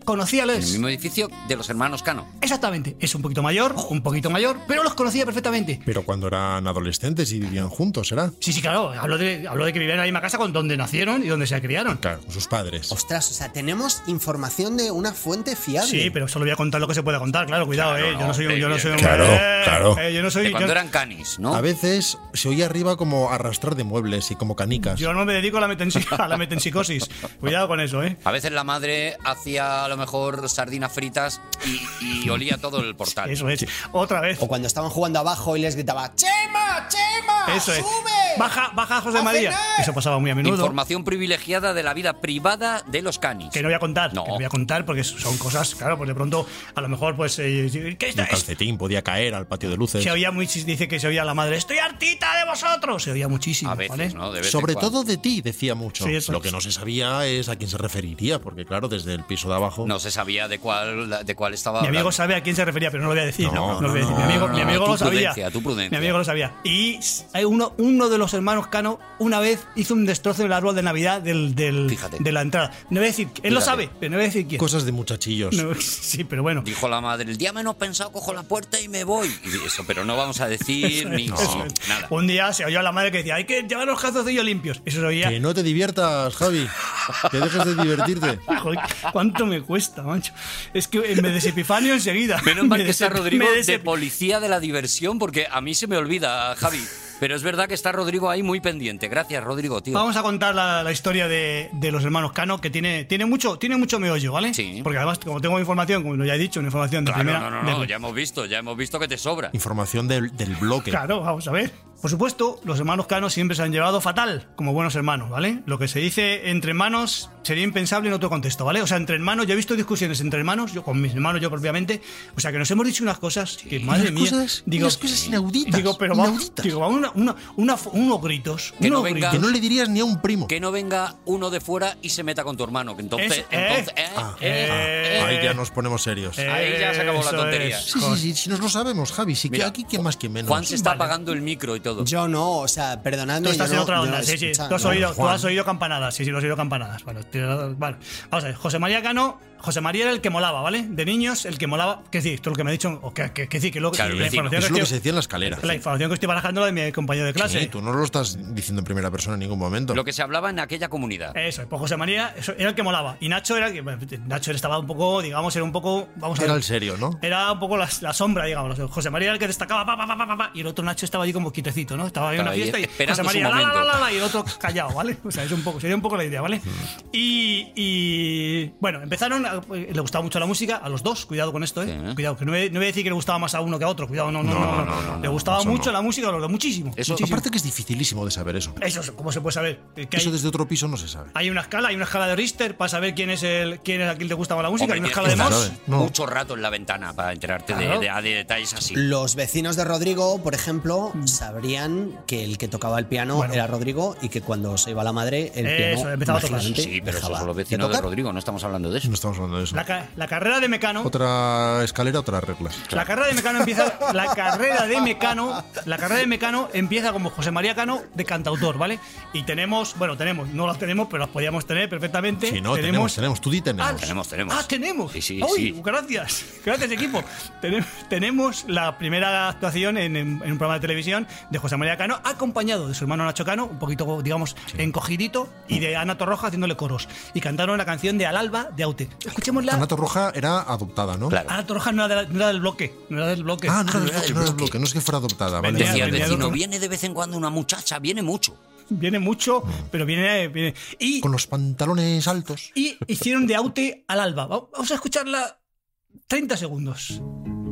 Speaker 5: conocía
Speaker 2: En el
Speaker 5: les.
Speaker 2: mismo edificio de los hermanos Cano.
Speaker 5: Exactamente. Es un poquito mayor, pero los conocía perfectamente.
Speaker 3: Pero cuando eran adolescentes y vivían juntos, ¿será?
Speaker 5: Sí, claro. Hablo de que vivían en la misma casa con donde nacieron y donde se criaron.
Speaker 3: Claro, con sus padres.
Speaker 4: Ostras, o sea, tenemos información de una fuente fiable.
Speaker 5: Sí, pero solo voy a contar lo que se pueda contar, claro, cuidado,
Speaker 2: Claro,
Speaker 5: yo no soy un...
Speaker 3: Claro, claro.
Speaker 5: Yo no soy...
Speaker 2: De cuando
Speaker 5: yo-
Speaker 2: eran canis, ¿no?
Speaker 3: A veces se oye arriba como arrastrar de muebles y como canicas.
Speaker 5: Yo no me dedico a la metensicosis. Cuidado con eso, ¿eh?
Speaker 2: A veces la madre hacía a lo mejor sardinas fritas y olía todo el portal.
Speaker 5: Eso es. Otra vez.
Speaker 4: O cuando estaban jugando abajo y les gritaba ¡Chema! ¡Chema!
Speaker 5: Eso es.
Speaker 4: ¡Sube!
Speaker 5: Baja, José
Speaker 4: ¡A
Speaker 5: María.
Speaker 4: cenar!
Speaker 5: Eso pasaba muy a menudo.
Speaker 2: Información privilegiada de la vida privada de los canis.
Speaker 5: Que no voy a contar.
Speaker 2: No.
Speaker 5: Que no voy a contar porque son cosas, claro, pues de pronto, a lo mejor, pues. ¿Qué
Speaker 3: Un
Speaker 5: está?
Speaker 3: calcetín podía caer al patio de luces.
Speaker 5: Se oía dice que se oía la madre. ¡Estoy hartita de vosotros! Se oía muchísimo.
Speaker 2: A veces,
Speaker 5: ¿vale?
Speaker 2: ¿no? De vez en
Speaker 3: Sobre
Speaker 2: cuando.
Speaker 3: todo de ti, decía mucho.
Speaker 5: Sí, eso
Speaker 3: Lo
Speaker 5: es.
Speaker 3: que no se sabía es a quién se referiría, porque claro, desde el piso de abajo...
Speaker 2: No se sabía de cuál estaba
Speaker 5: Mi amigo
Speaker 2: hablando.
Speaker 5: sabe a quién se refería, pero no lo voy a decir.
Speaker 3: No,
Speaker 5: lo voy a decir.
Speaker 3: no,
Speaker 5: Mi amigo
Speaker 2: tu
Speaker 5: lo sabía.
Speaker 2: prudencia, tu prudencia.
Speaker 5: Mi amigo lo sabía. Y hay uno de los hermanos Cano una vez hizo un destrozo en el árbol de Navidad
Speaker 2: Fíjate.
Speaker 5: de la entrada. No voy a decir, él lo
Speaker 2: Fíjate.
Speaker 5: sabe, pero no voy a decir quién.
Speaker 3: Cosas de muchachillos.
Speaker 5: No, sí, pero bueno.
Speaker 2: Dijo la madre, el día menos pensado cojo la puerta y me voy. Y eso, pero no vamos a decir ni
Speaker 5: Eso es.
Speaker 2: nada.
Speaker 5: Un día se oyó a la madre que decía, hay que llevar los calzoncillos limpios. Eso se oía.
Speaker 3: Que no te diviertas, Javi. Que dejes de divertirte.
Speaker 5: Joder, ¿cuánto me cuesta, macho? Es que me desepifanio enseguida.
Speaker 2: Menos mal
Speaker 5: Me
Speaker 2: que está
Speaker 5: desep-
Speaker 2: Rodrigo
Speaker 5: me
Speaker 2: de
Speaker 5: desep-
Speaker 2: policía de la diversión, porque a mí se me olvida, Javi. Pero es verdad que está Rodrigo ahí muy pendiente. Gracias, Rodrigo, tío.
Speaker 5: Vamos a contar la historia de los hermanos Cano, que tiene mucho meollo, ¿vale?
Speaker 2: Sí.
Speaker 5: Porque además, como tengo información, como ya he dicho, una información de
Speaker 2: Claro,
Speaker 5: primera...
Speaker 2: no,
Speaker 5: de-
Speaker 2: ya hemos visto que te sobra.
Speaker 3: Información del bloque.
Speaker 5: Claro, vamos a ver. Por supuesto, los hermanos Cano siempre se han llevado fatal, como buenos hermanos, ¿vale? Lo que se dice entre hermanos sería impensable en otro contexto, ¿vale? O sea, entre hermanos, yo he visto discusiones entre hermanos, yo con mis hermanos, yo propiamente, o sea, que nos hemos dicho unas cosas que, madre mía...
Speaker 3: Unas cosas inauditas.
Speaker 5: Digo, pero vamos,
Speaker 3: inauditas.
Speaker 5: digo, vamos, unos gritos.
Speaker 2: Que no
Speaker 5: unos
Speaker 2: venga-
Speaker 3: Que
Speaker 5: gritos.
Speaker 3: no le dirías ni a un primo.
Speaker 2: Que no venga uno de fuera y se meta con tu hermano. Que entonces.
Speaker 3: Ahí ya nos ponemos serios.
Speaker 2: Ahí ya se acabó la
Speaker 5: Eso
Speaker 2: tontería.
Speaker 5: es.
Speaker 3: Sí, si nos lo sabemos, Javi. Sí que
Speaker 2: Mira,
Speaker 3: aquí, ¿quién más, quién menos?
Speaker 2: Juan se está
Speaker 5: Vale.
Speaker 2: apagando el micro y todo.
Speaker 4: Yo no, o sea, perdonadme.
Speaker 5: Tú estás
Speaker 4: yo
Speaker 5: en
Speaker 4: no-
Speaker 5: otra
Speaker 4: yo
Speaker 5: onda,
Speaker 4: no-
Speaker 5: sí.
Speaker 4: escucha,
Speaker 5: Tú has,
Speaker 4: no,
Speaker 5: oído,
Speaker 3: Juan.
Speaker 5: tú has oído campanadas, sí, lo has oído campanadas. Vale, vale. Vamos a ver, José María Cano, José María era el que molaba, ¿vale? De niños, el que molaba. ¿Qué decir? Esto es lo que me ha dicho. O que decir, que luego.
Speaker 2: Claro,
Speaker 5: la
Speaker 2: vecino.
Speaker 5: información
Speaker 3: Eso es lo que se
Speaker 5: estoy,
Speaker 3: decía en la escalera.
Speaker 5: la información que estoy barajando es de mi compañero de clase.
Speaker 3: Sí, tú no lo estás diciendo en primera persona en ningún momento.
Speaker 2: Lo que se hablaba en aquella comunidad.
Speaker 5: Eso, pues José María era el que molaba. Y Nacho era el que. Nacho estaba un poco, digamos, era un poco. Vamos a
Speaker 3: Era
Speaker 5: ver.
Speaker 3: el serio, ¿no?
Speaker 5: Era un poco la sombra, digamos. José María era el que destacaba, y el otro Nacho estaba allí como quitecito, ¿no? Estaba ahí en una
Speaker 2: Estaba ahí
Speaker 5: fiesta y
Speaker 2: esperando
Speaker 5: José
Speaker 2: su
Speaker 5: María,
Speaker 2: momento.
Speaker 5: y el otro callado, ¿vale? O sea, sería un poco la idea, ¿vale? Y bueno, empezaron, le gustaba mucho la música, a los dos, cuidado con esto, ¿eh?
Speaker 2: Sí.
Speaker 5: Cuidado, que no voy a decir que le gustaba más a uno que a otro, cuidado, no. Le gustaba
Speaker 3: eso
Speaker 5: mucho
Speaker 3: no.
Speaker 5: la música, a los dos, muchísimo.
Speaker 2: Eso-
Speaker 5: muchísimo.
Speaker 3: Aparte que es dificilísimo de saber eso.
Speaker 5: Eso, ¿cómo se puede saber? Que
Speaker 3: Eso
Speaker 5: hay,
Speaker 3: desde otro piso no se sabe.
Speaker 5: hay una escala de Richter para saber quién es a quien le gusta más la música,
Speaker 2: Hombre,
Speaker 5: hay una escala de
Speaker 2: tienes que
Speaker 5: Mohs.
Speaker 2: estar
Speaker 3: No.
Speaker 2: mucho rato en la ventana para enterarte
Speaker 5: Claro.
Speaker 2: de detalles así.
Speaker 4: Los vecinos de Rodrigo, por ejemplo, sabrían que el que tocaba el piano
Speaker 5: Bueno.
Speaker 4: era Rodrigo y que cuando se iba la madre, el
Speaker 5: Eso,
Speaker 4: piano
Speaker 5: empezaba a tocar.
Speaker 4: mágicamente
Speaker 2: Sí, pero esos
Speaker 4: dejaba
Speaker 2: son los
Speaker 4: de
Speaker 2: vecinos de
Speaker 4: tocar.
Speaker 2: Rodrigo, no estamos hablando de eso.
Speaker 3: No estamos hablando de eso.
Speaker 5: La carrera de Mecano.
Speaker 3: Otra escalera, otras reglas.
Speaker 5: La carrera de Mecano empieza. La carrera de Mecano empieza como José María Cano de cantautor, ¿vale? Y tenemos, no las tenemos, pero las podíamos tener perfectamente.
Speaker 3: Sí, no, tenemos. Tú di tenemos.
Speaker 2: Tenemos.
Speaker 5: Ah, tenemos.
Speaker 2: Sí, sí,
Speaker 5: Uy,
Speaker 2: sí.
Speaker 5: gracias. Gracias, equipo. Tenemos la primera actuación en un programa de televisión de José María Cano, acompañado de su hermano Nacho Cano, un poquito, digamos, encogidito, y de Ana Torroja haciéndole coros. Y cantaron la canción de Al Alba de Aute. Escuchémosla.
Speaker 3: Ana Torroja era adoptada, ¿no?
Speaker 2: Claro.
Speaker 5: Ana Torroja no era del bloque. No era del bloque.
Speaker 3: Ah, no era del bloque. No es que fuera adoptada, ¿vale?
Speaker 5: Venía-
Speaker 2: Decía el
Speaker 5: venía
Speaker 2: vecino,
Speaker 5: de-
Speaker 2: viene de vez en cuando una muchacha, viene mucho.
Speaker 5: Viene mucho, pero viene. Y
Speaker 3: Con los pantalones altos.
Speaker 5: hicieron de Aute al Alba. Vamos a escucharla 30 segundos.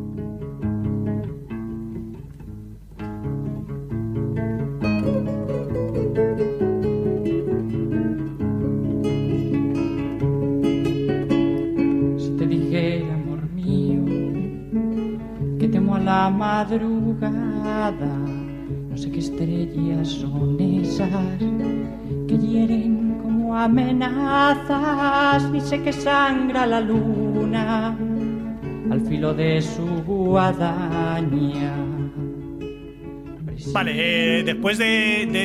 Speaker 6: Si te dijera, amor mío, que temo a la madrugada, no sé qué estrellas son esas que hieren como amenazas, ni sé que sangra la luna al filo de su guadaña.
Speaker 5: Vale, después de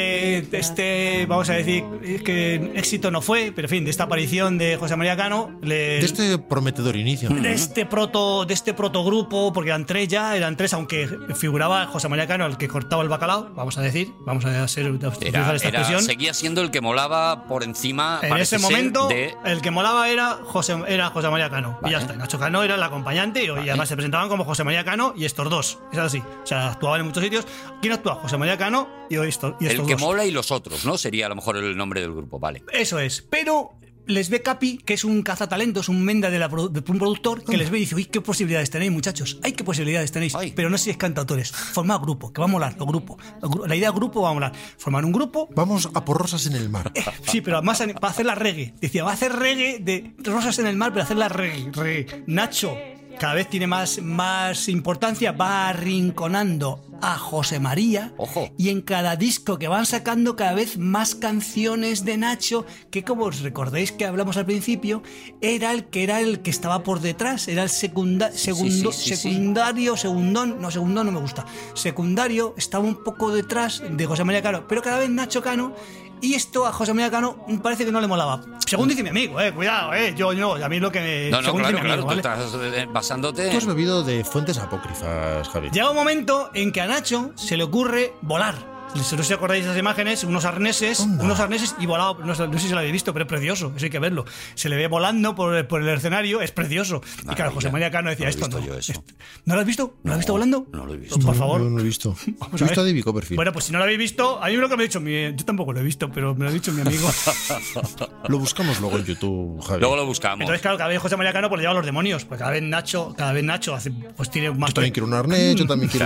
Speaker 5: este, vamos a decir, que éxito no fue, pero en fin, de esta aparición de José María Cano,
Speaker 3: de este prometedor inicio.
Speaker 5: De este protogrupo, porque eran tres, aunque figuraba José María Cano, el que cortaba el bacalao, vamos a decir, vamos a utilizar esta expresión.
Speaker 2: Seguía siendo el que molaba por encima.
Speaker 5: En ese momento, el que molaba era José María Cano. Vale. Y ya está. Nacho Cano era el acompañante y además se presentaban como José María Cano y estos dos. Es así. O sea, actuaban en muchos sitios. ¿Quién actúa? José María Cano y estos dos.
Speaker 2: El que mola y los otros, ¿no? Sería a lo mejor el nombre del grupo, vale.
Speaker 5: Eso es. Pero les ve Capi, que es un cazatalentos, un menda de un productor, que les ve y dice: uy, qué posibilidades tenéis, muchachos. Ay, qué posibilidades tenéis. Ay. Pero no sé si es cantautores. Formad grupo, que va a molar, los grupos. La idea de grupo va a molar. Formar un grupo.
Speaker 3: Vamos a por Rosas en el Mar.
Speaker 5: Sí, pero además para hacer la reggae. Decía, va a hacer reggae de Rosas en el Mar, pero hacer la reggae. Nacho cada vez tiene más importancia, va arrinconando a José María.
Speaker 2: Ojo.
Speaker 5: Y en cada disco que van sacando cada vez más canciones de Nacho, que como os recordáis que hablamos al principio, era el que estaba por detrás, era el secundario, segundón no me gusta, secundario, estaba un poco detrás de José María Cano, pero cada vez Nacho Cano. Y esto a José María Cano parece que no le molaba. Según dice mi amigo, cuidado, yo no, a mí lo que...
Speaker 2: No,
Speaker 5: según
Speaker 2: claro,
Speaker 5: dice mi amigo, ¿vale?
Speaker 2: Tú estás basándote...
Speaker 3: Tú has bebido de fuentes apócrifas, Javi.
Speaker 5: Llega un momento en que a Nacho se le ocurre volar. No sé si acordáis de esas imágenes, unos arneses y volaba, no sé si lo habéis visto, pero es precioso, eso hay que verlo. Se le ve volando por el escenario, es precioso. Y claro, José María Cano decía esto. ¿No lo has visto? ¿No lo has visto volando?
Speaker 2: No lo he visto.
Speaker 5: Por favor.
Speaker 3: No lo he visto.
Speaker 5: Vamos
Speaker 3: He visto a David Copperfield.
Speaker 5: Bueno, pues si no lo habéis visto, a mí lo que me ha dicho yo tampoco lo he visto, pero me lo ha dicho mi amigo.
Speaker 3: Lo buscamos luego en YouTube, Javi.
Speaker 2: Luego lo buscamos.
Speaker 5: Entonces, claro, cada vez José María Cano pues le lleva a los demonios, pues cada vez Nacho hace, pues tiene más...
Speaker 3: Yo también quiero un arnés,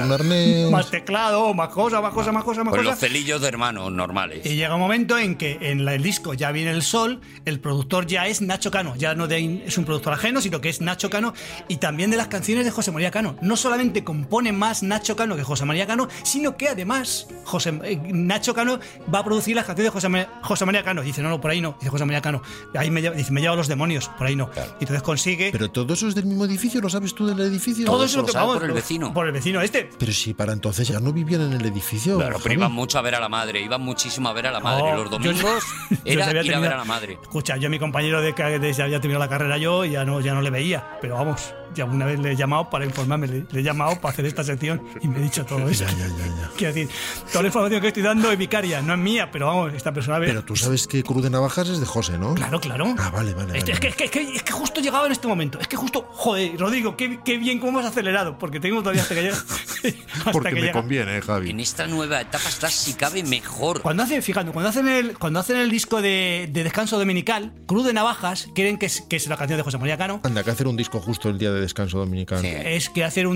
Speaker 5: más teclado, más cosas.
Speaker 2: Pues los celillos de hermanos normales.
Speaker 5: Y llega un momento en que en el disco Ya viene el sol, el productor ya es Nacho Cano, ya no es un productor ajeno, sino que es Nacho Cano, y también de las canciones de José María Cano. No solamente compone más Nacho Cano que José María Cano, sino que además Nacho Cano va a producir las canciones de José María Cano. Y dice, no, por ahí no, dice José María Cano. Ahí me lleva a los demonios, por ahí no. Claro. Y entonces consigue...
Speaker 3: Pero todo eso es del mismo edificio, ¿lo sabes tú del edificio?
Speaker 5: Todo eso lo
Speaker 2: sabe por el vecino.
Speaker 5: Por el vecino este.
Speaker 3: Pero si para entonces ya no vivían en el edificio.
Speaker 2: Claro, pero iban mucho a ver a la madre, iban muchísimo a ver a la madre. Los domingos era ir a ver a la madre.
Speaker 5: Escucha, yo a mi compañero de que había terminado la carrera yo ya no le veía, pero vamos, ya una vez le he llamado para informarme, le he llamado para hacer esta sección y me he dicho todo eso.
Speaker 3: Ya.
Speaker 5: Quiero decir, toda la información que estoy dando es vicaria, no es mía, pero vamos, esta persona...
Speaker 3: Pero tú sabes que Cruz de Navajas es de José, ¿no?
Speaker 5: Claro.
Speaker 3: Ah, vale.
Speaker 5: Es que justo llegaba en este momento, es que justo, joder, Rodrigo, qué bien cómo has acelerado, porque tengo todavía hasta que llega.
Speaker 3: Porque me conviene, Javi.
Speaker 2: En esta nueva etapa estás, si cabe, mejor.
Speaker 5: Cuando hacen el disco de Descanso Dominical, Cruz de Navajas, quieren que es la canción de José María Cano.
Speaker 3: Anda, que hacer un disco justo el día de Descanso Dominical.
Speaker 5: Sí. Es que sacar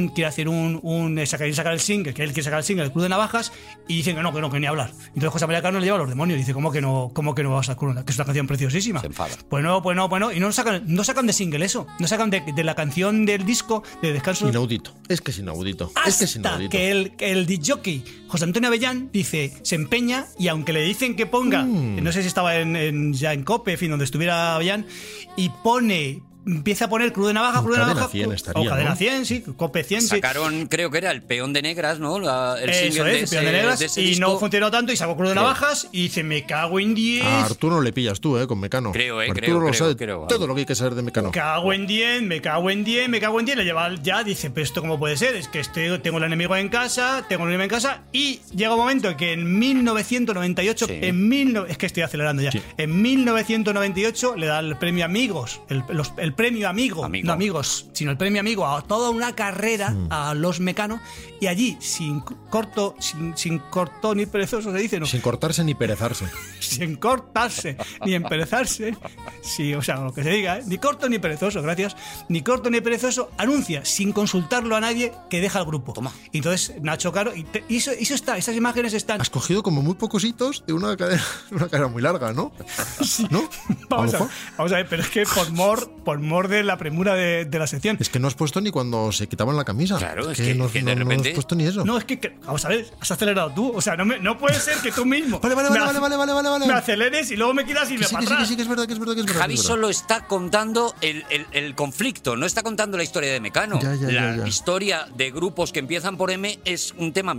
Speaker 5: el single, que él quiere sacar el single, el Cruz de Navajas, y dicen que no, que ni hablar. Entonces José María Cano le lleva a los demonios, dice, ¿cómo que no vas a sacar una? Que es una canción preciosísima.
Speaker 2: Se enfada.
Speaker 5: Pues no, y no sacan de single eso, no sacan de la canción del disco de Descanso.
Speaker 3: Inaudito, es que es inaudito.
Speaker 5: Hasta que el disc-jockey José Antonio Avellán dice, se empeña, y aunque le dicen que ponga, no sé si estaba ya en COPE, en fin, donde estuviera Avellán, y empieza a poner Cruz de Navaja,
Speaker 3: Cadena 100 estaría,
Speaker 5: o Cadena 100, sí, COPE 100.
Speaker 2: Sacaron, creo que era el Peón de Negras, ¿no? El single
Speaker 5: el Peón de Negras, y
Speaker 2: disco.
Speaker 5: no funcionó tanto, y sacó Cruz de Navajas, y dice, me cago en 10.
Speaker 3: A Arturo le pillas tú, con Mecano.
Speaker 2: Creo.
Speaker 3: Lo sabe todo lo que hay que saber de Mecano.
Speaker 5: Me cago en 10, le lleva ya, dice, pero esto cómo puede ser, es que tengo el enemigo en casa, y llega un momento en que en 1998, es que estoy acelerando ya, en 1998 le da el premio Amigos, el premio Amigo. No amigos, sino el premio Amigo a toda una carrera a los Mecano, y allí sin corto ni perezoso se dice, ¿no?
Speaker 3: Sin cortarse ni perezarse.
Speaker 5: Sin cortarse ni emperezarse, sí, o sea, lo que se diga, ni corto ni perezoso, gracias, ni corto ni perezoso, anuncia sin consultarlo a nadie que deja el grupo.
Speaker 2: Toma.
Speaker 5: Y entonces Nacho Cano, y eso está, esas imágenes están.
Speaker 3: Has cogido como muy pocos hitos de una cadena muy larga, ¿no?
Speaker 5: Sí.
Speaker 3: ¿No?
Speaker 5: Vamos a ver, pero es que por mor de la premura de la sección.
Speaker 3: Es que no has puesto ni cuando se quitaban la camisa.
Speaker 2: Claro, es que
Speaker 3: no
Speaker 2: de repente...
Speaker 3: no has puesto ni eso.
Speaker 5: No, es que vamos a ver, has acelerado tú. O sea, no puede ser que tú mismo
Speaker 3: Vale.
Speaker 5: me aceleres y luego me quitas y me para atrás.
Speaker 3: Sí, que es verdad.
Speaker 2: Javi solo está contando el conflicto, no está contando la historia de Mecano.
Speaker 3: Ya.
Speaker 2: La historia de grupos que empiezan por M es un tema mío.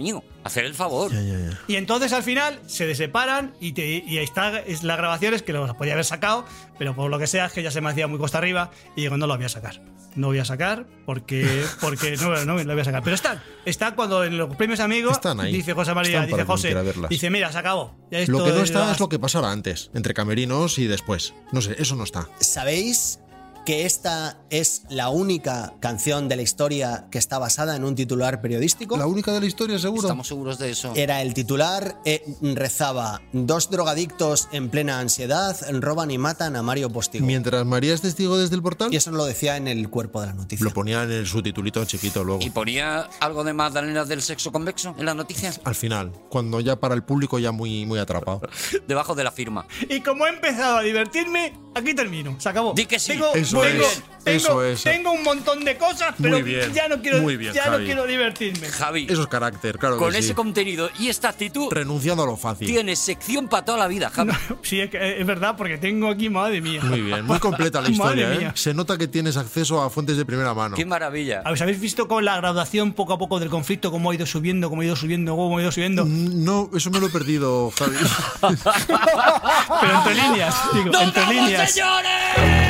Speaker 2: Hacer el favor.
Speaker 5: Y entonces al final se separan y ahí está las grabaciones que los podía haber sacado, pero por lo que sea es que ya se me hacía muy costa arriba y digo, no lo voy a sacar. No voy a sacar porque no lo voy a sacar. Pero está cuando en los premios amigos dice José María, dice José, dice, mira, se acabó.
Speaker 3: Lo que no está es lo que pasará antes, entre camerinos y después. No sé, eso no está.
Speaker 4: ¿Sabéis que esta es la única canción de la historia que está basada en un titular periodístico?
Speaker 3: La única de la historia, seguro.
Speaker 2: Estamos seguros de eso.
Speaker 4: Era el titular, rezaba: 2 drogadictos en plena ansiedad roban y matan a Mario Postigo.
Speaker 3: Mientras María es testigo desde el portal.
Speaker 4: Y eso no lo decía en el cuerpo de la noticia.
Speaker 3: Lo ponía en el subtitulito chiquito luego.
Speaker 2: ¿Y ponía algo de Magdalena del sexo convexo en las noticias?
Speaker 3: Al final, cuando ya para el público ya muy, muy atrapado.
Speaker 2: Debajo de la firma.
Speaker 5: Y como he empezado a divertirme, aquí termino. Se acabó.
Speaker 2: Di que sí.
Speaker 5: Tengo un montón de cosas, pero ya no quiero divertirme.
Speaker 2: Javi,
Speaker 3: eso es carácter, claro.
Speaker 2: Con ese contenido y esta actitud,
Speaker 3: renunciando a lo fácil.
Speaker 2: Tienes sección para toda la vida, Javi.
Speaker 5: No, sí, es verdad, porque tengo aquí, madre mía.
Speaker 3: Muy bien, muy completa la historia, ¿eh? Se nota que tienes acceso a fuentes de primera mano.
Speaker 2: Qué maravilla.
Speaker 5: ¿Habéis visto con la graduación poco a poco del conflicto cómo ha ido subiendo? No,
Speaker 3: eso me lo he perdido, Javi.
Speaker 5: Pero entre líneas, digo,
Speaker 2: ¡Nos
Speaker 5: entre
Speaker 2: vamos,
Speaker 5: líneas.
Speaker 2: señores!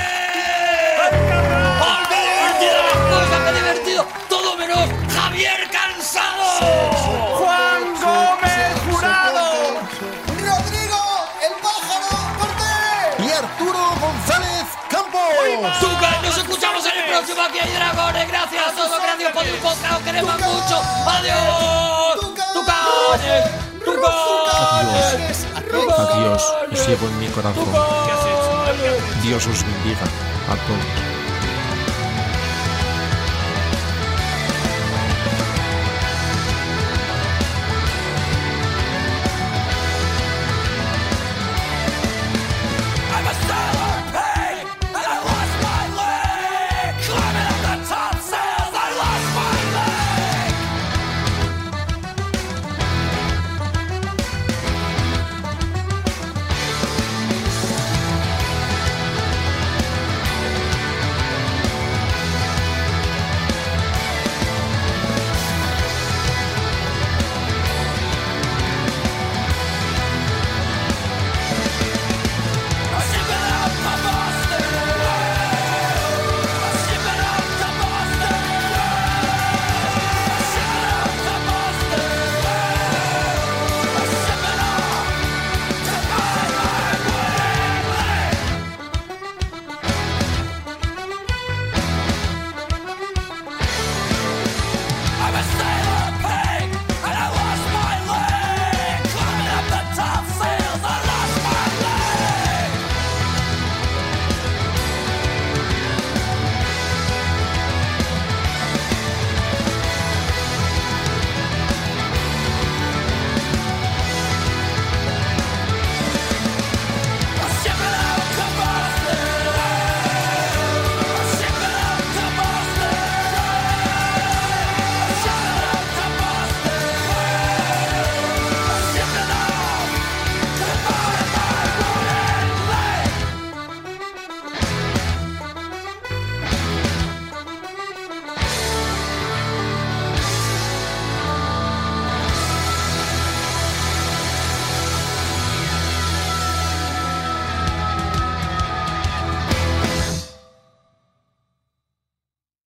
Speaker 2: ¡Qué divertido! ¡Todo menos Javier Cansado!
Speaker 5: ¡Juan Gómez Jurado!
Speaker 4: ¡Rodrigo el Pájaro Cortés!
Speaker 3: ¡Y Arturo González Campos!
Speaker 2: ¡Tuca! ¡Nos escuchamos en el próximo Aquí hay Dragones! ¡Gracias a todos! ¡Gracias por tu podcast! ¡Os queremos mucho! ¡Adiós! ¡Tucanes! ¡Tucanes!
Speaker 3: Adiós, os llevo en mi corazón. Dios os bendiga a todos.